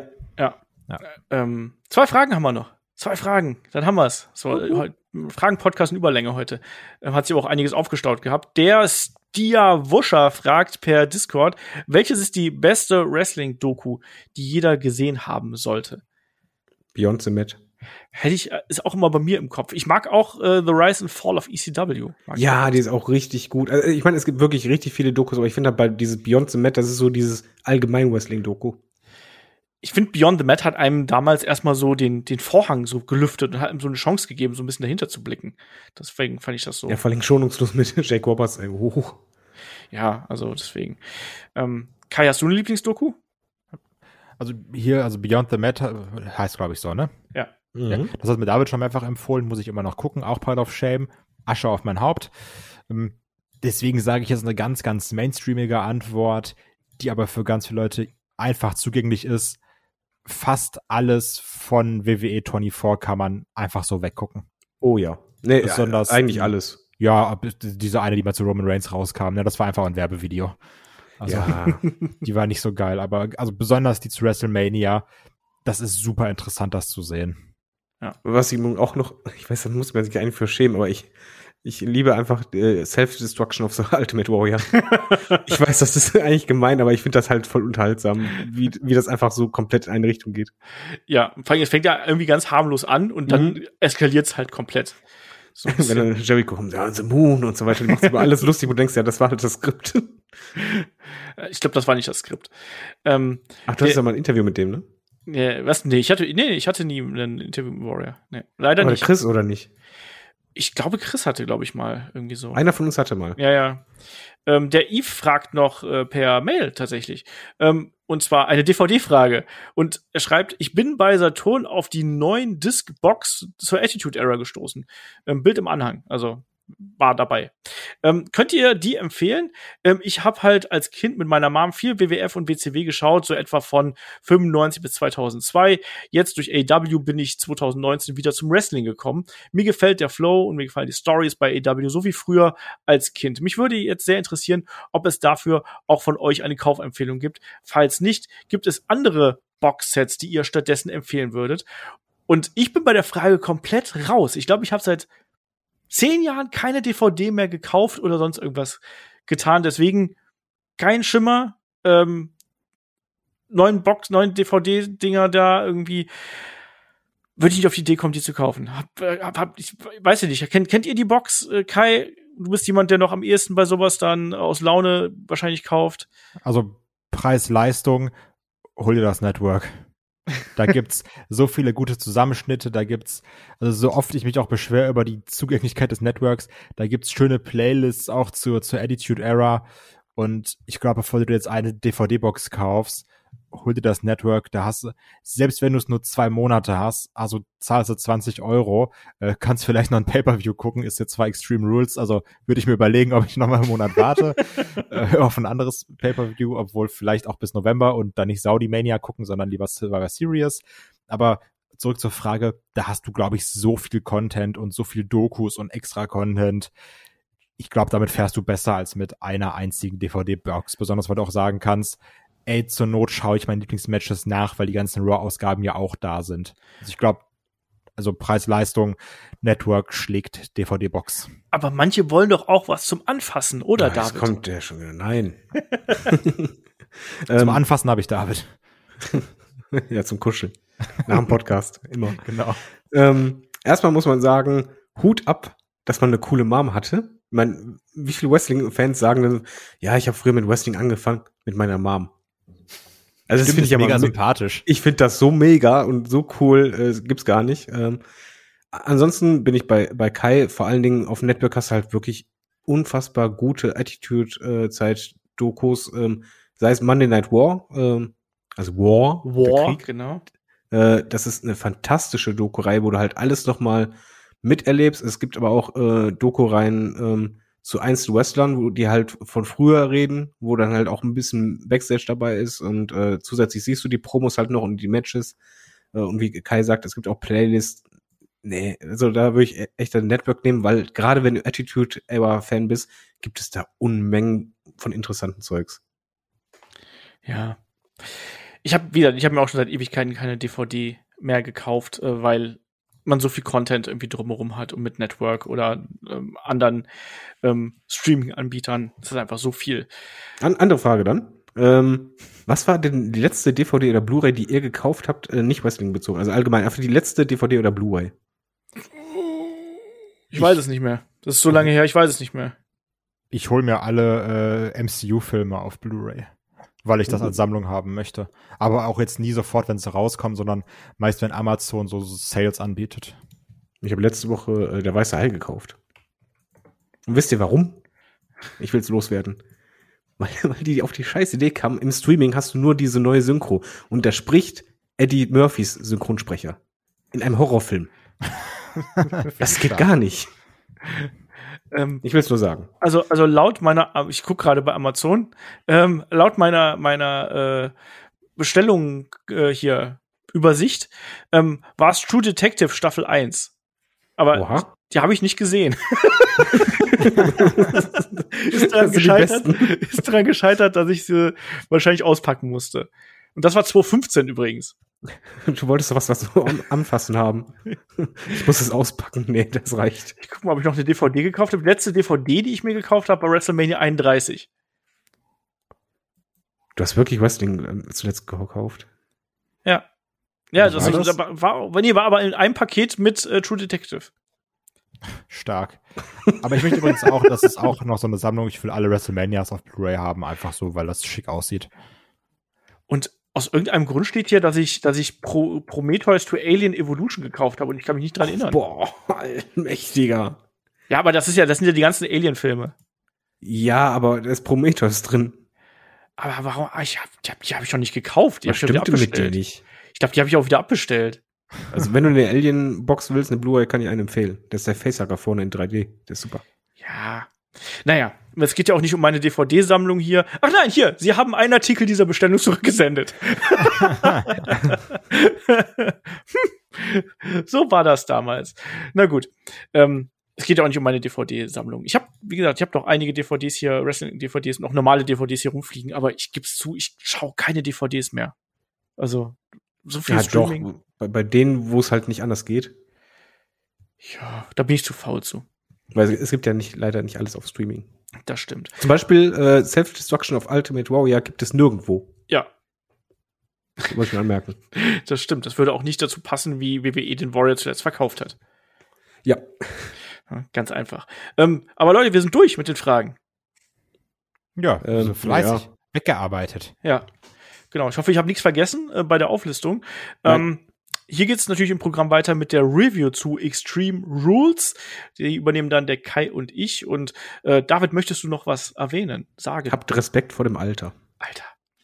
2 Fragen haben wir noch. 2 Fragen, dann haben wir's. So, Fragen-Podcast in Überlänge heute. Hat sich auch einiges aufgestaut gehabt. Der Stia Wuscher fragt per Discord, welches ist die beste Wrestling-Doku, die jeder gesehen haben sollte? Beyond the Mat. Ist auch immer bei mir im Kopf. Ich mag auch The Rise and Fall of ECW. Ja, die ist auch richtig gut. Also, ich meine, es gibt wirklich richtig viele Dokus, aber ich finde halt bei dieses Beyond the Mat, das ist so dieses allgemein Wrestling-Doku. Ich finde, Beyond the Mat hat einem damals erstmal so den Vorhang so gelüftet und hat ihm so eine Chance gegeben, so ein bisschen dahinter zu blicken. Deswegen fand ich das so. Ja, vor allem schonungslos mit Jake Roberts. Hoch. Ja, also deswegen. Kai, hast du eine Lieblingsdoku? Also Beyond the Mat heißt, glaube ich, so, ne? Ja. Ja, das hat mir David schon mehrfach empfohlen, muss ich immer noch gucken, auch Pile of Shame, Asche auf mein Haupt. Deswegen sage ich jetzt eine ganz, ganz mainstreamige Antwort, die aber für ganz viele Leute einfach zugänglich ist. Fast alles von WWE 24 kann man einfach so weggucken. Oh ja. Nee, besonders eigentlich alles. Ja, diese eine, die mal zu Roman Reigns rauskam, ne, das war einfach ein Werbevideo. Also, ja. Die war nicht so geil, aber also besonders die zu WrestleMania, das ist super interessant, das zu sehen. Ja. Was ich auch noch, ich weiß, da muss man sich eigentlich für schämen, aber ich liebe einfach Self-Destruction of the Ultimate Warrior. Ich weiß, das ist eigentlich gemein, aber ich finde das halt voll unterhaltsam, wie das einfach so komplett in eine Richtung geht. Ja, vor allem, es fängt ja irgendwie ganz harmlos an und dann eskaliert es halt komplett. So wenn dann Jericho kommt, ja, The Moon und so weiter, du machst über alles lustig und denkst, ja, das war halt das Skript. Ich glaube, das war nicht das Skript. Ach, du hattest ja mal ein Interview mit dem, ne? Was? Nee, ich hatte nie ein Interview mit Warrior. Nee, leider aber nicht. Chris oder nicht? Ich glaube, Chris hatte, glaube ich, mal irgendwie so. Einer von uns hatte mal. Ja. Der Yves fragt noch per Mail tatsächlich. Und zwar eine DVD-Frage. Und er schreibt, ich bin bei Saturn auf die neuen Disc-Box zur Attitude Era gestoßen. Bild im Anhang. Also war dabei. Könnt ihr die empfehlen? Ich habe halt als Kind mit meiner Mom viel WWF und WCW geschaut, so etwa von 95 bis 2002. Jetzt durch AEW bin ich 2019 wieder zum Wrestling gekommen. Mir gefällt der Flow und mir gefallen die Stories bei AEW so wie früher als Kind. Mich würde jetzt sehr interessieren, ob es dafür auch von euch eine Kaufempfehlung gibt. Falls nicht, gibt es andere Boxsets, die ihr stattdessen empfehlen würdet? Und ich bin bei der Frage komplett raus. Ich glaube, ich habe seit 10 Jahren keine DVD mehr gekauft oder sonst irgendwas getan. Deswegen kein Schimmer. 9 DVD-Dinger da irgendwie. Würde ich nicht auf die Idee kommen, die zu kaufen. Ich weiß ja nicht. Kennt ihr die Box, Kai? Du bist jemand, der noch am ehesten bei sowas dann aus Laune wahrscheinlich kauft. Also Preis-Leistung, hol dir das Network. Da gibt's so viele gute Zusammenschnitte, da gibt's, also so oft ich mich auch beschwere über die Zugänglichkeit des Networks, da gibt's schöne Playlists auch zur Attitude Era und ich glaube, bevor du dir jetzt eine DVD-Box kaufst, hol dir das Network, da hast du, selbst wenn du es nur 2 Monate hast, also zahlst du 20 €, kannst vielleicht noch ein Pay-Per-View gucken, ist jetzt zwar Extreme Rules, also würde ich mir überlegen, ob ich noch mal einen Monat warte auf ein anderes Pay-Per-View, obwohl vielleicht auch bis November und dann nicht Saudi Mania gucken, sondern lieber Survivor Series. Aber zurück zur Frage, da hast du, glaube ich, so viel Content und so viel Dokus und extra Content. Ich glaube, damit fährst du besser als mit einer einzigen DVD-Box, besonders weil du auch sagen kannst, ey, zur Not schaue ich meine Lieblingsmatches nach, weil die ganzen Raw-Ausgaben ja auch da sind. Also ich glaube, also Preis-Leistung, Network schlägt DVD-Box. Aber manche wollen doch auch was zum Anfassen, oder, David? David? Kommt der schon wieder. Nein. Zum Anfassen habe ich David. Ja, zum Kuscheln. Nach dem Podcast. Immer. Genau. Erstmal muss man sagen, Hut ab, dass man eine coole Mom hatte. Ich meine, wie viele Wrestling-Fans sagen dann, ja, ich habe früher mit Wrestling angefangen, mit meiner Mom. Also das finde ich mega aber sympathisch. Ich finde das so mega und so cool, gibt's gar nicht. Ansonsten bin ich bei Kai, vor allen Dingen auf Network hast du halt wirklich unfassbar gute Attitude-Zeit-Dokus, sei es Monday Night War, also War, der Krieg. Genau. Das ist eine fantastische Doku-Reihe, wo du halt alles nochmal miterlebst. Es gibt aber auch Doku-Reihen zu einzelnen Wrestlern, wo die halt von früher reden, wo dann halt auch ein bisschen Backstage dabei ist und zusätzlich siehst du die Promos halt noch und die Matches. Und wie Kai sagt, es gibt auch Playlists. Nee, also da würde ich echt ein Network nehmen, weil gerade wenn du Attitude Era Fan bist, gibt es da Unmengen von interessanten Zeugs. Ja. Ich habe mir auch schon seit Ewigkeiten keine DVD mehr gekauft, weil man so viel Content irgendwie drumherum hat und mit Network oder anderen Streaming-Anbietern. Das ist einfach so viel. Andere Frage dann. Was war denn die letzte DVD oder Blu-ray, die ihr gekauft habt, nicht Wrestling bezogen? Also allgemein, einfach die letzte DVD oder Blu-ray? Ich weiß es nicht mehr. Das ist so lange her, ich weiß es nicht mehr. Ich hole mir alle MCU-Filme auf Blu-ray, weil ich das als Sammlung haben möchte. Aber auch jetzt nie sofort, wenn sie rauskommen, sondern meist, wenn Amazon so Sales anbietet. Ich habe letzte Woche Der Weiße Hai gekauft. Und wisst ihr warum? Ich will's loswerden. Weil die auf die scheiß Idee kamen, im Streaming hast du nur diese neue Synchro. Und da spricht Eddie Murphys Synchronsprecher. In einem Horrorfilm. Das geht gar nicht. Ich will's nur sagen. Also laut meiner, ich gucke gerade bei Amazon, laut meiner Bestellung hier Übersicht, war es True Detective Staffel 1. Aber die habe ich nicht gesehen. Ist daran gescheitert, dass ich sie wahrscheinlich auspacken musste. Und das war 2015 übrigens. Du wolltest doch was so am Anfassen haben. Ich muss es auspacken. Nee, das reicht. Ich guck mal, ob ich noch eine DVD gekauft habe. Die letzte DVD, die ich mir gekauft habe, war WrestleMania 31. Du hast wirklich Wrestling zuletzt gekauft? Ja. Ja, das war aber in einem Paket mit True Detective. Stark. Aber ich möchte übrigens auch, das ist auch noch so eine Sammlung, ich will alle WrestleManias auf Blu-ray haben, einfach so, weil das schick aussieht. Und aus irgendeinem Grund steht hier, dass ich Prometheus to Alien Evolution gekauft habe und ich kann mich nicht dran erinnern. Boah, mächtiger. Ja, aber das sind ja die ganzen Alien-Filme. Ja, aber da ist Prometheus drin. Aber warum? Die hab ich doch nicht gekauft. Die Was stimmt mit dir nicht? Ich glaube, die habe ich auch wieder abbestellt. Also wenn du eine Alien-Box willst, eine Blu-ray, kann ich einen empfehlen. Das ist der Facehacker vorne in 3D. Der ist super. Ja. Naja, es geht ja auch nicht um meine DVD-Sammlung hier. Ach nein, hier, Sie haben einen Artikel dieser Bestellung zurückgesendet. So war das damals. Na gut. Es geht ja auch nicht um meine DVD-Sammlung. Wie gesagt, ich habe noch einige DVDs hier, Wrestling-DVDs und auch normale DVDs hier rumfliegen, aber ich gebe es zu, ich schaue keine DVDs mehr. Also, so viel Streaming. Doch, bei denen, wo es halt nicht anders geht. Ja, da bin ich zu faul zu. Weil es gibt ja leider nicht alles auf Streaming. Das stimmt. Zum Beispiel Self-Destruction of Ultimate Warrior gibt es nirgendwo. Ja. Das muss ich mal anmerken. Das stimmt. Das würde auch nicht dazu passen, wie WWE den Warrior zuletzt verkauft hat. Ja. Ganz einfach. Aber Leute, wir sind durch mit den Fragen. Ja, also fleißig. Ja. Weggearbeitet. Ja, genau. Ich hoffe, ich habe nichts vergessen bei der Auflistung. Hier geht es natürlich im Programm weiter mit der Review zu Extreme Rules. Die übernehmen dann der Kai und ich. Und David, möchtest du noch was erwähnen? Sagen. Habt Respekt vor dem Alter. Alter.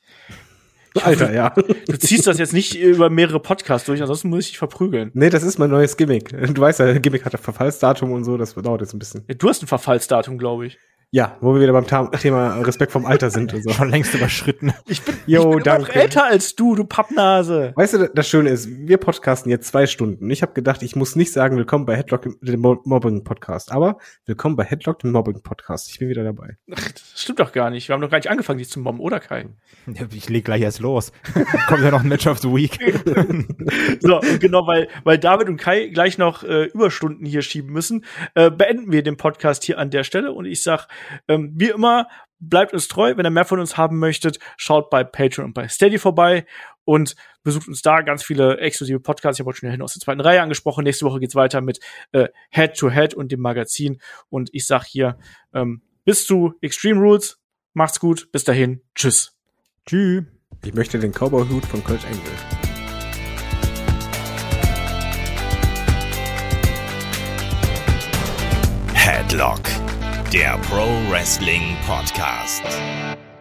Ja. Du ziehst das jetzt nicht über mehrere Podcasts durch, ansonsten muss ich dich verprügeln. Nee, das ist mein neues Gimmick. Du weißt ja, Gimmick hat ein Verfallsdatum und so, das dauert jetzt ein bisschen. Du hast ein Verfallsdatum, glaube ich. Ja, wo wir wieder beim Thema Respekt vom Alter sind und so. Schon längst überschritten. Ich bin immer noch älter als du Pappnase. Weißt du, das Schöne ist, wir podcasten jetzt 2 Stunden. Ich habe gedacht, ich muss nicht sagen, willkommen bei Headlock, dem Mobbing-Podcast. Aber willkommen bei Headlock, dem Mobbing-Podcast. Ich bin wieder dabei. Ach, das stimmt doch gar nicht. Wir haben noch gar nicht angefangen, dich zu mobben, oder Kai? Ich leg gleich erst los. Kommt ja noch ein Match of the Week. So, und genau, weil David und Kai gleich noch Überstunden hier schieben müssen, beenden wir den Podcast hier an der Stelle. Und ich sag, wie immer, bleibt uns treu. Wenn ihr mehr von uns haben möchtet, schaut bei Patreon und bei Steady vorbei und besucht uns da. Ganz viele exklusive Podcasts. Ich habe auch schon aus der 2. Reihe angesprochen. Nächste Woche geht's weiter mit Head to Head und dem Magazin. Und ich sag hier, bis zu Extreme Rules. Macht's gut. Bis dahin. Tschüss. Tschüss. Ich möchte den Cowboy-Hut von Kurt Angle. Headlock, der Pro Wrestling Podcast.